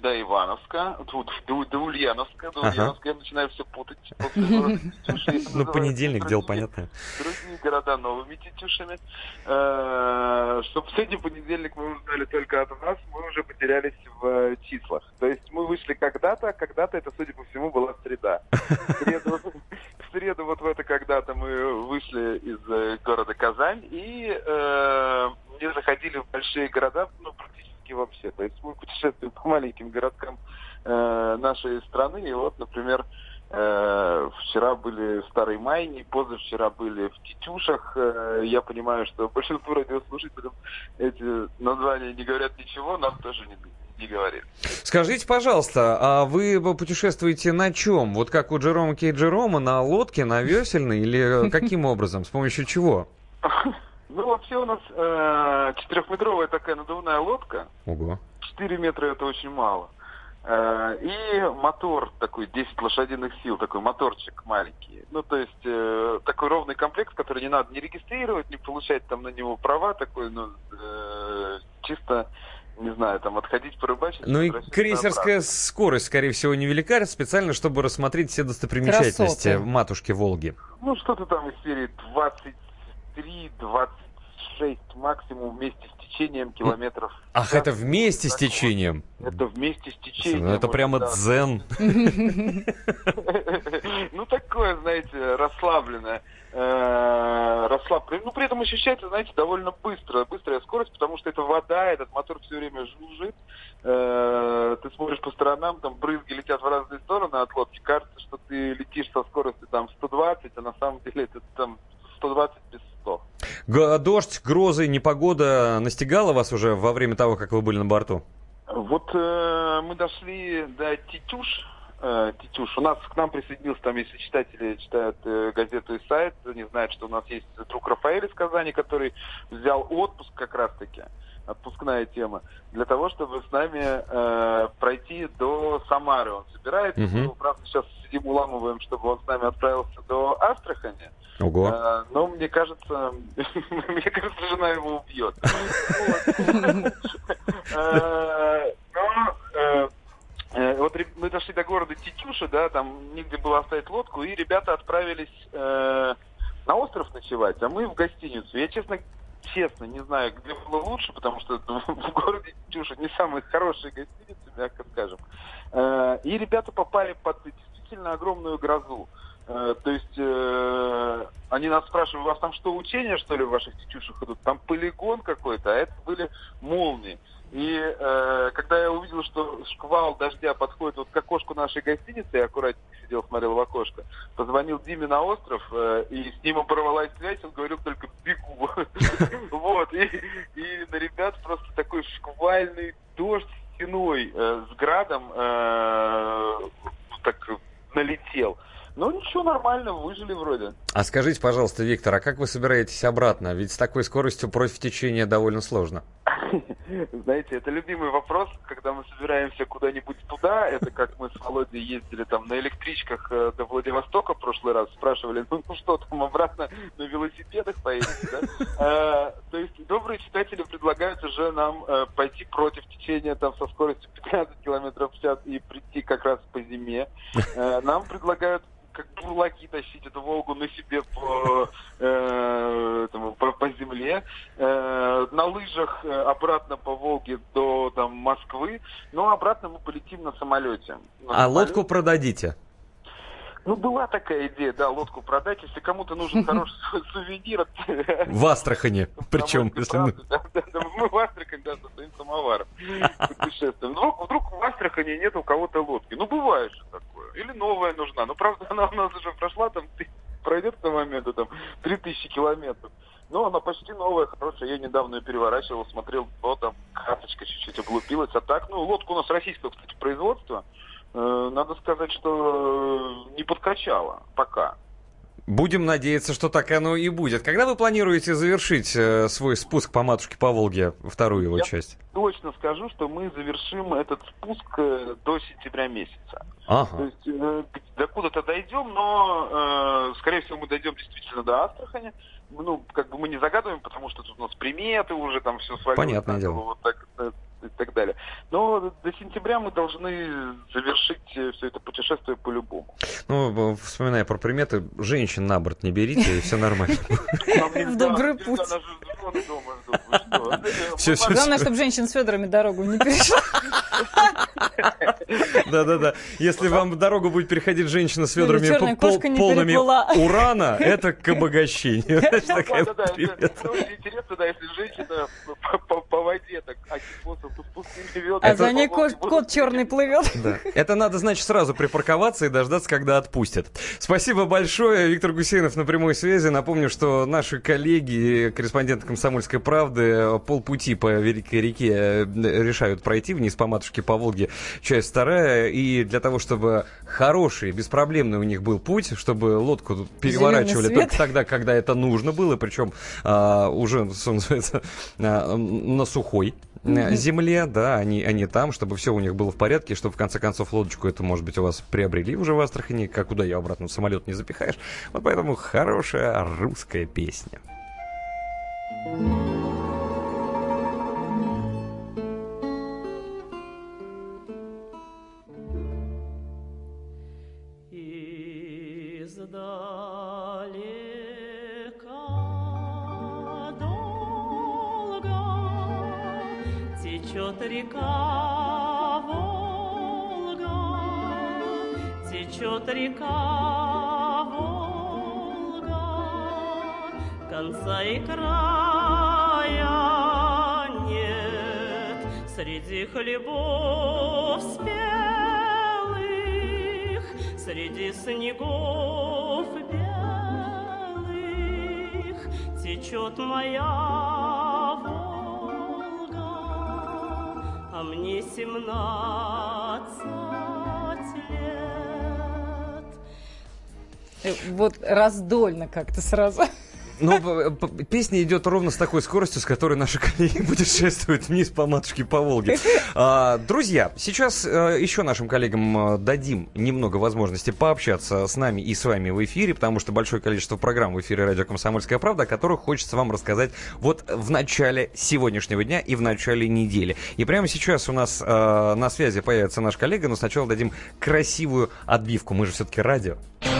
до Ивановска, до Ульяновска. До Ульяновска я начинаю все путать. Ну, понедельник, дело понятное. Другие города новыми тетюшами. Что последний понедельник мы узнали только от вас, мы уже потерялись в числах. То есть мы вышли когда-то это, судя по всему, была среда. В среду вот в это когда-то мы вышли из города Казань и не заходили в большие города, ну, практически вообще. То есть мы путешествуем по маленьким городкам нашей страны. И вот, например, вчера были в Старой Майне, позавчера были в Тетюшах. Я понимаю, что большинству радиослушателям эти названия не говорят ничего, нам тоже не говорит. Скажите, пожалуйста, а вы путешествуете на чем? Вот как у Джерома Кей Джерома, на лодке, на весельной или каким образом? С помощью чего? Ну, вообще у нас 4-метровая такая надувная лодка. Ого. 4 метра это очень мало. И мотор такой, 10 лошадиных сил, такой моторчик маленький. Ну, то есть такой ровный комплект, который не надо не регистрировать, не получать там на него права, такой, ну, чисто, не знаю, там, отходить порыбачить. Ну и крейсерская скорость, скорее всего, невелика, специально, чтобы рассмотреть все достопримечательности Красоты. матушки Волги. Ну, что-то там из серии 23-26 максимум вместе с течением километров. Ах, это вместе с течением? Это вместе с течением. Ну, это прямо дзен. Ну, такое, знаете, расслабленное. Ну, при этом ощущается, знаете, довольно быстрая скорость, потому что это вода, этот мотор все время жужжит. Ты смотришь по сторонам, там брызги летят в разные стороны от лодки. Кажется, что ты летишь со скоростью там 120, а на самом деле это там 120 без 100. Дождь, грозы, непогода настигала вас уже во время того, как вы были на борту? Вот мы дошли до Тетюш. У нас к нам присоединился, там, если читатели читают газету и сайт, они знают, что у нас есть друг Рафаэль из Казани, который взял отпуск как раз-таки, отпускная тема, для того, чтобы с нами пройти до Самары. Он собирается, мы, правда, сейчас сидим, уламываем, чтобы он с нами отправился до Астрахани. Ого. Но мне кажется, жена его убьет. Вот мы дошли до города Тетюши, да, там негде было оставить лодку, и ребята отправились на остров ночевать, а мы в гостиницу. Я, честно, не знаю, где было лучше, потому что в городе Тетюши не самые хорошие гостиницы, мягко скажем. И ребята попали под действительно огромную грозу. То есть они нас спрашивают, у вас там что, учения, что ли, в ваших Тетюшах идут? Там полигон какой-то, а это были молнии. И когда я увидел, что шквал дождя подходит вот к окошку нашей гостиницы, я аккуратненько сидел, смотрел в окошко, позвонил Диме на остров, и с ним оборвалась связь, он говорил только «бегу». Вот, и на ребят просто такой шквальный дождь стеной с градом так налетел. Ну, ничего, нормально, выжили вроде. А скажите, пожалуйста, Виктор, а как вы собираетесь обратно? Ведь с такой скоростью против течения довольно сложно. Знаете, это любимый вопрос, когда мы собираемся куда-нибудь туда. Это как мы с Володей ездили там на электричках до Владивостока в прошлый раз. Спрашивали, ну что там, обратно на велосипедах поедете, да? То есть добрые читатели предлагают уже нам пойти против течения там со скоростью 15 километров в час и прийти как раз по зиме. Нам предлагают как бурлаки тащить эту Волгу на себе по земле, на лыжах обратно по Волге до там Москвы, но обратно мы полетим на самолете. Лодку продадите? Ну, была такая идея, да, лодку продать, если кому-то нужен хороший сувенир. В Астрахани, причем. Мы в Астрахани, да, со своим самоваром путешествуем. Вдруг в Астрахани нет у кого-то лодки. Ну, бывает же такое. Или новая нужна. Но, правда, она у нас уже прошла, там, пройдет к тому моменту, там, 3000 километров. Но она почти новая, хорошая. Я недавно ее переворачивал, смотрел, там, красочка чуть-чуть облупилась. А так, лодка у нас российского, кстати, производства. Надо сказать, что не подкачала пока. Будем надеяться, что так оно и будет. Когда вы планируете завершить свой спуск по матушке по Волге, вторую его часть? Точно скажу, что мы завершим этот спуск до сентября месяца. Ага. То есть докуда-то дойдем, но, скорее всего, мы дойдем действительно до Астрахани. Ну, как бы мы не загадываем, потому что тут у нас приметы уже, там все свалилось. Понятное дело. Вот так, и так далее. Но до сентября мы должны завершить все это путешествие по-любому. Ну, вспоминая про приметы, женщин на борт не берите, и все нормально. В добрый путь. Главное, чтобы женщин с ведрами дорогу не перешла. Да-да-да. Если вам дорогу будет переходить женщина с ведрами полными переплыла. урана, это к обогащению. Да-да-да, это очень интересно, да, если женщина по воде так с пустыми ведрами. А за ней кот черный плывет. Да. Это надо, значит, сразу припарковаться и дождаться, когда отпустят. Спасибо большое. Виктор Гусейнов на прямой связи. Напомню, что наши коллеги, корреспонденты «Комсомольской правды», полпути по Великой реке решают пройти вниз по Матушке по Волге, часть 2. И для того, чтобы хороший, беспроблемный у них был путь, чтобы лодку переворачивали только тогда, когда это нужно было, причем уже, что называется, на сухой земле, да, они там, чтобы все у них было в порядке, чтобы в конце концов лодочку эту, может быть, у вас приобрели уже в Астрахани, как куда ее обратно в самолет не запихаешь. Вот поэтому хорошая русская песня. Течет река Волга, течет река Волга, конца и края нет среди хлебов спелых, среди снегов белых течет моя а мне 17 лет. Вот раздольно как-то сразу. Но песня идет ровно с такой скоростью, с которой наши коллеги путешествуют вниз по Матушке по Волге. Друзья, сейчас еще нашим коллегам дадим немного возможности пообщаться с нами и с вами в эфире, потому что большое количество программ в эфире радио «Комсомольская правда», о которых хочется вам рассказать вот в начале сегодняшнего дня и в начале недели. И прямо сейчас у нас на связи появится наш коллега, но сначала дадим красивую отбивку. Мы же все-таки радио.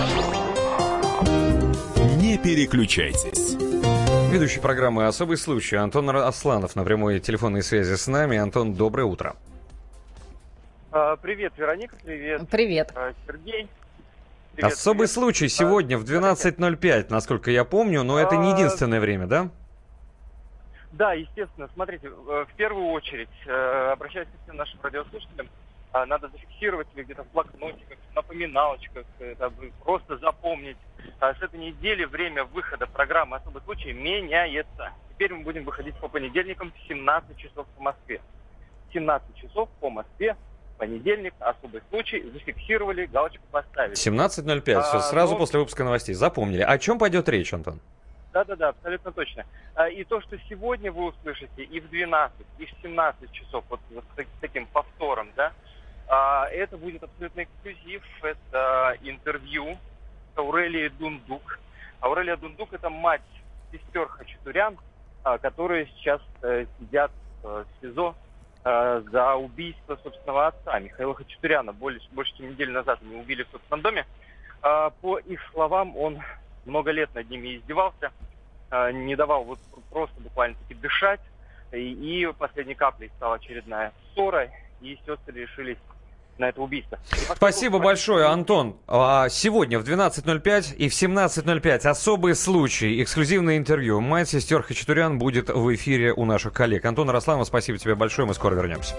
Не переключайтесь. Ведущий программы «Особый случай» Антон Асланов на прямой телефонной связи с нами. Антон, доброе утро. Привет, Вероника, привет. Привет. Сергей. Привет, Особый случай сегодня в 12:05, насколько я помню, но это не единственное время, да? Да, естественно. Смотрите, в первую очередь, обращаюсь ко всем нашим радиослушателям, надо зафиксировать или где-то в блокнотиках, в напоминалочках, просто запомнить. С этой недели время выхода программы «Особый случай» меняется. Теперь мы будем выходить по понедельникам в 17 часов по Москве. 17 часов по Москве, понедельник, «Особый случай», зафиксировали, галочку поставили. 17:05, все, сразу после выпуска новостей. Запомнили. О чем пойдет речь, Антон? Да-да-да, абсолютно точно. И то, что сегодня вы услышите и в 12, и в 17 часов, вот с таким повтором, да, это будет абсолютно эксклюзив. Это интервью с Аурелией Дундук. Аурелия Дундук – это мать сестер Хачатурян, которые сейчас сидят в СИЗО за убийство собственного отца, Михаила Хачатуряна. Больше чем неделю назад они убили в собственном доме. По их словам, он много лет над ними издевался, не давал вот просто буквально-таки дышать. И последней каплей стала очередная ссора, и сестры решились на это убийство. Спасибо большое, Антон. Сегодня в 12:05 и в 17:05 особый случай, эксклюзивное интервью. Мать сестер Хачатурян будет в эфире у наших коллег. Антон Арасланов, спасибо тебе большое, мы скоро вернемся.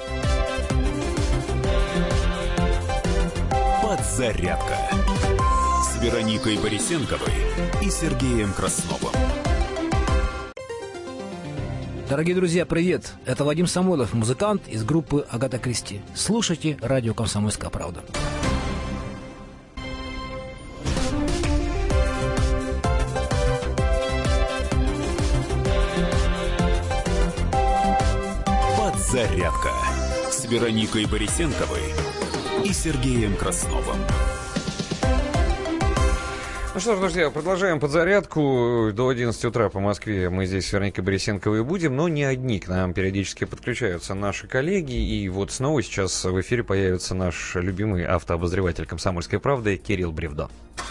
Подзарядка с Вероникой Борисенковой и Сергеем Красновым. Дорогие друзья, привет! Это Вадим Самойлов, музыкант из группы «Агата Кристи». Слушайте радио «Комсомольская правда». Подзарядка с Вероникой Борисенковой и Сергеем Красновым. Ну что ж, друзья, продолжаем подзарядку. До 11 утра по Москве мы здесь с Вероникой Борисенковой и будем, но не одни. К нам периодически подключаются наши коллеги. И вот снова сейчас в эфире появится наш любимый автообозреватель «Комсомольской правды» Кирилл Бревдо.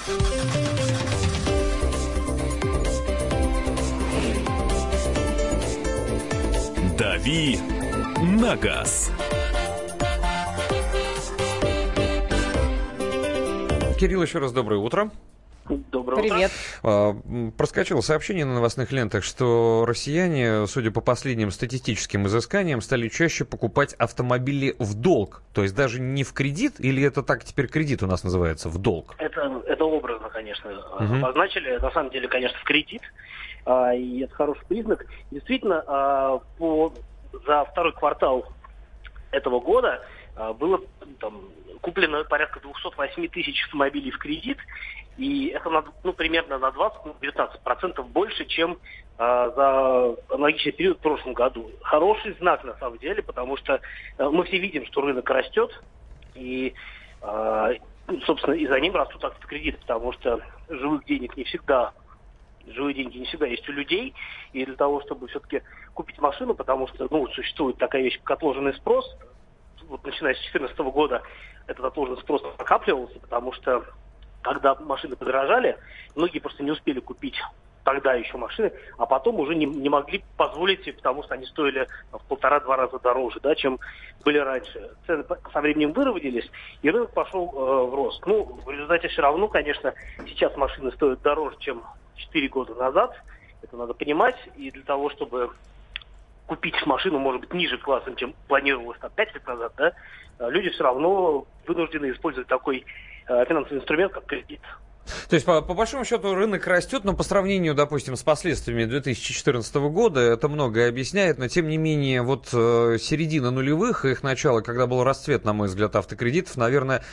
«Дави на газ». Кирилл, еще раз доброе утро. Доброе Привет. утро. Проскочило сообщение на новостных лентах, что россияне, судя по последним статистическим изысканиям, стали чаще покупать автомобили в долг. То есть даже не в кредит, или это так теперь кредит у нас называется, в долг? Это образно, конечно, обозначили. На самом деле, конечно, в кредит. И это хороший признак. Действительно, за второй квартал этого года было куплено порядка 208 тысяч автомобилей в кредит. И это примерно на 20-19% больше, чем за аналогичный период в прошлом году. Хороший знак, на самом деле, потому что мы все видим, что рынок растет. И, собственно, и за ним растут автокредиты, потому что живые деньги не всегда есть у людей. И для того, чтобы все-таки купить машину, потому что существует такая вещь, как отложенный спрос, вот начиная с 2014 года этот отложенный спрос накапливался, потому что когда машины подорожали, многие просто не успели купить тогда еще машины, а потом уже не могли позволить себе, потому что они стоили в 1,5-2 раза дороже, чем были раньше. Цены со временем выровнялись, и рынок пошел в рост. В результате все равно, конечно, сейчас машины стоят дороже, чем 4 года назад. Это надо понимать. И для того, чтобы купить машину, может быть, ниже классом, чем планировалось 5 лет назад, люди все равно вынуждены использовать такой финансовый инструмент, как кредит. То есть, по большому счету, рынок растет, но по сравнению, допустим, с последствиями 2014 года это многое объясняет, но, тем не менее, середина нулевых, их начало, когда был расцвет, на мой взгляд, автокредитов, наверное,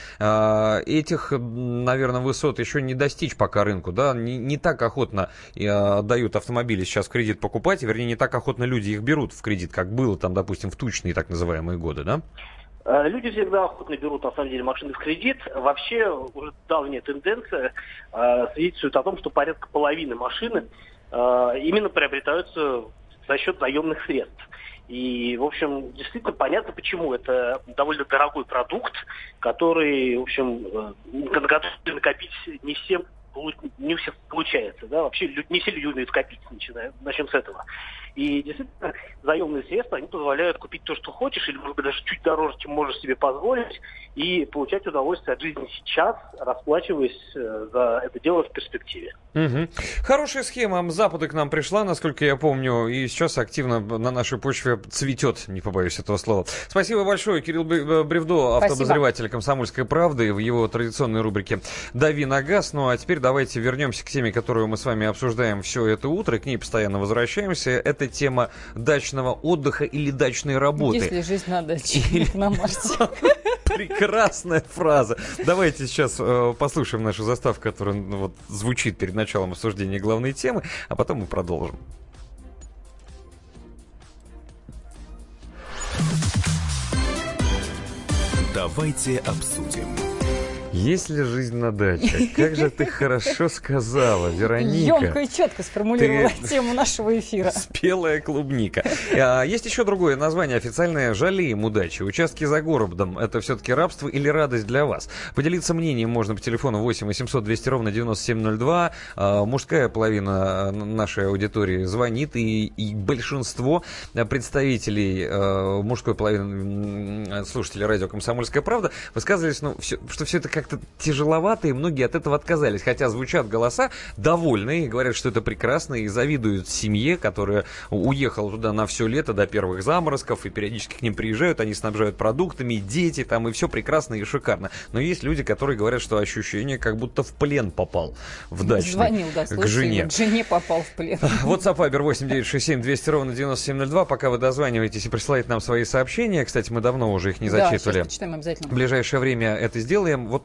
этих высот еще не достичь пока рынку, не так охотно отдают автомобили сейчас в кредит покупать, вернее, не так охотно люди их берут в кредит, как было допустим, в тучные так называемые годы, да? Люди всегда охотно берут, на самом деле, машины в кредит. Вообще, уже давняя тенденция свидетельствует о том, что порядка половины машины именно приобретаются за счет наемных средств. И, в общем, действительно понятно, почему. Это довольно дорогой продукт, который, в общем, на который накопить не у всех получается. Вообще не все люди умеют копить, начнем с этого. И действительно, заемные средства, они позволяют купить то, что хочешь, или, может быть, даже чуть дороже, чем можешь себе позволить, и получать удовольствие от жизни сейчас, расплачиваясь за это дело в перспективе. Угу. Хорошая схема. С Запада к нам пришла, насколько я помню, и сейчас активно на нашей почве цветет, не побоюсь этого слова. Спасибо большое, Кирилл Бревдо, автообозреватель «Комсомольской правды», в его традиционной рубрике «Дави на газ». Ну а теперь давайте вернемся к теме, которую мы с вами обсуждаем все это утро, и к ней постоянно возвращаемся. Это тема дачного отдыха или дачной работы. Если жизнь на даче, на Марсе. Прекрасная фраза. Давайте сейчас послушаем нашу заставку, которая звучит перед началом обсуждения главной темы, а потом мы продолжим. Давайте обсудим. Есть ли жизнь на даче? Как же ты хорошо сказала, Вероника. Емко и четко сформулировала тему нашего эфира. Спелая клубника. Есть еще другое название официальное: «Жалеем удачи». Участки за городом — это все-таки рабство или радость для вас? Поделиться мнением можно по телефону 8 800 200 ровно 9702. Мужская половина нашей аудитории звонит, и большинство представителей мужской половины слушателей радио «Комсомольская правда» высказывались, что все это как-то тяжеловато, и многие от этого отказались. Хотя звучат голоса довольные, говорят, что это прекрасно, и завидуют семье, которая уехала туда на все лето до первых заморозков, и периодически к ним приезжают, они снабжают продуктами, дети там, и все прекрасно и шикарно. Но есть люди, которые говорят, что ощущение, как будто в плен попал в дачный. Звонил, к жене. К жене попал в плен. WhatsApp Viber 8967 200 ровно 9702. Пока вы дозваниваетесь и присылаете нам свои сообщения. Кстати, мы давно уже их не зачитывали. Сейчас почитаем обязательно. В ближайшее время это сделаем.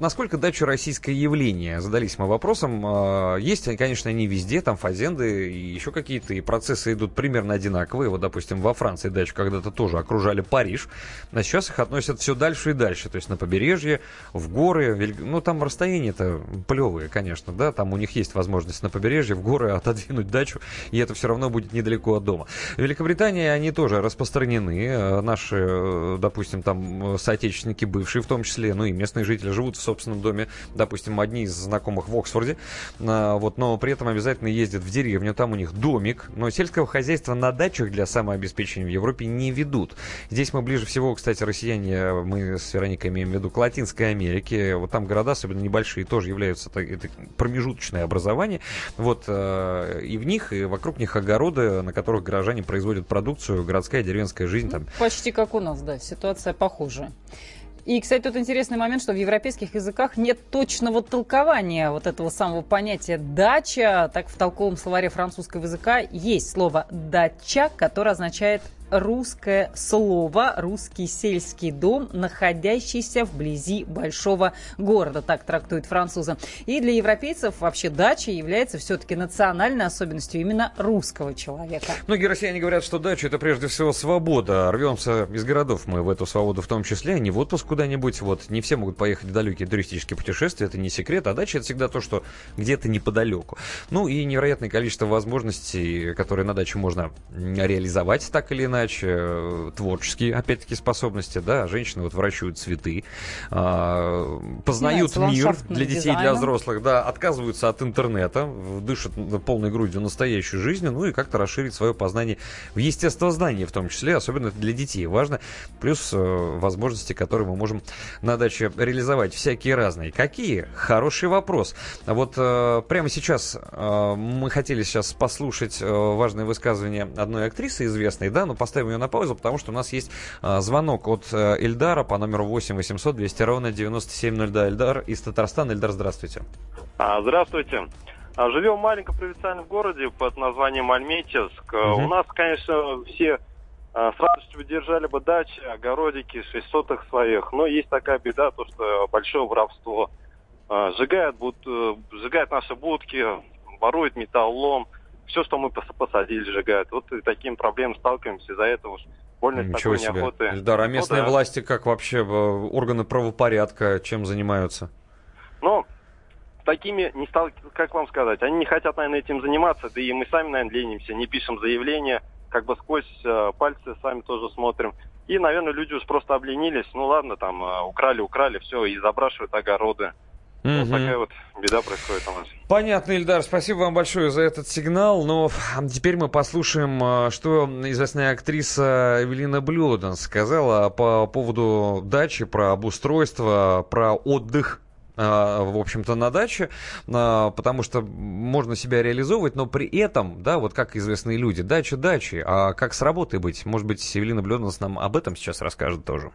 насколько дача российское явление? Задались мы вопросом. Есть, конечно, они везде, там фазенды и еще какие-то, и процессы идут примерно одинаковые. Вот, допустим, во Франции дачу когда-то тоже окружали Париж, а сейчас их относят все дальше и дальше. То есть на побережье, в горы. Ну, там расстояния-то плевые, конечно, да. Там у них есть возможность на побережье, в горы отодвинуть дачу, и это все равно будет недалеко от дома. В Великобритании они тоже распространены. Наши, допустим, там соотечественники бывшие, в том числе, ну и местные жители живут в собственном доме. Допустим, одни из знакомых в Оксфорде, вот, но при этом обязательно ездят в деревню, там у них домик. Но сельского хозяйства на дачах для самообеспечения в Европе не ведут. Здесь мы ближе всего, кстати, россияне, мы с Вероникой имеем в виду, к Латинской Америке. Вот там города, особенно небольшие, тоже являются это промежуточное образование. Вот, и в них, и вокруг них огороды, на которых горожане производят продукцию, городская, деревенская жизнь. Там. Почти как у нас, да, ситуация похожая. И, кстати, тут интересный момент, что в европейских языках нет точного толкования вот этого самого понятия «дача». Так в толковом словаре французского языка есть слово «дача», которое означает русское слово, русский сельский дом, находящийся вблизи большого города, так трактуют французы. И для европейцев вообще дача является все-таки национальной особенностью именно русского человека. Многие россияне говорят, что дача — это прежде всего свобода. Рвемся из городов мы в эту свободу в том числе, а не в отпуск куда-нибудь. Вот не все могут поехать в далекие туристические путешествия, это не секрет, а дача — это всегда то, что где-то неподалеку. Ну и невероятное количество возможностей, которые на даче можно реализовать так или иначе. Творческие, опять-таки, способности, да, женщины вот выращивают цветы, познают мир для детей, дизайном. Для взрослых, да, отказываются от интернета, дышат полной грудью настоящей жизнью, ну и как-то расширить свое познание в естествознании в том числе, особенно для детей важно, плюс возможности, которые мы можем на даче реализовать, всякие разные. Какие? Хороший вопрос. Вот прямо сейчас мы хотели сейчас послушать важное высказывание одной актрисы известной, да, но поставим ее на паузу, потому что у нас есть звонок от Эльдара по номеру 8 800 200 ровно 9702. Эльдар из Татарстана. Эльдар, здравствуйте. Здравствуйте. Живем в маленьком провинциальном городе под названием Альметьевск. У нас, конечно, все с радостью держали бы дачи, огородики, 6 соток своих, но есть такая беда, то что большое воровство. Сжигают наши будки, воруют металлолом. Все, что мы посадили, сжигают. Вот и таким проблемам сталкиваемся. Из-за этого больно с такой неохотой. Эльдар, а местные власти как вообще, органы правопорядка, чем занимаются? Ну, такими не как вам сказать, они не хотят, наверное, этим заниматься, да и мы сами, наверное, ленимся, не пишем заявления, как бы сквозь пальцы сами тоже смотрим. И, наверное, люди уж просто обленились. Ну ладно, там украли, все, и забрашивают огороды. Вот такая вот беда происходит у нас. Понятно, Ильдар, спасибо вам большое за этот сигнал. Но теперь мы послушаем, что известная актриса Эвелина Блёдан сказала по поводу дачи, про обустройство, про отдых. В общем-то, на даче, потому что можно себя реализовывать, но при этом, да, вот как известные люди, дача дачи, а как с работой быть? Может быть, Эвелина Блёдан нам об этом сейчас расскажет тоже.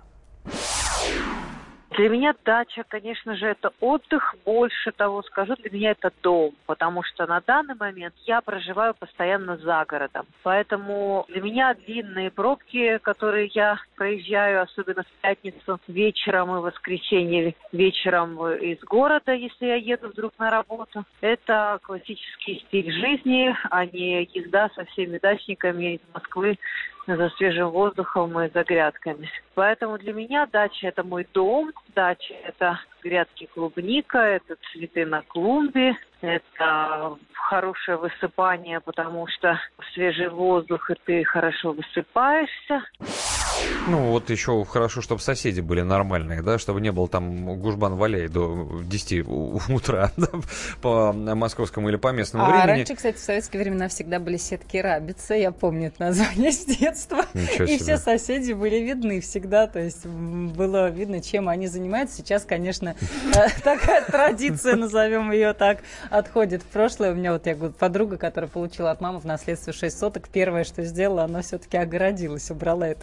Для меня дача, конечно же, это отдых. Больше того скажу, для меня это дом, потому что на данный момент я проживаю постоянно за городом. Поэтому для меня длинные пробки, которые я проезжаю, особенно в пятницу вечером и в воскресенье вечером из города, если я еду вдруг на работу, это классический стиль жизни, а не езда со всеми дачниками из Москвы за свежим воздухом и за грядками. Поэтому для меня дача – это мой дом, дача – это грядки клубника, это цветы на клумбе, это хорошее высыпание, потому что свежий воздух, и ты хорошо высыпаешься. Ну, вот еще хорошо, чтобы соседи были нормальные, да, чтобы не было там гужбан-валяй до 10 утра, да, по московскому или по местному времени. Раньше, кстати, в советские времена всегда были сетки рабица, я помню это название с детства. И все соседи были видны всегда, то есть было видно, чем они занимаются. Сейчас, конечно, такая традиция, назовем ее так, отходит в прошлое. У меня вот, я говорю, подруга, которая получила от мамы в наследство 6 соток, первое, что сделала, она все-таки огородилась, убрала эту сетку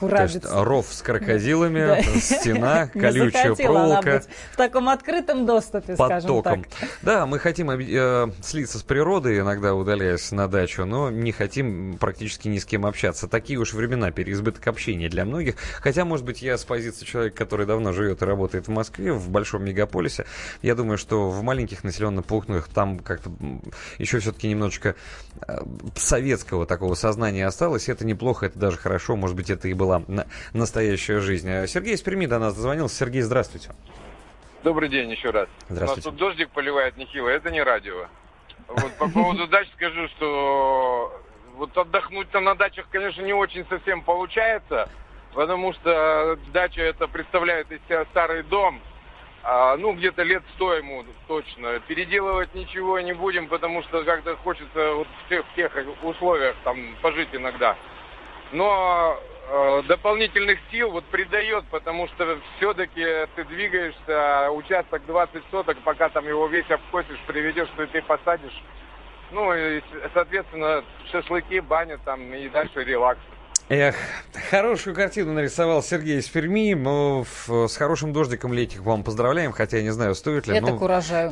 курабиться. То есть ров с крокодилами, стена, колючая проволока. В таком открытом доступе, скажем так. Да, мы хотим слиться с природой, иногда удаляясь на дачу, но не хотим практически ни с кем общаться. Такие уж времена, переизбыток общения для многих. Хотя, может быть, я с позиции человека, который давно живет и работает в Москве, в большом мегаполисе, я думаю, что в маленьких населенных пунктах там как-то еще все-таки немножечко советского такого сознания осталось. Это неплохо, это даже хорошо. Может быть, это и была настоящая жизнь. Сергей из Перми до нас дозвонился. Сергей, здравствуйте. Добрый день еще раз. У нас тут дождик поливает нехило, это не радио. Вот по поводу дач скажу, что вот отдохнуть-то на дачах, конечно, не очень совсем получается, потому что дача это представляет из себя старый дом, где-то лет 100 ему точно. Переделывать ничего не будем, потому что как-то хочется вот в тех условиях там пожить иногда. Но дополнительных сил вот придает, потому что все-таки ты двигаешься, участок 20 соток, пока там его весь обкосишь, приведешь, что ты посадишь. Ну и, соответственно, шашлыки, баня там и дальше релакс. Эх, хорошую картину нарисовал Сергей из Перми. Мы с хорошим дождиком летних вам поздравляем, хотя я не знаю, стоит ли. Это к урожаю.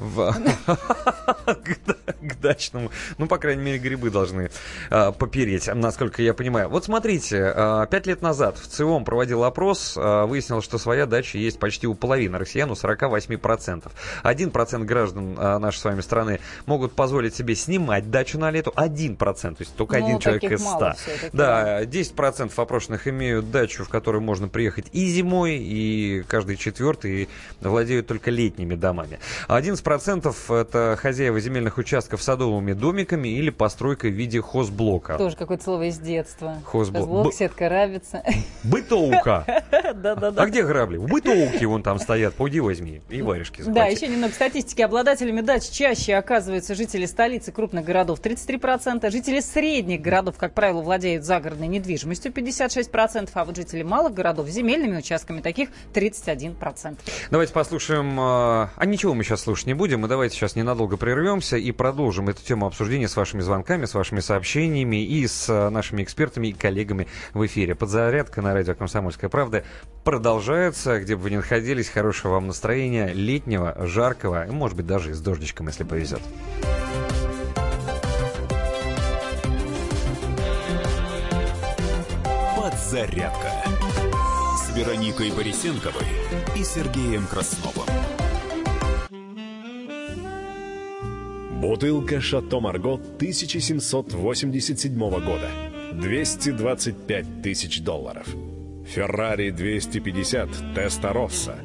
К дачному. Ну, по крайней мере, грибы должны попереть, насколько я понимаю. Вот смотрите, 5 лет назад в ЦИОМ проводил опрос, выяснилось, что своя дача есть почти у половины россиян, у 48%. 1% граждан нашей с вами страны могут позволить себе снимать дачу на лету. 1%, то есть только один человек из 100. Да, 10% опрошенных имеют дачу, в которую можно приехать и зимой, и каждый четвертый владеют только летними домами. 11% это хозяева земельных участков с садовыми домиками или постройкой в виде хозблока. Тоже какое-то слово из детства. Хозблок, сетка, рабица. Бытовка. Да-да-да. А где грабли? В бытовке вон там стоят. Пойди возьми. И варежки захвати. Да, еще немного статистики. Обладателями дач чаще оказываются жители столиц и крупных городов 33%. Жители средних городов, как правило, владеют загородной недвижимостью 56%, а вот жители малых городов земельными участками таких 31%. Давайте послушаем... ничего мы сейчас слушать не будем. Мы давайте сейчас ненадолго прервемся и продолжим эту тему обсуждения с вашими звонками, с вашими сообщениями и с нашими экспертами и коллегами в эфире. Подзарядка на радио «Комсомольская правда» продолжается. Где бы вы ни находились, хорошего вам настроения, летнего, жаркого, может быть, даже и с дождичком, если повезет. Подзарядка с Вероникой Борисенковой и Сергеем Красновым. Бутылка «Шато Марго» 1787 года. $225 тысяч. Феррари 250 Теста-Росса.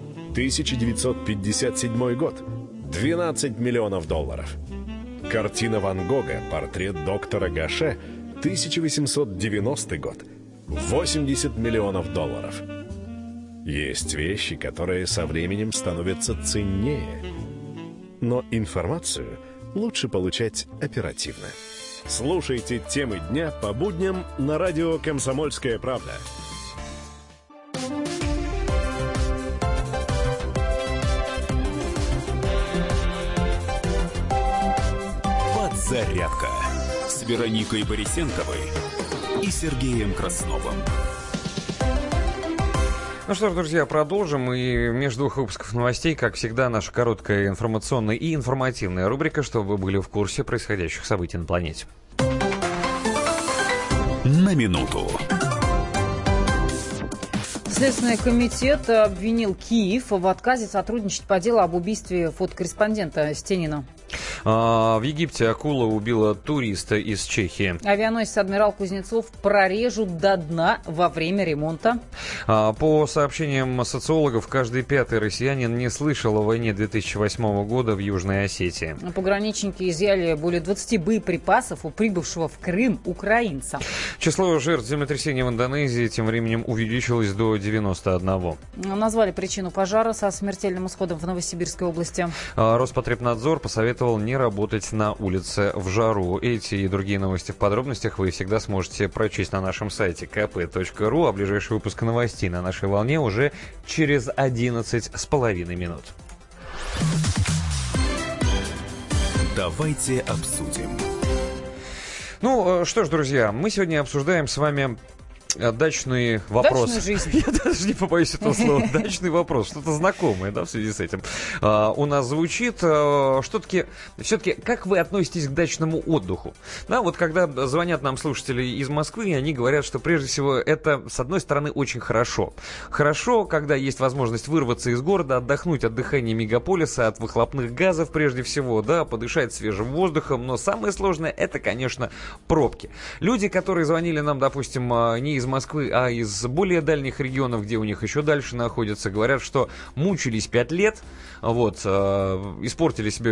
1957 год. $12 миллионов. Картина Ван Гога «Портрет доктора Гаше». 1890 год. $80 миллионов. Есть вещи, которые со временем становятся ценнее. Но информацию лучше получать оперативно. Слушайте темы дня по будням на радио «Комсомольская правда». Подзарядка с Вероникой Борисенковой и Сергеем Красновым. Ну что ж, друзья, продолжим. И между двух выпусков новостей, как всегда, наша короткая информационная и информативная рубрика, чтобы вы были в курсе происходящих событий на планете. На минуту. Следственный комитет обвинил Киев в отказе сотрудничать по делу об убийстве фотокорреспондента Стенина. В Египте акула убила туриста из Чехии. Авианосец «Адмирал Кузнецов» прорежут до дна во время ремонта. По сообщениям социологов, каждый пятый россиянин не слышал о войне 2008 года в Южной Осетии. Пограничники изъяли более 20 боеприпасов у прибывшего в Крым украинца. Число жертв землетрясения в Индонезии тем временем увеличилось до 91. Назвали причину пожара со смертельным исходом в Новосибирской области. Роспотребнадзор посоветовал не работать на улице в жару. Эти и другие новости в подробностях вы всегда сможете прочесть на нашем сайте kp.ru, а ближайший выпуск новостей на нашей волне уже через 11,5 минут. Давайте обсудим. Ну что ж, друзья, мы сегодня обсуждаем с вами Дачный вопрос. Дачная жизнь. Я даже не побоюсь этого слова. Дачный вопрос. Что-то знакомое, да, в связи с этим. У нас звучит. Все-таки, как вы относитесь к дачному отдыху? Да, вот когда звонят нам слушатели из Москвы, они говорят, что прежде всего это, с одной стороны, очень хорошо. Хорошо, когда есть возможность вырваться из города, отдохнуть от дыхания мегаполиса, от выхлопных газов прежде всего, да, подышать свежим воздухом. Но самое сложное, это, конечно, пробки. Люди, которые звонили нам, допустим, не из Москвы, а из более дальних регионов, где у них еще дальше находятся, говорят, что мучились 5 лет, вот, испортили себе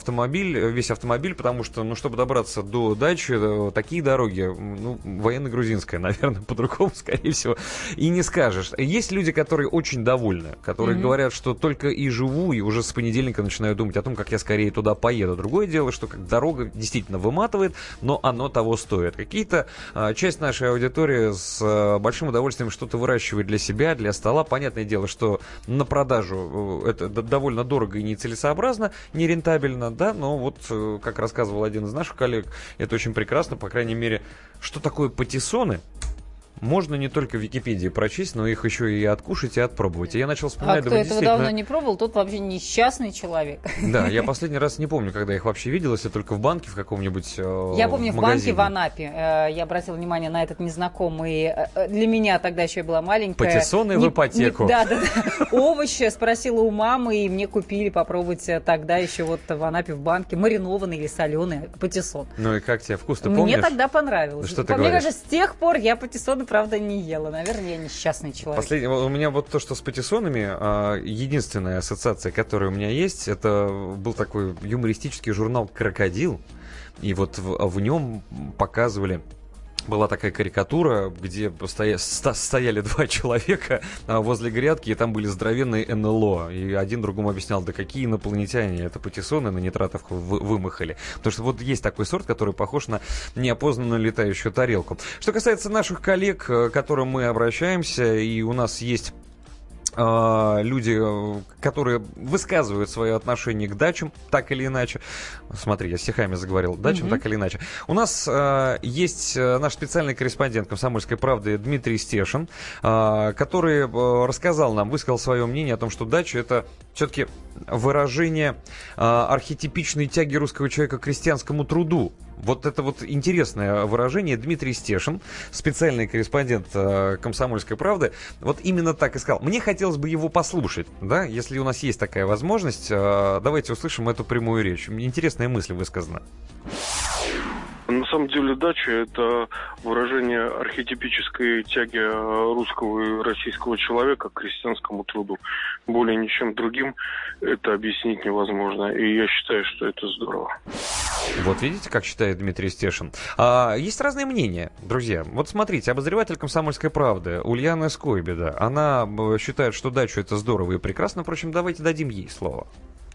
весь автомобиль, потому что, чтобы добраться до дачи, такие дороги, военно-грузинская, наверное, по-другому, скорее всего, и не скажешь. Есть люди, которые очень довольны, которые говорят, что только и живу, и уже с понедельника начинаю думать о том, как я скорее туда поеду. Другое дело, что дорога действительно выматывает, но оно того стоит. Какие-то часть нашей аудитории с большим удовольствием что-то выращивает для себя, для стола. Понятное дело, что на продажу это довольно дорого и нецелесообразно, нерентабельно, да, но вот, как рассказывал один из наших коллег, это очень прекрасно, по крайней мере, что такое патиссоны, можно не только в Википедии прочесть, но их еще и откушать и отпробовать. И я начал вспоминать... кто этого давно не пробовал, тот вообще несчастный человек. Да, я последний раз не помню, когда их вообще видел, если только в банке в каком-нибудь Я помню, в банке в Анапе. Я обратила внимание на этот незнакомый... Для меня тогда еще я была маленькая. Патиссоны в ипотеку. Да. Овощи спросила у мамы, и мне купили попробовать тогда еще вот в Анапе в банке маринованный или соленый патиссон. Ну и как тебе вкус, ты помнишь? Мне тогда понравилось. Что ты Мне кажется, с тех пор я патиссоны, правда, не ела. Наверное, я несчастный человек. У меня вот то, что с патиссонами, единственная ассоциация, которая у меня есть, это был такой юмористический журнал «Крокодил». И вот в нем показывали... Была такая карикатура, где стояли два человека возле грядки, и там были здоровенные НЛО. И один другому объяснял, да какие инопланетяне, это патиссоны на нитратовку вымахали. Потому что вот есть такой сорт, который похож на неопознанную летающую тарелку. Что касается наших коллег, к которым мы обращаемся, и у нас есть... люди, которые высказывают свое отношение к дачам, так или иначе. Смотри, я стихами заговорил. Дачам, так или иначе. У нас есть наш специальный корреспондент «Комсомольской правды» Дмитрий Стешин, который рассказал нам, высказал свое мнение о том, что дача — это все-таки выражение архетипичной тяги русского человека к крестьянскому труду. Вот это вот интересное выражение. Дмитрий Стешин, специальный корреспондент «Комсомольской правды», вот именно так и сказал. Мне хотелось бы его послушать, да, если у нас есть такая возможность. Давайте услышим эту прямую речь. Интересная мысль высказана. На самом деле дача – это выражение архетипической тяги русского и российского человека к крестьянскому труду. Более ничем другим это объяснить невозможно. И я считаю, что это здорово. Вот видите, как считает Дмитрий Стешин. Есть разные мнения, друзья. Вот смотрите, обозреватель «Комсомольской правды» Ульяна Скойбеда, она считает, что дача – это здорово и прекрасно. Впрочем, давайте дадим ей слово.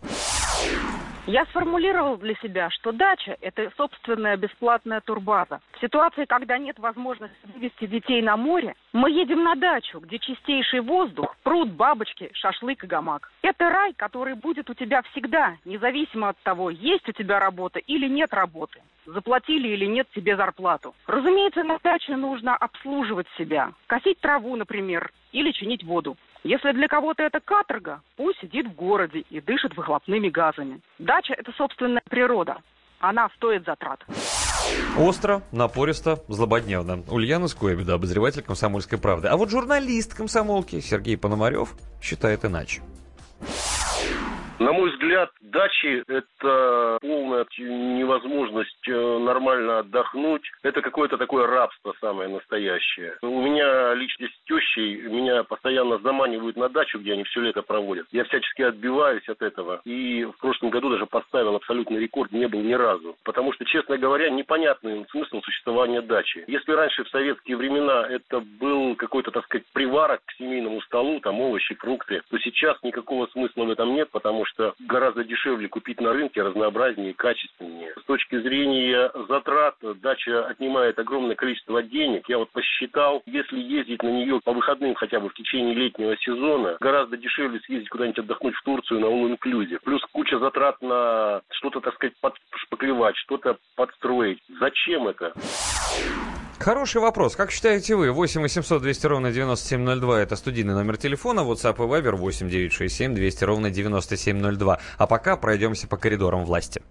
Я сформулировал для себя, что дача – это собственная бесплатная турбаза. В ситуации, когда нет возможности вывести детей на море, мы едем на дачу, где чистейший воздух, пруд, бабочки, шашлык и гамак. Это рай, который будет у тебя всегда, независимо от того, есть у тебя работа или нет работы, заплатили или нет тебе зарплату. Разумеется, на даче нужно обслуживать себя, косить траву, например, или чинить воду. Если для кого-то это каторга, пусть сидит в городе и дышит выхлопными газами. Дача – это собственная природа. Она стоит затрат. Остро, напористо, злободневно. Ульяна Скойбеда, обозреватель «Комсомольской правды». А вот журналист «Комсомолки» Сергей Пономарев считает иначе. На мой взгляд, дачи – это полная невозможность нормально отдохнуть. Это какое-то такое рабство самое настоящее. У меня лично с тещей, меня постоянно заманивают на дачу, где они все лето проводят. Я всячески отбиваюсь от этого. И в прошлом году даже поставил абсолютный рекорд, не был ни разу. Потому что, честно говоря, непонятный смысл существования дачи. Если раньше в советские времена это был какой-то, так сказать, приварок к семейному столу, там овощи, фрукты, то сейчас никакого смысла в этом нет, потому что гораздо дешевле купить на рынке, разнообразнее и качественнее. С точки зрения затрат, дача отнимает огромное количество денег. Я вот посчитал, если ездить на нее по выходным хотя бы в течение летнего сезона, гораздо дешевле съездить куда-нибудь отдохнуть в Турцию на all-inclusive. Плюс куча затрат на что-то, так сказать, подшпаклевать, что-то подстроить. Зачем это? Хороший вопрос. Как считаете вы? 8 800 200 ровно 9702 это студийный номер телефона. WhatsApp и Viber 8 967 200 ровно 9702. А пока пройдемся по коридорам власти.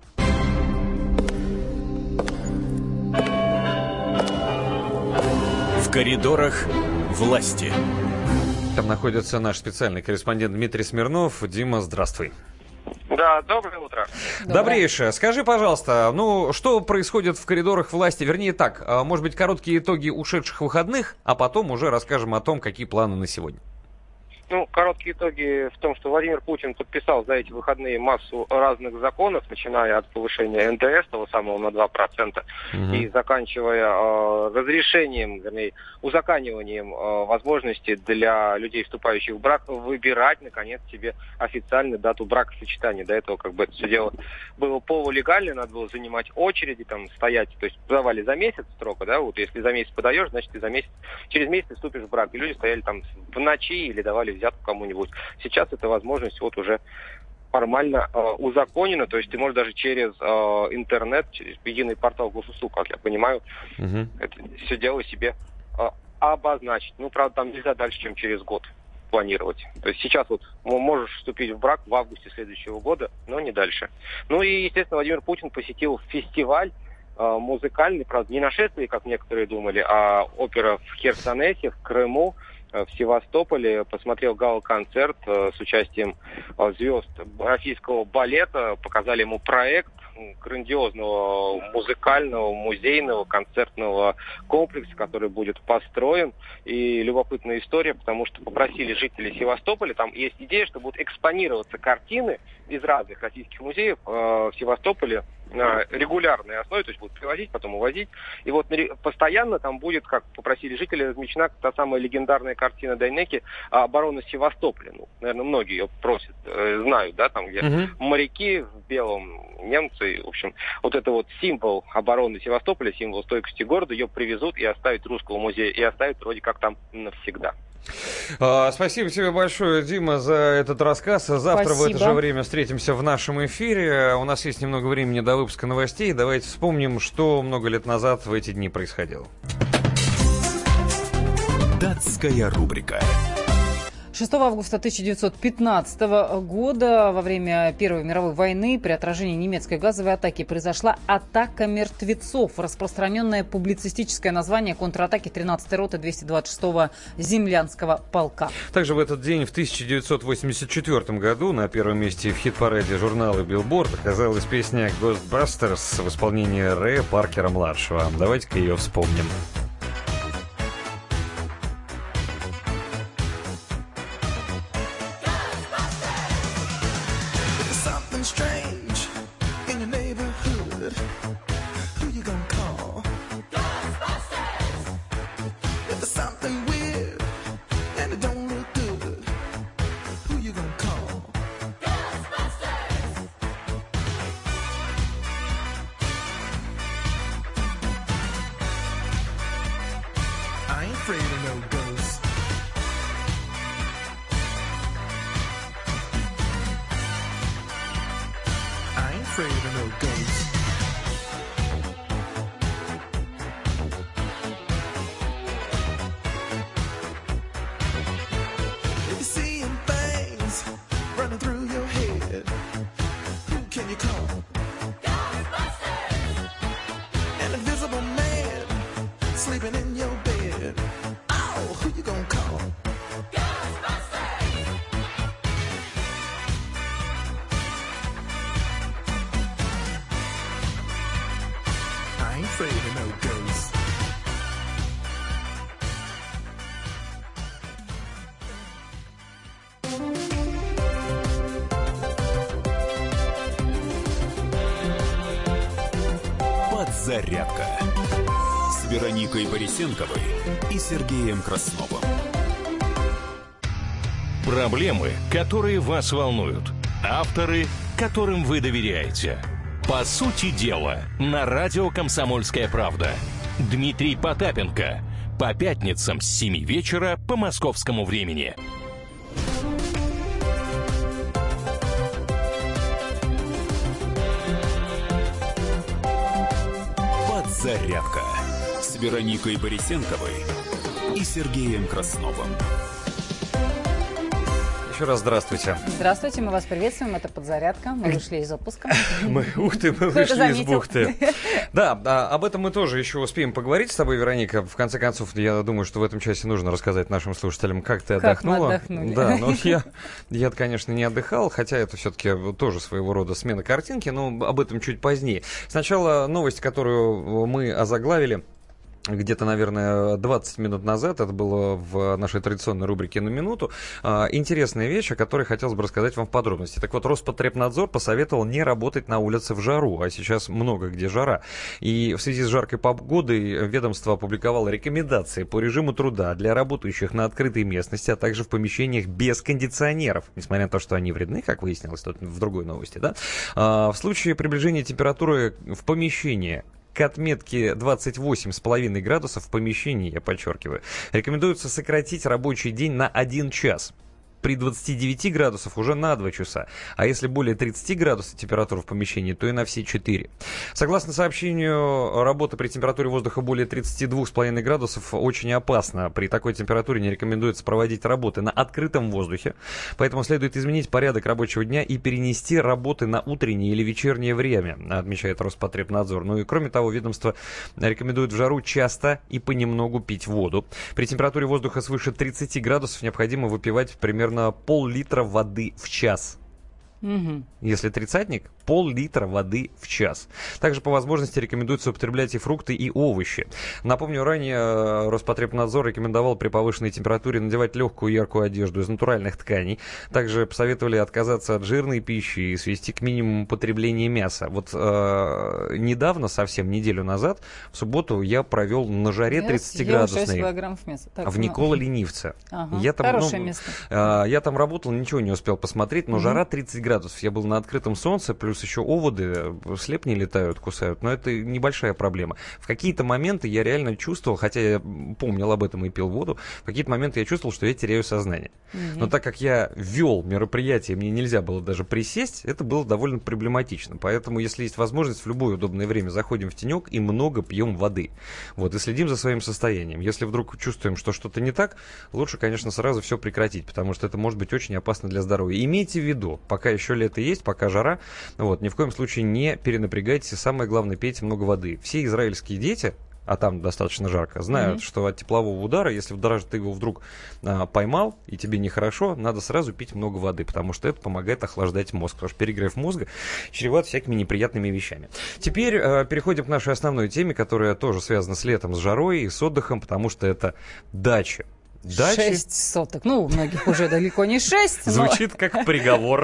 В коридорах власти. Там находится наш специальный корреспондент Дмитрий Смирнов. Дима, здравствуй. Да, доброе утро. Добрейшее. Скажи, пожалуйста, что происходит в коридорах власти? Вернее так, может быть, короткие итоги ушедших выходных, а потом уже расскажем о том, какие планы на сегодня. Короткие итоги в том, что Владимир Путин подписал за эти выходные массу разных законов, начиная от повышения НДС, того самого на 2%, и заканчивая разрешением, вернее, узакониванием возможности для людей, вступающих в брак, выбирать, наконец, себе официальную дату бракосочетания. До этого это все дело было полулегально, надо было занимать очереди, стоять, то есть подавали за месяц срока, да, если за месяц подаешь, значит, ты через месяц вступишь в брак. И люди стояли в ночи или давали взятку кому-нибудь. Сейчас эта возможность уже формально узаконена, то есть ты можешь даже через интернет, через единый портал госуслуг, как я понимаю, это все дело себе обозначить. Правда, там нельзя дальше, чем через год планировать. То есть сейчас можешь вступить в брак в августе следующего года, но не дальше. И, естественно, Владимир Путин посетил фестиваль музыкальный, правда, не нашествие, как некоторые думали, а опера в Херсонесе, в Крыму, в Севастополе, посмотрел гала-концерт с участием звезд российского балета, показали ему проект грандиозного музыкального, музейного, концертного комплекса, который будет построен. И любопытная история, потому что попросили жителей Севастополя, там есть идея, что будут экспонироваться картины из разных российских музеев в Севастополе на регулярной основе, то есть будут привозить, потом увозить. И постоянно там будет, как попросили жители, размещена та самая легендарная картина Дайнеки «Оборона Севастополя». Наверное, многие ее просят, знают, да, там, где моряки в белом, немцы, в общем, это символ обороны Севастополя, символ стойкости города, ее привезут и оставят Русского музея, и оставят вроде как там навсегда. Спасибо тебе большое, Дима, за этот рассказ. Завтра в это же время встретимся в нашем эфире. У нас есть немного времени до выпуска новостей. Давайте вспомним, что много лет назад в эти дни происходило. Датская рубрика. 6 августа 1915 года во время Первой мировой войны при отражении немецкой газовой атаки произошла атака мертвецов, распространенное публицистическое название контратаки 13-й роты 226-го землянского полка. Также в этот день, в 1984 году, на первом месте в хит-параде журнала Billboard оказалась песня Ghostbusters в исполнении Рэя Паркера-младшего. Давайте-ка ее вспомним. Подзарядка с Вероникой Борисенковой и Сергеем Красновым. Проблемы, которые вас волнуют. Авторы, которым вы доверяете. По сути дела, на радио «Комсомольская правда». Дмитрий Потапенко. По пятницам с 7 вечера по московскому времени. Подзарядка с Вероникой Борисенковой и Сергеем Красновым. Еще раз здравствуйте. Здравствуйте, мы вас приветствуем. Это «Подзарядка». Мы вышли из отпуска. Мы вышли из бухты. Да, об этом мы тоже еще успеем поговорить с тобой, Вероника. В конце концов, я думаю, что в этом часе нужно рассказать нашим слушателям, как ты отдохнула. Как мы отдохнули. Да, но я, конечно, не отдыхал, хотя это все-таки тоже своего рода смена картинки, но об этом чуть позднее. Сначала новость, которую мы озаглавили где-то, наверное, 20 минут назад. Это было в нашей традиционной рубрике «На минуту». Интересная вещь, о которой хотелось бы рассказать вам в подробности. Так вот, Роспотребнадзор посоветовал не работать на улице в жару, а сейчас много где жара. И в связи с жаркой погодой ведомство опубликовало рекомендации по режиму труда для работающих на открытой местности, а также в помещениях без кондиционеров. Несмотря на то, что они вредны, как выяснилось тут в другой новости, да? В случае приближения температуры в помещении к отметке 28,5 градусов в помещении, я подчеркиваю, рекомендуется сократить рабочий день на 1 час. При 29 градусах уже на 2 часа. А если более 30 градусов температура в помещении, то и на все 4. Согласно сообщению, работа при температуре воздуха более 32,5 градусов очень опасна. При такой температуре не рекомендуется проводить работы на открытом воздухе. Поэтому следует изменить порядок рабочего дня и перенести работы на утреннее или вечернее время, отмечает Роспотребнадзор. Ну и кроме того, ведомство рекомендует в жару часто и понемногу пить воду. При температуре воздуха свыше 30 градусов необходимо выпивать примерно пол-литра воды в час. Угу. Если тридцатник, пол-литра воды в час. Также по возможности рекомендуется употреблять и фрукты, и овощи. Напомню, ранее Роспотребнадзор рекомендовал при повышенной температуре надевать легкую яркую одежду из натуральных тканей. Также посоветовали отказаться от жирной пищи и свести к минимуму потребление мяса. Вот недавно, совсем неделю назад, в субботу я провел на жаре 30-градусной 6 килограммов мяса. Так, в Никола-Ленивце. Ага, хорошее место. Я там работал, ничего не успел посмотреть, но жара 30 градусов. Я был на открытом солнце, плюс еще оводы, слепни летают, кусают. Но это небольшая проблема. В какие-то моменты я реально чувствовал, хотя я помнил об этом и пил воду, в какие-то моменты я чувствовал, что я теряю сознание. Но так как я вел мероприятие, мне нельзя было даже присесть, это было довольно проблематично. Поэтому, если есть возможность, в любое удобное время заходим в тенек и много пьем воды. Вот, и следим за своим состоянием. Если вдруг чувствуем, что что-то не так, лучше, конечно, сразу все прекратить, потому что это может быть очень опасно для здоровья. Имейте в виду, пока еще лето есть, пока жара, вот, ни в коем случае не перенапрягайтесь, и самое главное, пейте много воды. Все израильские дети, а там достаточно жарко, знают, что от теплового удара, если даже ты его вдруг поймал, и тебе нехорошо, надо сразу пить много воды, потому что это помогает охлаждать мозг, потому что перегрев мозга чреват всякими неприятными вещами. Теперь переходим к нашей основной теме, которая тоже связана с летом, с жарой и с отдыхом, потому что это дача. 6 соток. Ну, у многих уже далеко не 6. Звучит как приговор.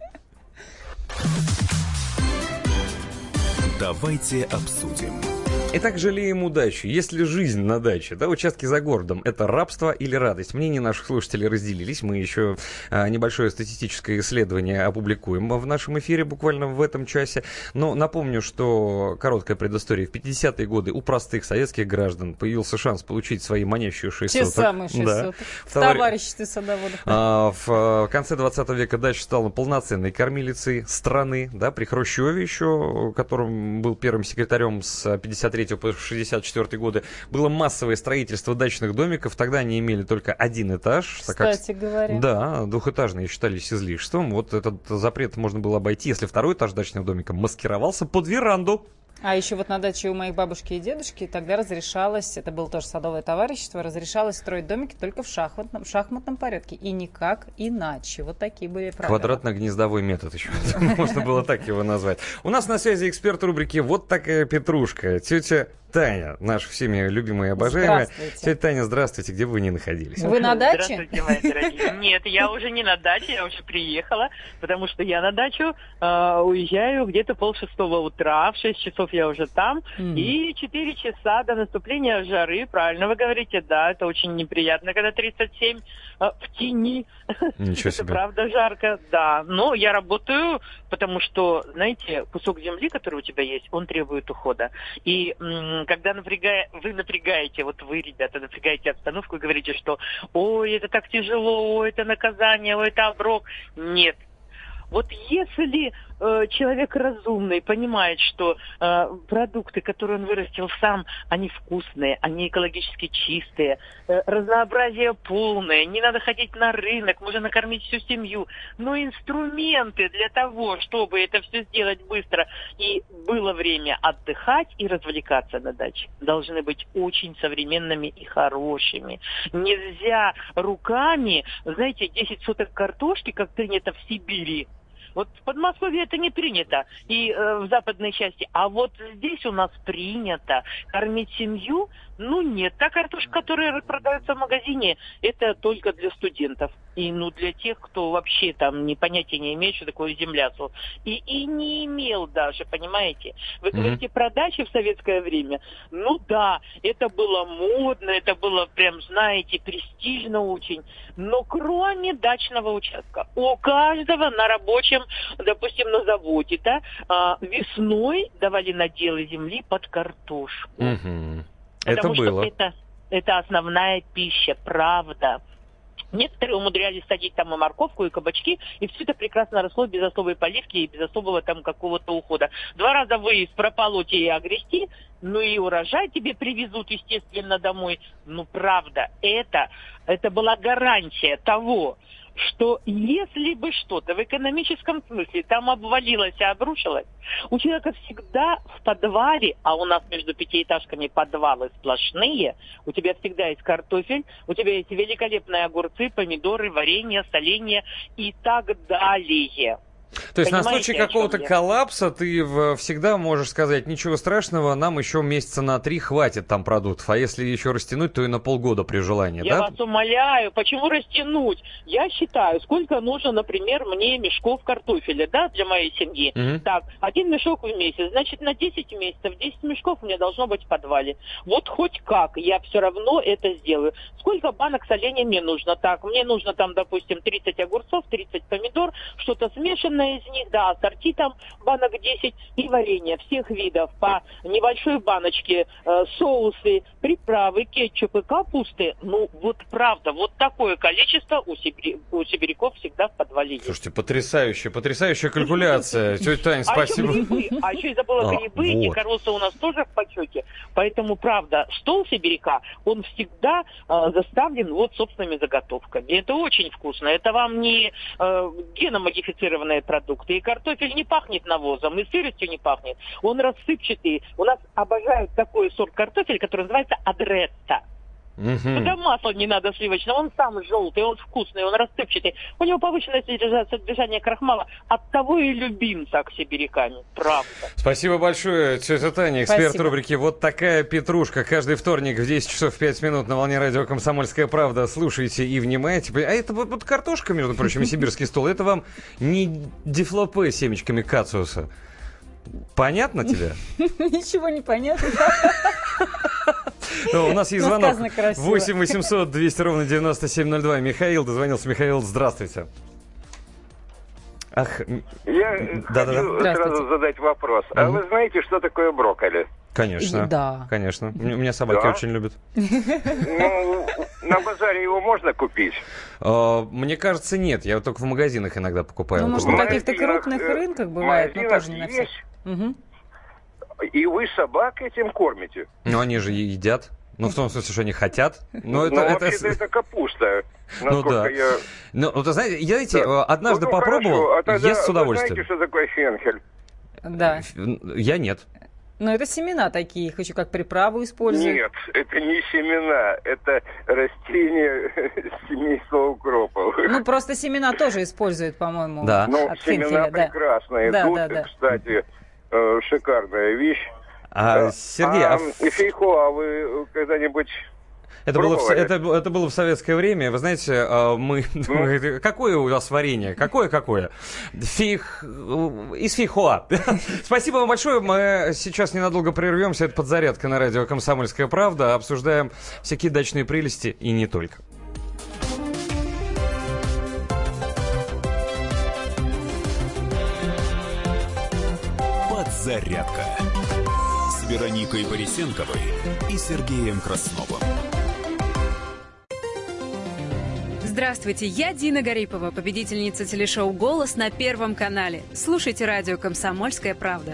Давайте обсудим. Итак, жалеем удачу. Есть ли жизнь на даче? Да, участки за городом. Это рабство или радость? Мнения наших слушателей разделились. Мы еще небольшое статистическое исследование опубликуем в нашем эфире буквально в этом часе. Но напомню, что короткая предыстория. В 50-е годы у простых советских граждан появился шанс получить свои манящие 6 соток. Те самые 6 соток. В товариществе садоводов. В конце 20 века дача стала полноценной кормилицей страны. Да, при Хрущеве еще, которым был первым секретарем с 53 по 64 годы, было массовое строительство дачных домиков. Тогда они имели только один этаж. Кстати говоря. Да, двухэтажные считались излишеством. Вот этот запрет можно было обойти, если второй этаж дачного домика маскировался под веранду. А еще вот на даче у моих бабушки и дедушки тогда разрешалось, это было тоже садовое товарищество, разрешалось строить домики только в шахматном порядке. И никак иначе. Вот такие были правила. Квадратно-гнездовой метод еще. Можно было так его назвать. У нас на связи эксперт рубрики «Вот такая петрушка». Тетя Таня, наша всеми любимая и обожаемая. Тетя Таня, здравствуйте. Где бы вы ни находились? Вы на даче? Здравствуйте, мои дорогие. Нет, я уже не на даче, я уже приехала, потому что я на дачу уезжаю где-то 5:30 утра, в 6 часов я уже там, и 4 часа до наступления жары, правильно вы говорите, да, это очень неприятно, когда 37 в тени. Ничего себе. Это правда жарко, да. Но я работаю, потому что, знаете, кусок земли, который у тебя есть, он требует ухода. И когда вы напрягаете, вот вы, ребята, напрягаете обстановку и говорите, что ой, это так тяжело, ой, это наказание, ой, это оброк. Нет. Вот если человек разумный, понимает, что продукты, которые он вырастил сам, они вкусные, они экологически чистые, разнообразие полное, не надо ходить на рынок, можно накормить всю семью. Но инструменты для того, чтобы это все сделать быстро и было время отдыхать и развлекаться на даче, должны быть очень современными и хорошими. Нельзя руками, знаете, 10 соток картошки, как принято в Сибири. Вот в Подмосковье это не принято, и в западной части. А вот здесь у нас принято кормить семью. Ну нет, та картошка, которая продается в магазине, это только для студентов. И для тех, кто вообще там понятия не имеет, что такое земляцу. И не имел даже, понимаете. Вы говорите про дачи в советское время. Ну да, это было модно, это было прям, знаете, престижно очень. Но кроме дачного участка, у каждого на рабочем, допустим, на заводе, да, весной давали наделы земли под картошку. Потому что это основная пища, правда. Некоторые умудрялись садить там и морковку, и кабачки, и все это прекрасно росло без особой поливки и без особого там какого-то ухода. 2 раза выезд прополоть и огрести, и урожай тебе привезут, естественно, домой. Правда, это была гарантия того, что если бы что-то в экономическом смысле там обвалилось и обрушилось, у человека всегда в подвале, а у нас между 5-этажками подвалы сплошные, у тебя всегда есть картофель, у тебя есть великолепные огурцы, помидоры, варенье, соленье и так далее. То есть на случай какого-то коллапса ты всегда можешь сказать, ничего страшного, нам еще месяца на 3 хватит там продуктов, а если еще растянуть, то и на полгода при желании, Я вас умоляю, почему растянуть? Я считаю, сколько нужно, например, мне мешков картофеля, для моей семьи. Так, 1 мешок в месяц, значит, на 10 месяцев, 10 мешков у меня должно быть в подвале. Вот хоть как, я все равно это сделаю. Сколько банок соленья мне нужно? Так, мне нужно там, допустим, 30 огурцов, 30 помидор, что-то смешанное из них, ассорти там банок 10 и варенье всех видов по небольшой баночке, соусы, приправы, кетчупы, капусты. Вот правда, вот такое количество у сибиряков всегда в подвале есть. Слушайте, потрясающая калькуляция. Тетя Таня, спасибо. А еще и забыла грибы, и коросы у нас тоже в почете. Поэтому, правда, стол сибиряка, он всегда заставлен собственными заготовками. Это очень вкусно. Это вам не геномодифицированные продукты. И картофель не пахнет навозом, и сыростью не пахнет. Он рассыпчатый. У нас обожают такой сорт картофеля, который называется адретта. Туда масло не надо сливочного, он сам желтый, он вкусный, он рассыпчатый. У него повышенное содержание крахмала, оттого и любим так сибиряками, правда. Спасибо большое, тетя Таня, эксперт рубрики «Вот такая петрушка». Каждый вторник в 10 часов 5 минут на волне радио «Комсомольская правда». Слушайте и внимайте. А это вот картошка, между прочим, сибирский стол. Это вам не дифлопе с семечками кациуса. Понятно тебе? Ничего не понятно. У нас есть звонок. 8 800 200 ровно 9702. Михаил дозвонился. Михаил, здравствуйте. Я хочу сразу задать вопрос. А вы знаете, что такое брокколи? Конечно. Да. Конечно. У меня собаки очень любят. На базаре его можно купить? Мне кажется, нет. Я только в магазинах иногда покупаю. Может, на каких-то крупных рынках бывает, но тоже не на всех. И вы собак этим кормите? Ну, они же едят. В том смысле, что они хотят. Вообще-то это капуста. Вы знаете, однажды попробовал, ест с удовольствием. Вы знаете, что такое фенхель? Да. Я нет. Но это семена такие, их еще как приправу используют. Нет, это не семена, это растения семейства укропов. Просто семена тоже используют, по-моему, да. От семена прекрасные. Да. Кстати, шикарная вещь. Сергей, фейхоа вы когда-нибудь это было в советское время. Вы знаете, какое у вас варенье? Какое? Из фейхоа. Спасибо вам большое. Мы сейчас ненадолго прервемся. Это подзарядка на радио «Комсомольская правда». Обсуждаем всякие дачные прелести и не только. Подзарядка с Вероникой Борисенковой и Сергеем Красновым. Здравствуйте, я Дина Гарипова, победительница телешоу «Голос» на Первом канале. Слушайте радио «Комсомольская правда».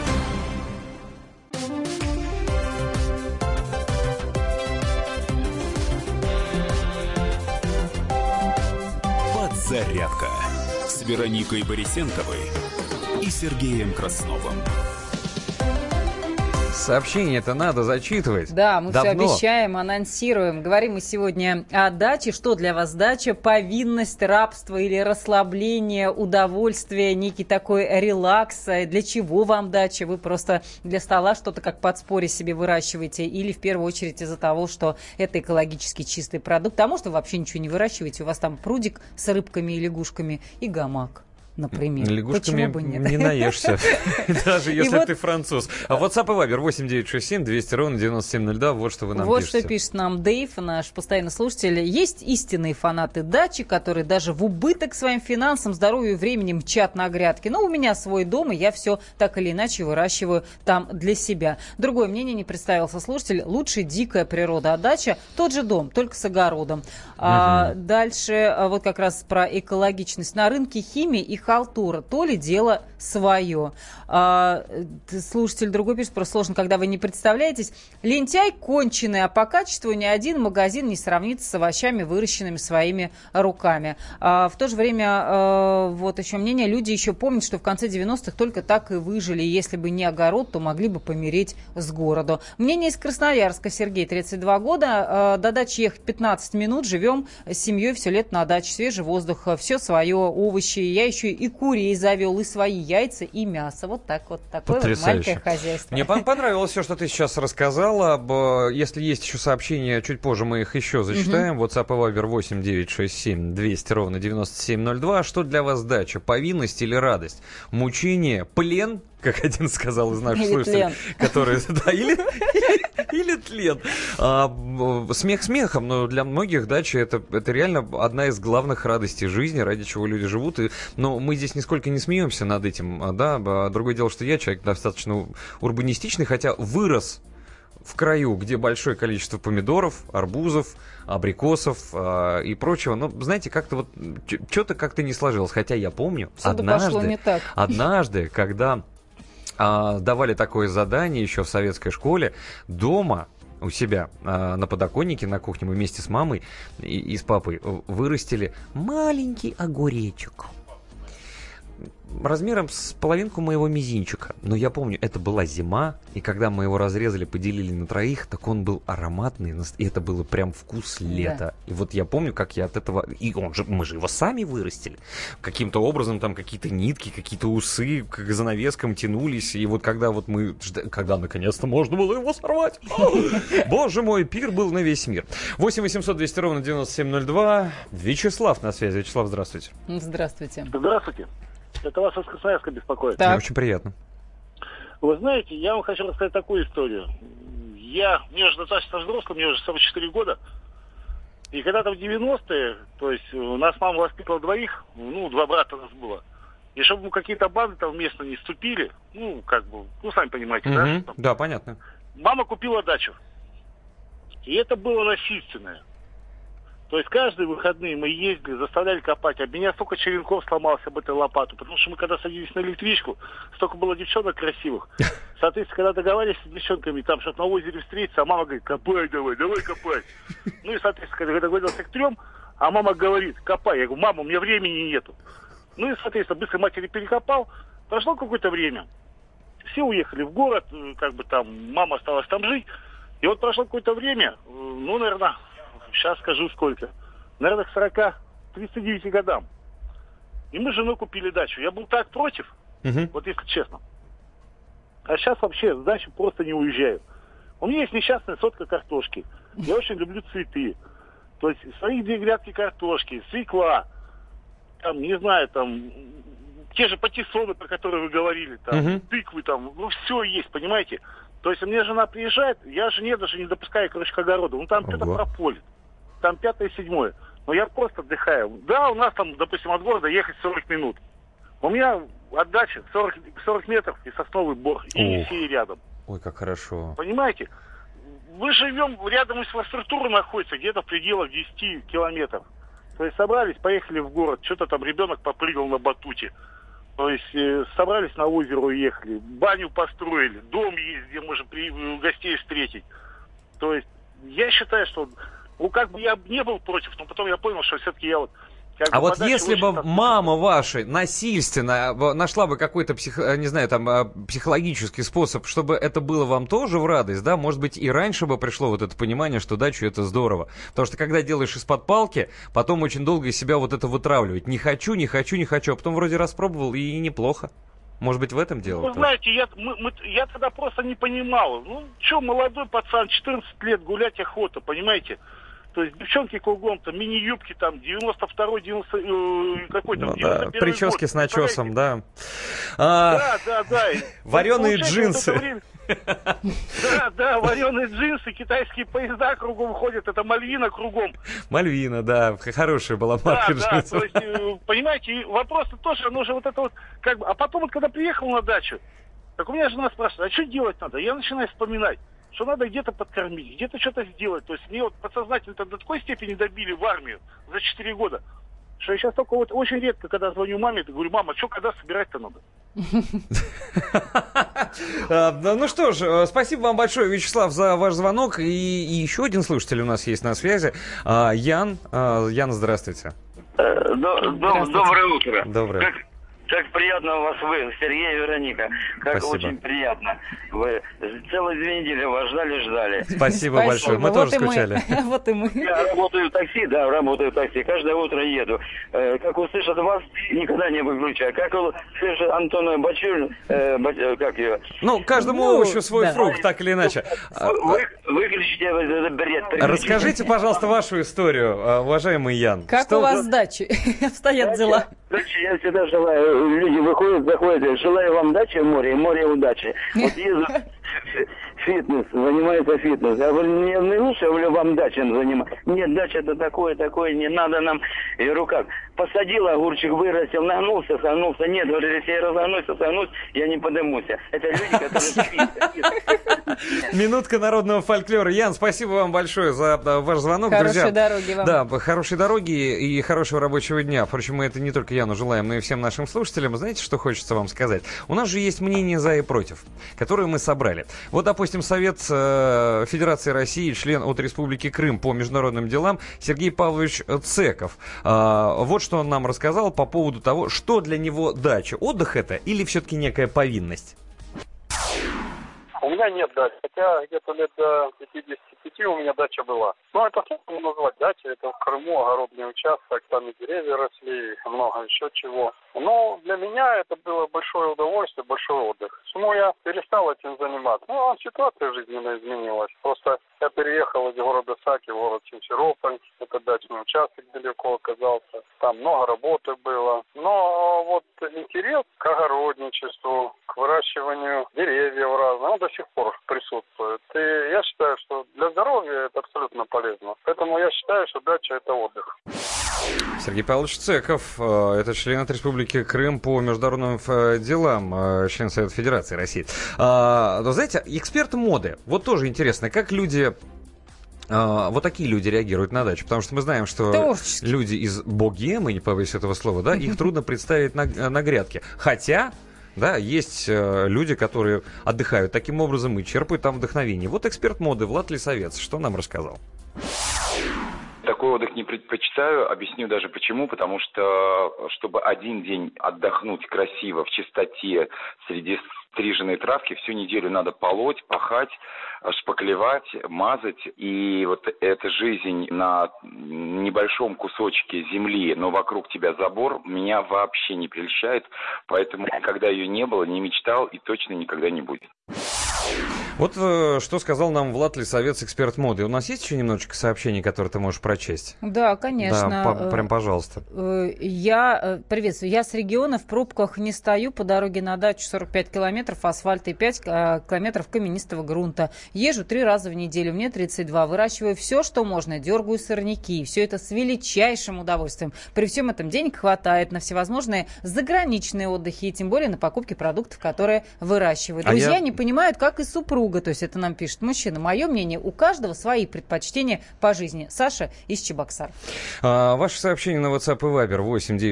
Подзарядка с Вероникой Борисенковой и Сергеем Красновым. Сообщение-то надо зачитывать. Да, мы давно. все обещаем, анонсируем. Говорим мы сегодня о даче. Что для вас дача? Повинность, рабство или расслабление, удовольствие, некий такой релакс? Для чего вам дача? Вы просто для стола что-то как подспорье себе выращиваете? Или в первую очередь из-за того, что это экологически чистый продукт? А может, вы вообще ничего не выращиваете? У вас там прудик с рыбками и лягушками и гамак. Например. Лягушками Почему бы нет? не наешься, даже если ты француз. А WhatsApp и Viber 8967-200-97-02, вот что вы нам пишете. Вот что пишет нам Дэйв, наш постоянный слушатель. Есть истинные фанаты дачи, которые даже в убыток своим финансам, здоровью и временем мчат на грядки. Но у меня свой дом, и я все так или иначе выращиваю там для себя. Другое мнение не представился слушатель. Лучше дикая природа, а дача тот же дом, только с огородом. Дальше вот как раз про экологичность. На рынке химии и халтура, то ли дело свое. Слушатель другой пишет, просто сложно, когда вы не представляетесь. Лентяй конченый, а по качеству ни один магазин не сравнится с овощами, выращенными своими руками. В то же время, вот еще мнение, люди еще помнят, что в конце 90-х только так и выжили. И если бы не огород, то могли бы помереть с городу. Мнение из Красноярска. Сергей, 32 года. До дачи ехать 15 минут. Живем с семьей все лето на даче. Свежий воздух, все свое, овощи. Я еще и курей завел, и свои яйца, и мясо. Вот так вот. Такое вот маленькое хозяйство. Мне понравилось все, что ты сейчас рассказала. Если есть еще сообщения, чуть позже мы их еще зачитаем. WhatsApp и Viber 8967-200-97-02. Что для вас дача? Повинность или радость? Мучение? Плен? Как один сказал из наших слушателей, который... Или тлен. Смех смехом, но для многих дача это реально одна из главных радостей жизни, ради чего люди живут. Но мы здесь нисколько не смеемся над этим. Да? Другое дело, что я человек достаточно урбанистичный, хотя вырос в краю, где большое количество помидоров, арбузов, абрикосов и прочего. Но, знаете, как-то вот что-то как-то не сложилось. Хотя я помню, однажды, когда давали такое задание еще в советской школе, дома у себя на подоконнике, на кухне мы вместе с мамой и с папой вырастили маленький огуречек. Размером с половинку моего мизинчика. Но я помню, это была зима, и когда мы его разрезали, поделили на троих, так он был ароматный, и это было прям вкус лета. Да. И вот я помню, как я от этого... И мы же его сами вырастили. Каким-то образом там какие-то нитки, какие-то усы к занавескам тянулись. И вот когда вот мы... Когда наконец-то можно было его сорвать. Боже мой, пир был на весь мир. 8-800-200-97-02. Вячеслав на связи. Вячеслав, здравствуйте. Здравствуйте. Здравствуйте. Это вас из Красноярска беспокоит. Мне очень приятно. Вы знаете, я вам хочу рассказать такую историю. Мне уже достаточно взрослый, мне уже 44 года. И когда-то в 90-е, то есть у нас мама воспитывала двоих, 2 брата у нас было. И чтобы какие-то банды там местно не вступили, сами понимаете, да? Да, понятно. Мама купила дачу. И это было насильственное. То есть каждые выходные мы ездили, заставляли копать. А меня столько черенков сломалось об этой лопату. Потому что мы когда садились на электричку, столько было девчонок красивых. Соответственно, когда договаривались с девчонками, там что-то на озере встретиться, а мама говорит, копай давай копай. Ну и, соответственно, когда договорился к 3, а мама говорит, копай. Я говорю, мама, у меня времени нету. Ну и, соответственно, быстро матери перекопал. Прошло какое-то время. Все уехали в город, мама осталась там жить. И вот прошло какое-то время, наверное... Сейчас скажу сколько. Наверное, к 39 годам. И мы с женой купили дачу. Я был так против, вот если честно. А сейчас вообще с дачи просто не уезжаю. У меня есть несчастная сотка картошки. Я очень люблю цветы. То есть свои 2 грядки картошки, свекла, те же патиссоны, про которые вы говорили, тыквы, все есть, понимаете? То есть у меня жена приезжает, я жене даже не допускаю, к огороду. Там что-то прополит. Там 5-е, 7-е. Но я просто отдыхаю. Да, у нас там, допустим, от города ехать 40 минут. У меня от дачи 40 метров и сосновый бор. И Енисей рядом. Ой, как хорошо. Понимаете? Мы живем, рядом инфраструктура находится где-то в пределах 10 километров. То есть собрались, поехали в город, что-то там ребенок попрыгал на батуте. То есть собрались на озеро, уехали, баню построили, дом есть, где можем гостей встретить. То есть я считаю, что, как бы я не был против, но потом я понял, что все-таки я вот... А вот если бы мама ваша насильственно нашла бы какой-то, психологический способ, чтобы это было вам тоже в радость, да, может быть, и раньше бы пришло вот это понимание, что дача — это здорово. Потому что когда делаешь из-под палки, потом очень долго из себя вот это вытравливать. Не хочу, а потом вроде распробовал, и неплохо. Может быть, в этом дело? Вы знаете, я тогда просто не понимал. Молодой пацан, 14 лет, гулять охота, понимаете? То есть девчонки кругом, мини-юбки, 92-й, какой-то, 91-й прически год, с начесом, да. Да. Вареные джинсы. Да, вареные джинсы, китайские поезда кругом ходят, это Мальвина кругом. Мальвина, да, хорошая была марка джинсов. То есть, понимаете, вопрос тоже, оно же вот это вот, как бы, а потом вот, когда приехал на дачу, так у меня жена спрашивает, а что делать надо? Я начинаю вспоминать, что надо где-то подкормить, где-то что-то сделать. То есть мне вот подсознательно до такой степени добили в армию за 4 года, что я сейчас только вот очень редко, когда звоню маме, говорю, мама, что когда собирать-то надо? Ну что ж, спасибо вам большое, Вячеслав, за ваш звонок. И еще один слушатель у нас есть на связи. Ян, здравствуйте. Доброе утро. Доброе. Как приятно у вас вы, Сергей и Вероника. Как Спасибо. Очень приятно. Вы целые 2 недели вас ждали. Спасибо большое. Мы тоже скучали. Вот и мы. Я работаю в такси, каждое утро еду. Как услышат вас, никогда не выключаю. Как услышат Антона Бачуль, как ее? Каждому овощу свой фрукт, так или иначе. Выключите этот бред. Расскажите, пожалуйста, вашу историю, уважаемый Ян. Как у вас с дачей обстоят дела? Я всегда желаю, люди выходят, заходят, желаю вам дачи в море и море удачи. Вот езжу фитнес, занимается фитнесом. Я говорю, не лучше вам дачем заниматься. Нет, дача это такое, не надо нам. Я говорю, как? Посадил, огурчик вырастил, нагнулся, согнулся. Нет, говорю, если я согнусь, я не подымусь. Это люди, которые... Минутка народного фольклора. Ян, спасибо вам большое за ваш звонок. Хорошей дороги вам. Да, хорошей дороги и хорошего рабочего дня. Впрочем, мы это не только Яну желаем, но и всем нашим слушателям. Знаете, что хочется вам сказать? У нас же есть мнение за и против, которое мы собрали. Вот, допустим, Совет Федерации России, член от Республики Крым по международным делам Сергей Павлович Цеков. Вот что он нам рассказал по поводу того, что для него дача. Отдых это или все-таки некая повинность? У меня нет дачи, хотя где-то лет до 55 у меня дача была. Это сложно назвать дачей, это в Крыму огородный участок, там и деревья росли, много еще чего. Но для меня это было большое удовольствие, большой отдых. Почему я перестал этим заниматься? Ситуация жизненно изменилась. Просто я переехал из города Саки в город Симферополь, это дачный участок далеко оказался, там много работы было. Но вот интерес к огородничеству, к выращиванию деревьев разных, он до сих пор присутствует. И я считаю, что для здоровья это абсолютно полезно. Поэтому я считаю, что дача это отдых. Сергей Павлович Цеков, это член от Республики Крым по международным делам, член Совета Федерации России. Но знаете, эксперт моды, вот тоже интересно, как люди... Вот такие люди реагируют на дачу, потому что мы знаем, что люди из богемы, не побоюсь этого слова, да, их трудно представить на грядке. Хотя, да, есть люди, которые отдыхают таким образом и черпают там вдохновение. Вот эксперт моды Влад Лисовец, что нам рассказал? Такой отдых не предпочитаю, объясню даже почему, потому что, чтобы один день отдохнуть красиво, в чистоте, среди стриженной травки, всю неделю надо полоть, пахать, шпаклевать, мазать, и вот эта жизнь на небольшом кусочке земли, но вокруг тебя забор, меня вообще не прельщает, поэтому никогда ее не было, не мечтал и точно никогда не будет. Вот что сказал нам Влад Лисовец, эксперт моды. У нас есть еще немножечко сообщений, которые ты можешь прочесть? Да, конечно. Да, прям пожалуйста. Приветствую. Я с региона, в пробках не стою, по дороге на дачу 45 километров асфальта и 5 километров каменистого грунта. Езжу 3 раза в неделю, мне 32. Выращиваю все, что можно, дергаю сорняки. Все это с величайшим удовольствием. При всем этом денег хватает на всевозможные заграничные отдыхи, и тем более на покупки продуктов, которые выращивают. Друзья не понимают, как и супруга друга. То есть это нам пишет мужчина. Мое мнение, у каждого свои предпочтения по жизни. Саша из Чебоксар. Ваше сообщение на WhatsApp и Viber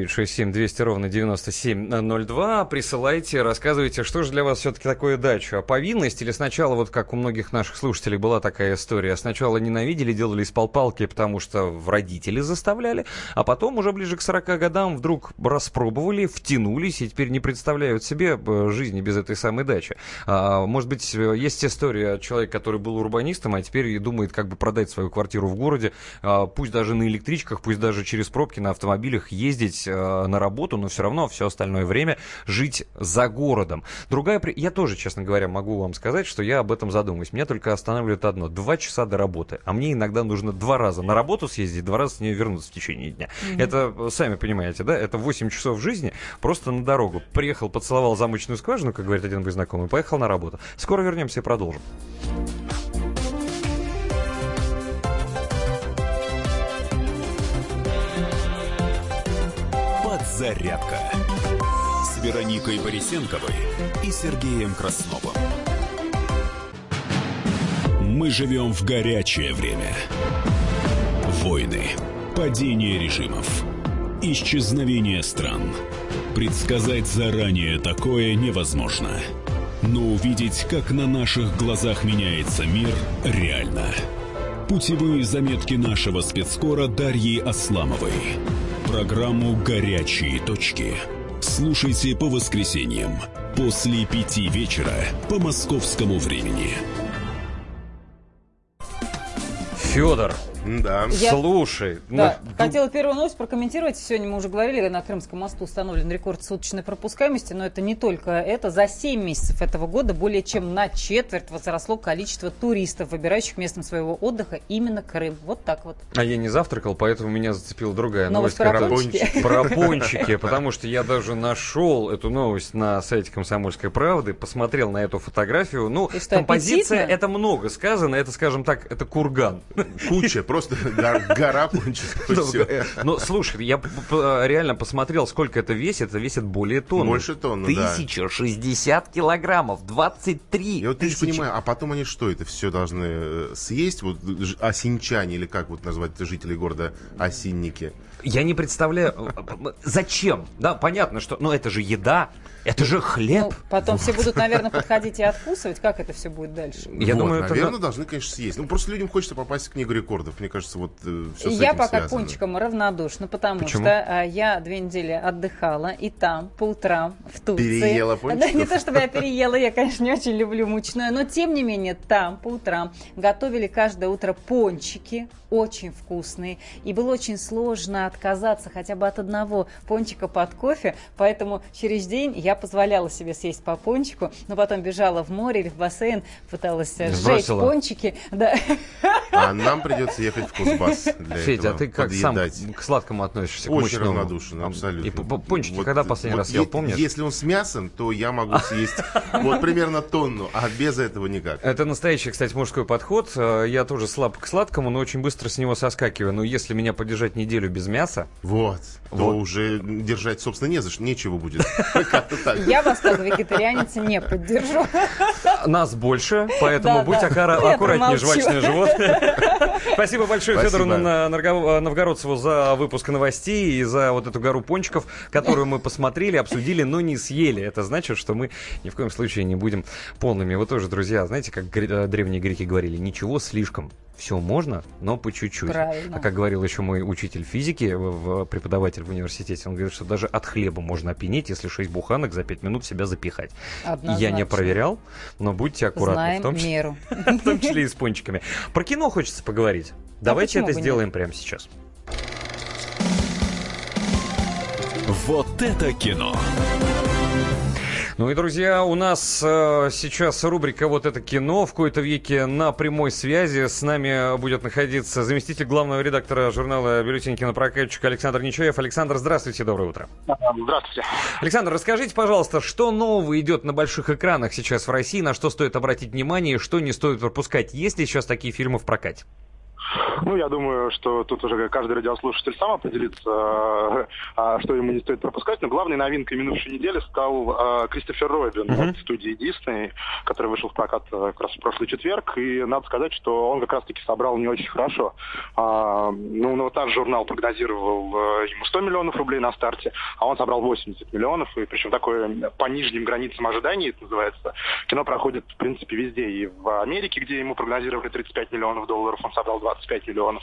8-967-200-97-02. Присылайте, рассказывайте, что же для вас все-таки такое дача. Повинность или сначала, вот как у многих наших слушателей была такая история, сначала ненавидели, делали из-под палки, потому что родители заставляли, а потом уже ближе к 40 годам вдруг распробовали, втянулись и теперь не представляют себе жизни без этой самой дачи. Может быть, есть история человека, который был урбанистом, а теперь и думает, как бы продать свою квартиру в городе, пусть даже на электричках, пусть даже через пробки на автомобилях ездить на работу, но все равно все остальное время жить за городом. Я тоже, честно говоря, могу вам сказать, что я об этом задумываюсь. Меня только останавливает одно: 2 часа до работы. А мне иногда нужно 2 раза на работу съездить, 2 раза с нее вернуться в течение дня. Это, сами понимаете, да? Это 8 часов жизни просто на дорогу. Приехал, поцеловал замочную скважину, как говорит один мой знакомый, поехал на работу. Скоро вернемся и продолжим. Подзарядка с Вероникой Борисенковой и Сергеем Красновым. Мы живем в горячее время. Войны, падение режимов, исчезновение стран. Предсказать заранее такое невозможно. Но увидеть, как на наших глазах меняется мир, реально. Путевые заметки нашего спецкора Дарьи Асламовой. Программу «Горячие точки» слушайте по воскресеньям после 5 вечера по московскому времени. Федор, да. Слушай. Хотела первую новость прокомментировать. Сегодня мы уже говорили, на Крымском мосту установлен рекорд суточной пропускаемости, но это не только это. За 7 месяцев этого года более чем на четверть возросло количество туристов, выбирающих местом своего отдыха именно Крым. Вот так вот. А я не завтракал, поэтому меня зацепила другая новость. Про пончики. Про пончики, потому что я даже нашел эту новость на сайте «Комсомольской правды», посмотрел на эту фотографию. Ну, композиция, это много сказано, это, скажем так, это курган. Куча, просто гора пончиков. Ну, слушай, я реально посмотрел, сколько это весит. Это весит более тонны. Больше тонны, да. 1060 килограммов, 23 Я вот не понимаю, а потом они что, это все должны съесть? Вот осинчане, или как вот назвать жителей города Осинники? Я не представляю, зачем? Да, понятно, что, ну, это же еда, это же хлеб. Ну, потом все будут, наверное, подходить и откусывать. Как это все будет дальше? Я думаю, наверное, должны, конечно, съесть. Ну, просто людям хочется попасть в Книгу рекордов. Мне кажется, вот все с этим Я пока связано. к пончикам равнодушна, потому что я 2 недели отдыхала, и там по утрам в Турции. Переела пончиков? Да, не то, чтобы я переела, я, конечно, не очень люблю мучное, но, тем не менее, там по утрам готовили каждое утро пончики, очень вкусные, и было очень сложно отказаться хотя бы от одного пончика под кофе, поэтому через день я позволяла себе съесть по пончику, но потом бежала в море или в бассейн, пыталась сжечь пончики. Да. А нам придется ехать в Кузбасс для Федя, этого, а ты как подъедать. сам к сладкому относишься? Очень к мучному? равнодушен, абсолютно. И пончики вот, когда последний раз ел, помнишь? Если он с мясом, то я могу съесть вот примерно тонну, а без этого никак. Это настоящий, кстати, мужской подход. Я тоже слаб к сладкому, но очень быстро с него соскакиваю. Но если меня подержать неделю без мяса... То уже держать, собственно, нечего будет. Я вас как вегетарианец не поддержу. Нас больше, поэтому будь аккуратнее, жвачное животное. Спасибо большое Федору Новгородцеву за выпуск новостей и за вот эту гору пончиков, которую мы посмотрели, обсудили, но не съели. Это значит, что мы ни в коем случае не будем полными. Вы тоже, друзья, знаете, как древние греки говорили, ничего слишком. Все можно, но по чуть-чуть. Правильно. А как говорил еще мой учитель физики, преподаватель в университете, он говорит, что даже от хлеба можно опьянеть, если 6 буханок за 5 минут себя запихать. Однозначно. Я не проверял, но будьте аккуратны. Знаем в том числе, меру. В том числе и с пончиками. Про кино хочется поговорить. Давайте это сделаем прямо сейчас. Вот это кино. Ну и, друзья, у нас сейчас рубрика «Вот это кино». В кои-то веке на прямой связи с нами будет находиться заместитель главного редактора журнала «Бюллетень кинопрокатчик» Александр Нечаев. Александр, здравствуйте, доброе утро. Здравствуйте. Александр, расскажите, пожалуйста, что нового идет на больших экранах сейчас в России, на что стоит обратить внимание и что не стоит пропускать? Есть ли сейчас такие фильмы в прокате? Ну, я думаю, что тут уже каждый радиослушатель сам определится, что ему не стоит пропускать. Но главной новинкой минувшей недели стал Кристофер Робин от студии Disney, который вышел в прокат как раз в прошлый четверг. И надо сказать, что он как раз-таки собрал не очень хорошо. Ну, наш журнал прогнозировал ему 100 миллионов рублей на старте, а он собрал 80 миллионов. И причем такое по нижним границам ожиданий, это называется. Кино проходит, в принципе, везде. И в Америке, где ему прогнозировали 35 миллионов долларов, он собрал 25 миллионов.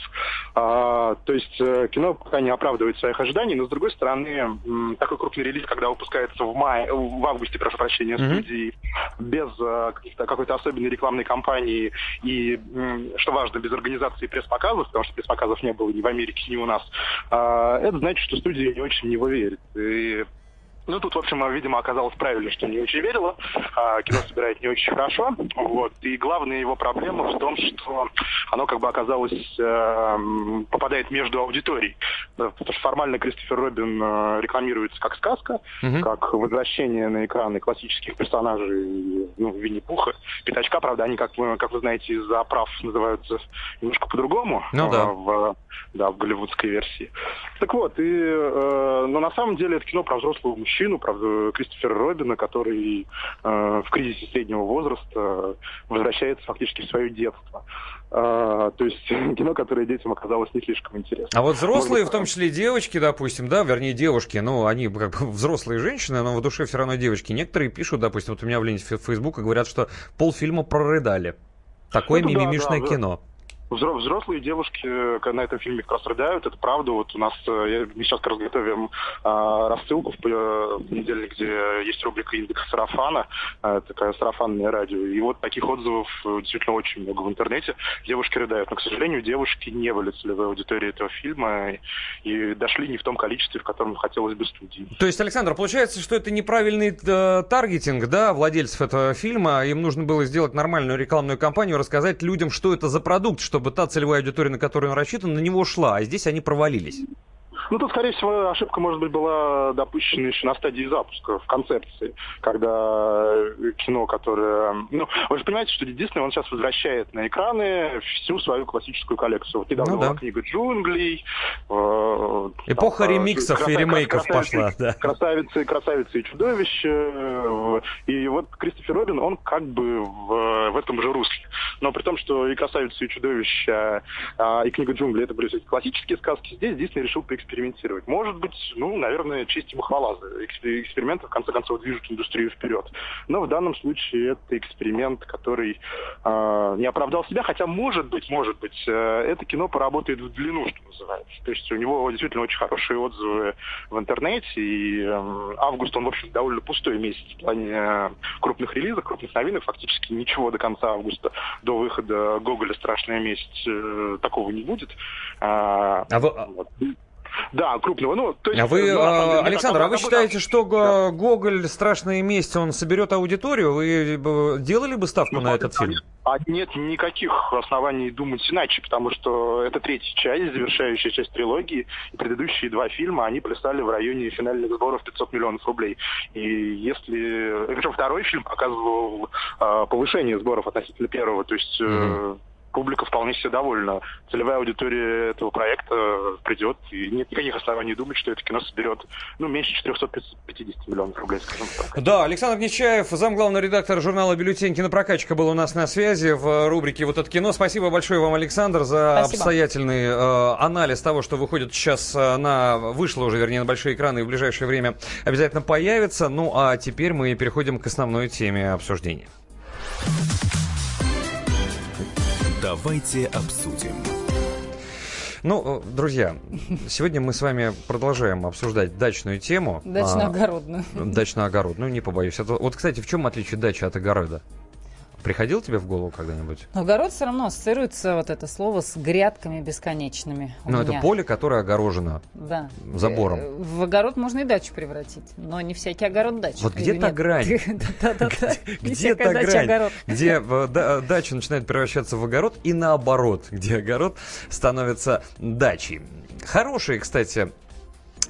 То есть кино пока не оправдывает своих ожиданий, но, с другой стороны, такой крупный релиз, когда выпускается в августе, прошу прощения, студии, без какой-то особенной рекламной кампании и, что важно, без организации пресс-показов, потому что пресс-показов не было ни в Америке, ни у нас, это значит, что студия не очень в него верит. И ну, тут, в общем, видимо, оказалось правильно, что не очень верила. Кино собирает не очень хорошо. Вот. И главная его проблема в том, что оно как бы оказалось, попадает между аудиторией. Потому что формально Кристофер Робин рекламируется как сказка, как возвращение на экраны классических персонажей, Винни-Пуха, Пятачка. Правда, они, как вы знаете, из-за прав называются немножко по-другому. Ну да. В голливудской версии. Так вот, но на самом деле это кино про взрослого мужчину, правда, Кристофера Робина, который в кризисе среднего возраста возвращается фактически в свое детство. То есть кино, которое детям оказалось не слишком интересно. А вот взрослые, в том числе девочки, допустим, вернее девушки, они как бы взрослые женщины, но в душе все равно девочки. Некоторые пишут, допустим, вот у меня в ленте Фейсбука говорят, что полфильма прорыдали. Такое мимимишное кино. Взрослые девушки на этом фильме как раз рыдают, это правда. Вот у нас, мы сейчас как раз готовим рассылку в понедельник, где есть рубрика «Индекс сарафана», такая сарафанное радио. И вот таких отзывов действительно очень много в интернете. Девушки рыдают, но, к сожалению, девушки не были целевой аудиторией этого фильма и дошли не в том количестве, в котором хотелось бы студии. То есть, Александр, получается, что это неправильный таргетинг, владельцев этого фильма. Им нужно было сделать нормальную рекламную кампанию, рассказать людям, что это за продукт, чтобы та целевая аудитория, на которую он рассчитан, на него шла, а здесь они провалились. Ну, тут, скорее всего, ошибка, может быть, была допущена еще на стадии запуска, в концепции, когда кино, которое... вы же понимаете, что Дисней, он сейчас возвращает на экраны всю свою классическую коллекцию. Вот недавно была «Книга джунглей». Эпоха ремиксов и ремейков пошла, да. «Красавица и чудовище». И вот Кристофер Робин, он как бы в этом же русле. Но при том, что и «Красавица и чудовище», и «Книга джунглей» — это были классические сказки, здесь Дисней решил поэкспериментировать. Может быть, наверное, честь ему хвала за эксперименты, в конце концов, движут индустрию вперед. Но в данном случае это эксперимент, который не оправдал себя, хотя, может быть, это кино поработает в длину, что называется. То есть у него действительно очень хорошие отзывы в интернете, и август, он, в общем, довольно пустой месяц в плане крупных релизов, крупных новинок. Фактически ничего до конца августа, до выхода «Гоголя. Страшная месть» такого не будет. Да, крупного. То есть, Александр, вы считаете, что Гоголь «Страшная месть», он соберет аудиторию? Вы делали бы ставку на этот фильм? Нет никаких оснований думать иначе, потому что это третья часть, завершающая часть трилогии, и предыдущие два фильма, они плясали в районе финальных сборов 500 миллионов рублей. И причем второй фильм показывал повышение сборов относительно первого, то есть... Публика вполне себе довольна. Целевая аудитория этого проекта придет, и нет никаких оснований думать, что это кино соберет меньше 450 миллионов рублей, скажем так. Да, Александр Нечаев, замглавного редактора журнала «Бюллетень «Кинопрокачка», был у нас на связи в рубрике «Вот это кино». Спасибо большое вам, Александр, за обстоятельный анализ того, что выходит сейчас вышло уже, вернее, на большие экраны и в ближайшее время обязательно появится. Ну, а теперь мы переходим к основной теме обсуждения. Давайте обсудим. Друзья, сегодня мы с вами продолжаем обсуждать дачную тему. Дачно-огородную. Дачно-огородную, не побоюсь. Вот, кстати, в чем отличие дачи от огорода? Приходил тебе в голову когда-нибудь? Огород все равно ассоциируется, вот это слово, с грядками бесконечными. Это поле, которое огорожено забором. В огород можно и дачу превратить, но не всякий огород дача. Вот где-то грань. Где-то грань, где дача начинает превращаться в огород, и наоборот, где огород становится дачей. Хорошие, кстати,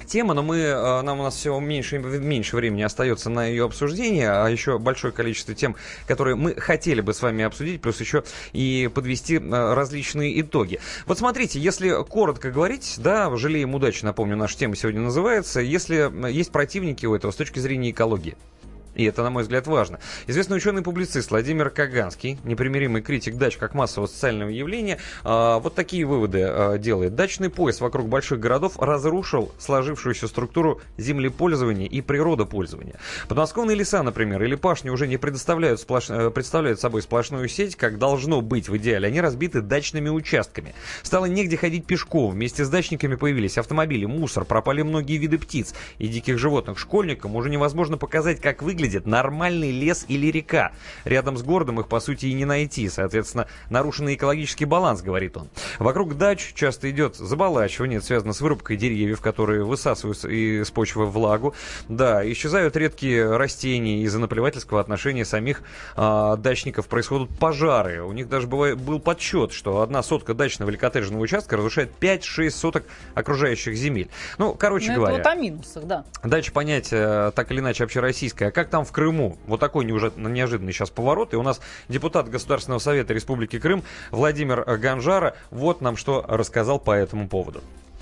тема, но нам у нас все меньше времени остается на ее обсуждение, а еще большое количество тем, которые мы хотели бы с вами обсудить, плюс еще и подвести различные итоги. Вот смотрите, если коротко говорить, да, жалеем удачи, напомню, наша тема сегодня называется, если есть противники у этого с точки зрения экологии. И это, на мой взгляд, важно. Известный ученый-публицист Владимир Каганский, непримиримый критик дач как массового социального явления, вот такие выводы делает. Дачный пояс вокруг больших городов разрушил сложившуюся структуру землепользования и природопользования. Подмосковные леса, например, или пашни уже не представляют собой сплошную сеть, как должно быть в идеале. Они разбиты дачными участками. Стало негде ходить пешком. Вместе с дачниками появились автомобили, мусор, пропали многие виды птиц и диких животных. Школьникам уже невозможно показать, как выглядит нормальный лес или река. Рядом с городом их, по сути, и не найти. Соответственно, нарушенный экологический баланс, говорит он. Вокруг дач часто идет заболачивание, это связано с вырубкой деревьев, которые высасывают из почвы влагу. Да, исчезают редкие растения. Из-за наплевательского отношения самих дачников происходят пожары. У них даже был подсчет, что 1 сотка дачного или коттеджного участка разрушает 5-6 соток окружающих земель. Ну, короче говоря. Это вот о минусах, да. Дача понятие так или иначе общероссийское. А как там в Крыму? Вот такой неожиданный сейчас поворот. И у нас депутат Государственного совета Республики Крым Владимир Ганжара вот нам что рассказал по этому поводу.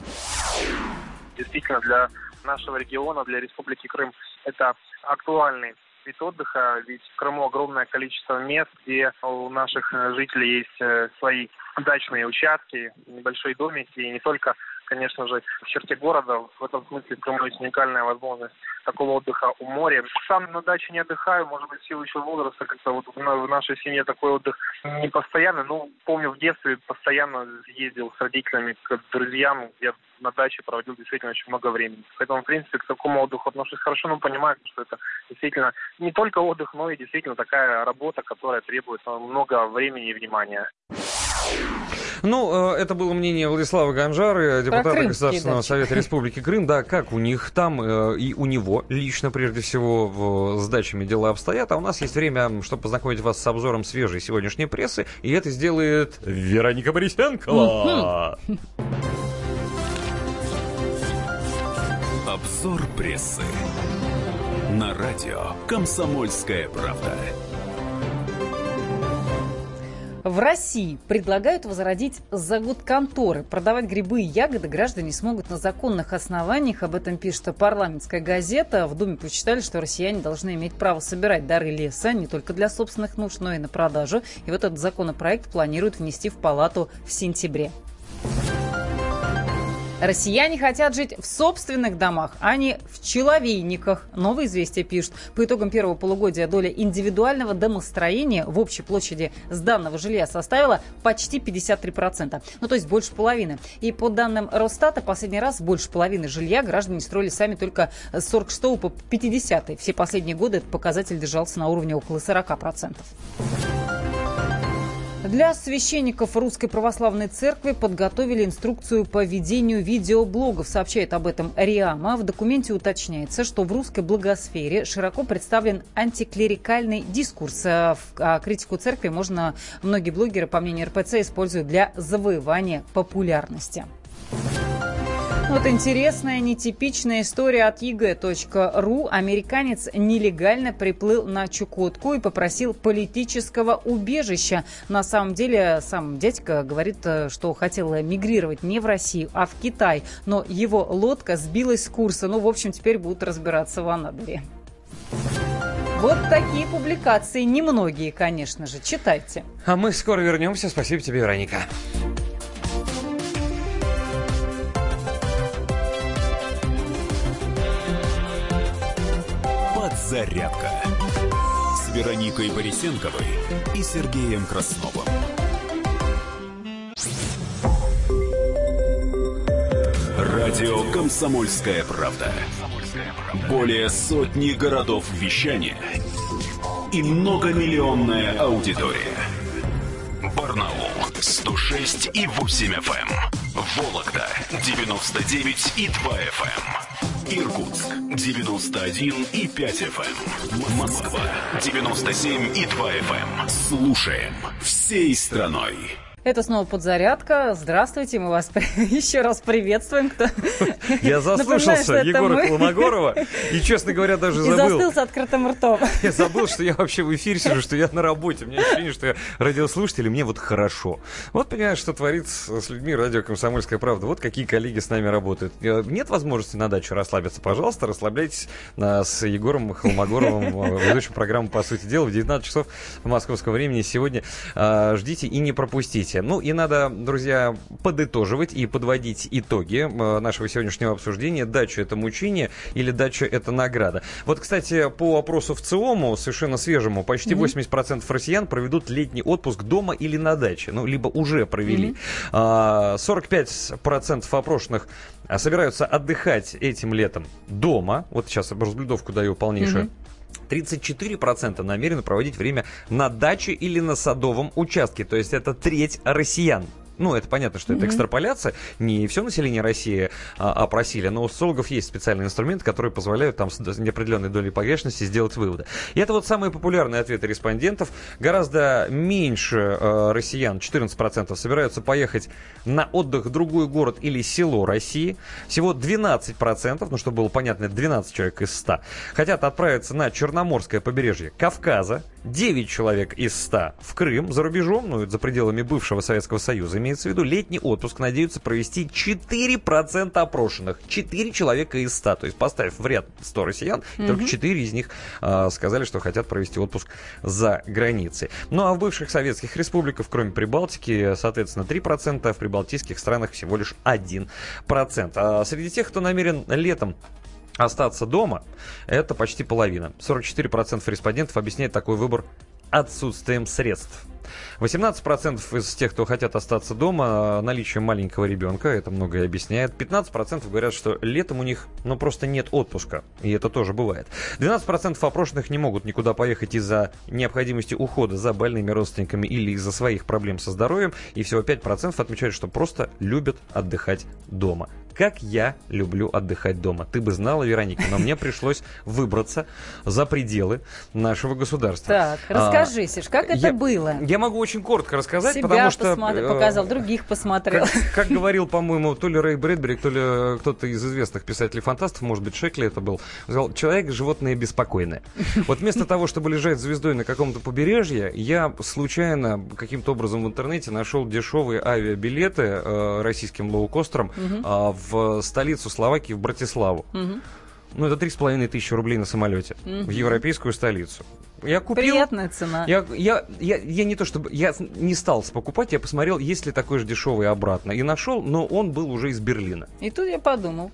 Действительно, для нашего региона, для Республики Крым, это актуальный вид отдыха, ведь в Крыму огромное количество мест, где у наших жителей есть свои дачные участки, небольшие домики, и не только, конечно же, в черте города. В этом смысле в Крыму есть уникальная возможность такого отдыха у моря. Сам на даче не отдыхаю, может быть, в силу еще возраста, как-то вот в нашей семье такой отдых не постоянный. Ну, помню, в детстве постоянно ездил с родителями к друзьям, где на даче проводил действительно очень много времени. Поэтому, в принципе, к такому отдыху отношусь хорошо, но понимаю, что это действительно не только отдых, но и действительно такая работа, которая требует много времени и внимания. Ну, это было мнение Владислава Ганжары, депутата Государственного совета Республики Крым. Да, как у них там и у него лично, прежде всего, с дачами дела обстоят. А у нас есть время, чтобы познакомить вас с обзором свежей сегодняшней прессы. И это сделает Вероника Борисенкова. Обзор прессы на радио «Комсомольская правда». В России предлагают возродить заготконторы. Продавать грибы и ягоды граждане смогут на законных основаниях. Об этом пишет «Парламентская газета». В Думе посчитали, что россияне должны иметь право собирать дары леса не только для собственных нужд, но и на продажу. И вот этот законопроект планируют внести в Палату в сентябре. Россияне хотят жить в собственных домах, а не в человейниках. Новое известие пишет. По итогам первого полугодия доля индивидуального домостроения в общей площади сданного жилья составила почти 53%. Ну, то есть больше половины. И по данным Росстата, последний раз больше половины жилья граждане строили сами только с 46 по 50. Все последние годы этот показатель держался на уровне около 40%. Для священников Русской Православной Церкви подготовили инструкцию по ведению видеоблогов, сообщает об этом РИАМа. В документе уточняется, что в русской блогосфере широко представлен антиклерикальный дискурс. А критику церкви многие блогеры, по мнению РПЦ, используют для завоевания популярности. Вот интересная, нетипичная история от eg.ru. Американец нелегально приплыл на Чукотку и попросил политического убежища. На самом деле, сам дядька говорит, что хотел мигрировать не в Россию, а в Китай. Но его лодка сбилась с курса. Ну, в общем, теперь будут разбираться в Анадыре. Вот такие публикации. Немногие, конечно же. Читайте. А мы скоро вернемся. Спасибо тебе, Вероника. Зарядка с Вероникой Борисенковой и Сергеем Красновым. Радио «Комсомольская правда». Более сотни городов вещания и многомиллионная аудитория. Барнаул 106,8 FM. Вологда 99,2 FM. Иркутск 91,5 FM. Москва 97,2 FM. Слушаем всей страной. Это снова «Подзарядка». Здравствуйте, мы вас еще раз приветствуем. Я заслушался Егора Колмогорова и, честно говоря, даже забыл. И застыл с открытым ртом. Я забыл, что я вообще в эфире сижу, что я на работе. У меня ощущение, что я радиослушатель, и мне вот хорошо. Вот понимаешь, что творится с людьми радио «Комсомольская правда». Вот какие коллеги с нами работают. Нет возможности на дачу расслабиться? Пожалуйста, расслабляйтесь с Егором Холмогоровым, ведущим программу «По сути дела» в 19 часов по московскому времени сегодня. Ждите и не пропустите. Ну и надо, друзья, подытоживать и подводить итоги нашего сегодняшнего обсуждения. Дача — это мучение или дача — это награда? Вот, кстати, по опросу ВЦИОМу, совершенно свежему, почти 80% россиян проведут летний отпуск дома или на даче. Ну, либо уже провели. 45% опрошенных собираются отдыхать этим летом дома. Вот сейчас разблюдовку даю полнейшую. 34% намерены проводить время на даче или на садовом участке. То есть это треть россиян. Ну, это понятно, что это экстраполяция. Не все население России опросили, но у социологов есть специальные инструменты, которые позволяют там с неопределенной долей погрешности сделать выводы. И это вот самые популярные ответы респондентов. Гораздо меньше россиян, 14%, собираются поехать на отдых в другой город или село России. Всего 12%, ну, чтобы было понятно, это 12 человек из 100, хотят отправиться на Черноморское побережье Кавказа. 9 человек из 100 в Крым, за рубежом, ну, за пределами бывшего Советского Союза, имеется в виду. Летний отпуск надеются провести 4% опрошенных. 4 человека из 100. То есть, поставив в ряд 100 россиян, только 4 из них сказали, что хотят провести отпуск за границей. Ну, а в бывших советских республиках, кроме Прибалтики, соответственно, 3%, а в прибалтийских странах всего лишь 1%. А среди тех, кто намерен летом остаться дома, это почти половина. 44% респондентов объясняют такой выбор отсутствием средств. 18% из тех, кто хотят остаться дома, наличием маленького ребенка, это многое объясняет. 15% говорят, что летом у них, ну, просто нет отпуска, и это тоже бывает. 12% опрошенных не могут никуда поехать из-за необходимости ухода за больными родственниками или из-за своих проблем со здоровьем, и всего 5% отмечают, что просто любят отдыхать дома. Как я люблю отдыхать дома. Ты бы знала, Вероника, но мне пришлось выбраться за пределы нашего государства. Так, расскажи, Серж, как это было? Я могу очень коротко рассказать, себя потому что... показал, других посмотрел. Как говорил, по-моему, то ли Рэй Брэдбери, то ли кто-то из известных писателей-фантастов, может быть, Шекли это был, сказал: человек — животное беспокойное. Вот вместо того, чтобы лежать звездой на каком-то побережье, я случайно каким-то образом в интернете нашел дешевые авиабилеты российским лоукостером в столицу Словакии, в Братиславу. Ну, это 3500 рублей на самолете в европейскую столицу. Я купил. Приятная цена. Я не то чтобы... Я не стал покупать, я посмотрел, есть ли такой же дешевый обратно. И нашел, но он был уже из Берлина. И тут я подумал,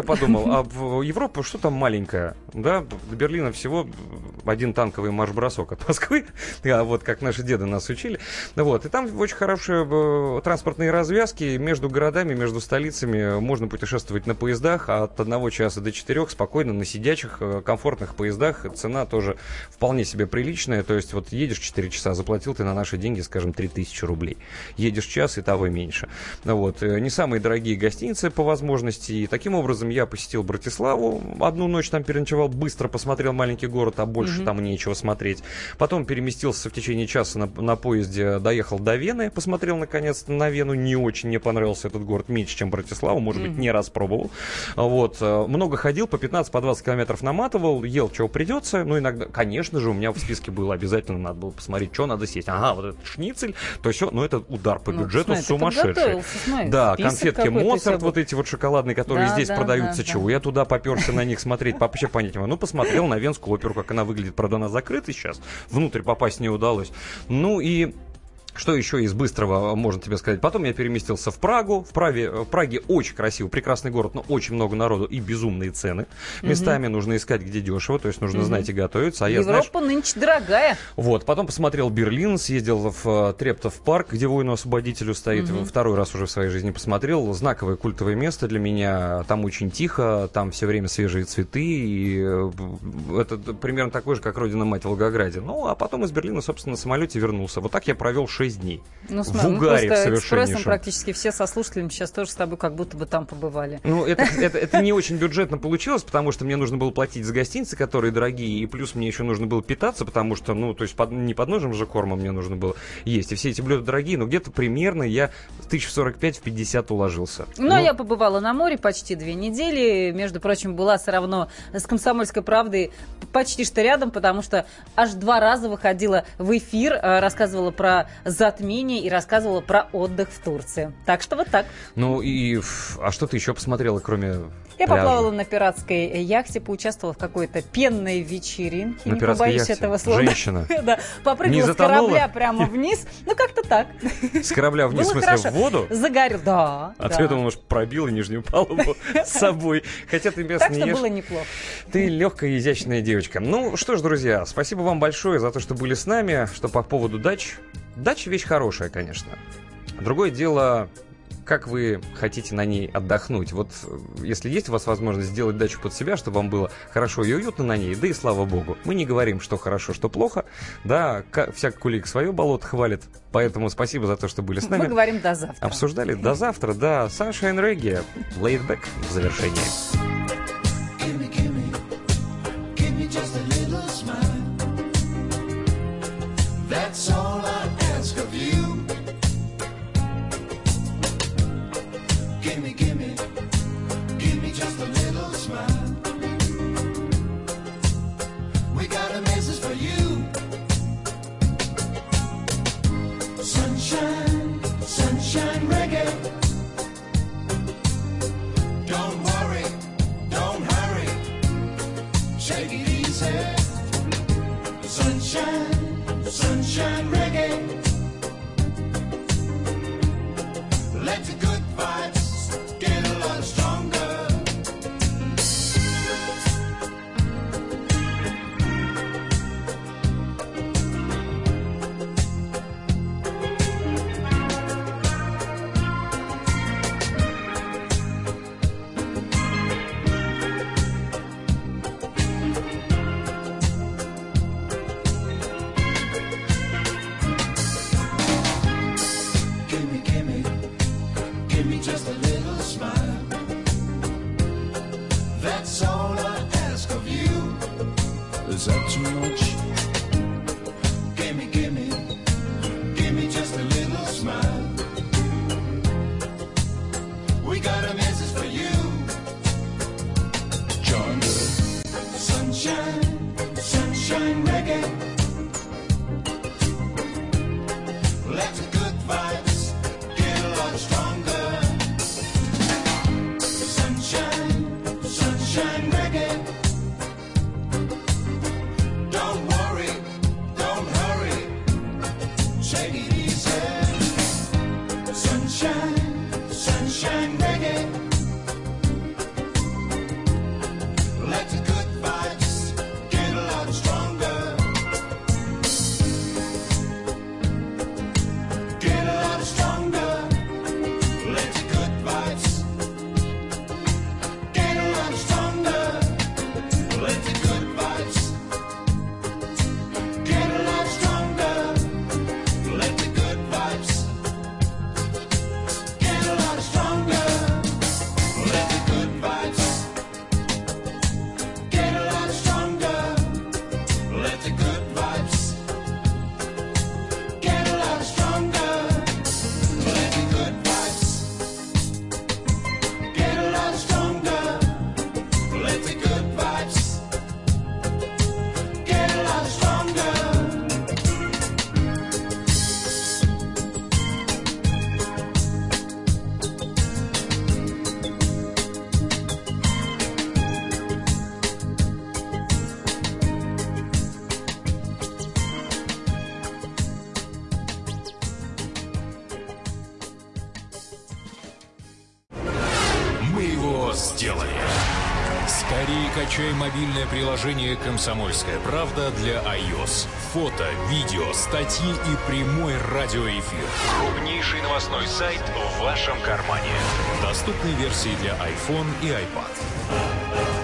а в Европу что там маленькое? Да, до Берлина всего один танковый марш-бросок от Москвы. Вот как наши деды нас учили. Вот. И там очень хорошие транспортные развязки. Между городами, между столицами можно путешествовать на поездах от 1 часа до 4 спокойно на сидячих, комфортных поездах. Цена тоже вполне себе приличная, то есть вот едешь 4 часа, заплатил ты на наши деньги, скажем, 3000 рублей. Едешь час, и того меньше. Вот. Не самые дорогие гостиницы по возможности. И таким образом я посетил Братиславу, одну ночь там переночевал, быстро посмотрел маленький город, а больше там нечего смотреть. Потом переместился в течение часа на поезде, доехал до Вены, посмотрел наконец-то на Вену. Не очень мне понравился этот город, меньше, чем Братислава, может быть, не раз пробовал. Вот. Много ходил, по 15-20 километров наматывал, ел, чего придется. Ну, иногда, конечно же, у меня в списке было обязательно, надо было посмотреть, что надо съесть. Ага, вот этот шницель, то все, ну это удар по бюджету сумасшедший. Да, конфетки Моцарт, вот эти вот шоколадные, которые здесь продаются, чего я туда поперся на них смотреть, вообще понять не могу. Ну, посмотрел на Венскую оперу, как она выглядит, правда, она закрыта сейчас, внутрь попасть не удалось. Ну и... Что еще из быстрого можно тебе сказать? Потом я переместился в Прагу. В Праге очень красиво, прекрасный город, но очень много народу и безумные цены. Местами нужно искать, где дешево, то есть нужно знать и готовиться. А Европа нынче дорогая. Вот, потом посмотрел Берлин, съездил в Трептов парк, где воину-освободителю стоит. Второй раз уже в своей жизни посмотрел. Знаковое культовое место для меня. Там очень тихо, там все время свежие цветы. И это примерно такое же, как родина-мать в Волгограде. Ну, а потом из Берлина, собственно, на самолете вернулся. Вот так я провел 6 6 дней. Ну, в смотри, угаре просто экспрессом совершеннейшем. практически все со слушателями сейчас тоже с тобой как будто бы там побывали. Ну, это не очень бюджетно получилось, потому что мне нужно было платить за гостиницы, которые дорогие, и плюс мне еще нужно было питаться, потому что, ну, то есть не подножным же кормом мне нужно было есть. И все эти блюда дорогие, но где-то примерно я 1045-50 уложился. Ну, я побывала на море почти 2 недели. Между прочим, была все равно с «Комсомольской правдой» почти что рядом, потому что аж 2 раза выходила в эфир, рассказывала про затмение и рассказывала про отдых в Турции. Так что вот так. Ну и... А что ты еще посмотрела, кроме Я пляжа? поплавала на пиратской яхте, поучаствовала в какой-то пенной вечеринке. На Не пиратской побоюсь яхте? этого слова. Женщина? Да, попрыгала с корабля прямо вниз. Ну, как-то так. С корабля вниз, в смысле, в воду? Загорел, да. А ты, думаешь, пробила нижнюю палубу с собой. Хотя ты мясо не ешь. Так что было неплохо. Ты легкая и изящная девочка. Ну что ж, друзья, спасибо вам большое за то, что были с нами. Что по поводу дач. Дача вещь хорошая, конечно. Другое дело, как вы хотите на ней отдохнуть. Вот если есть у вас возможность сделать дачу под себя, чтобы вам было хорошо и уютно на ней, да и слава богу. Мы не говорим, что хорошо, что плохо. Да, всяк кулик свое болото хвалит. Поэтому спасибо за то, что были с нами. Мы говорим до завтра. Обсуждали до завтра, да. Sunshine Reggae, Laid Back в завершении. That's all I ask of you. Give me just a little smile. We got a message for you. Sunshine, sunshine reggae. Don't worry, don't hurry. Shake it easy. Sunshine, sunshine reggae. Let the good vibes get a lot stronger. Give me just a little smile. That's all I ask of you. Is that too much? Give me just a little smile. We got a message for you. Join the sunshine, sunshine reggae. Let the good vibes get a lot stronger. Sunshine, sunshine reggae. Don't worry, don't hurry. Take it easy. Sunshine, sunshine reggae. Let the good vibes get a lot stronger. Get a lot stronger. Let the good vibes get a lot stronger. Let the good vibes get a lot stronger. Let the good vibes get a lot stronger. Let the good vibes get a lot stronger. Let the good vibes get a lot stronger. Let the good vibes get a lot stronger. Let the good vibes get a lot stronger. Мы его сделали. Скорее качай мобильное приложение «Комсомольская правда» для iOS. Фото, видео, статьи и прямой радиоэфир. Крупнейший новостной сайт в вашем кармане. Доступны версии для iPhone и iPad.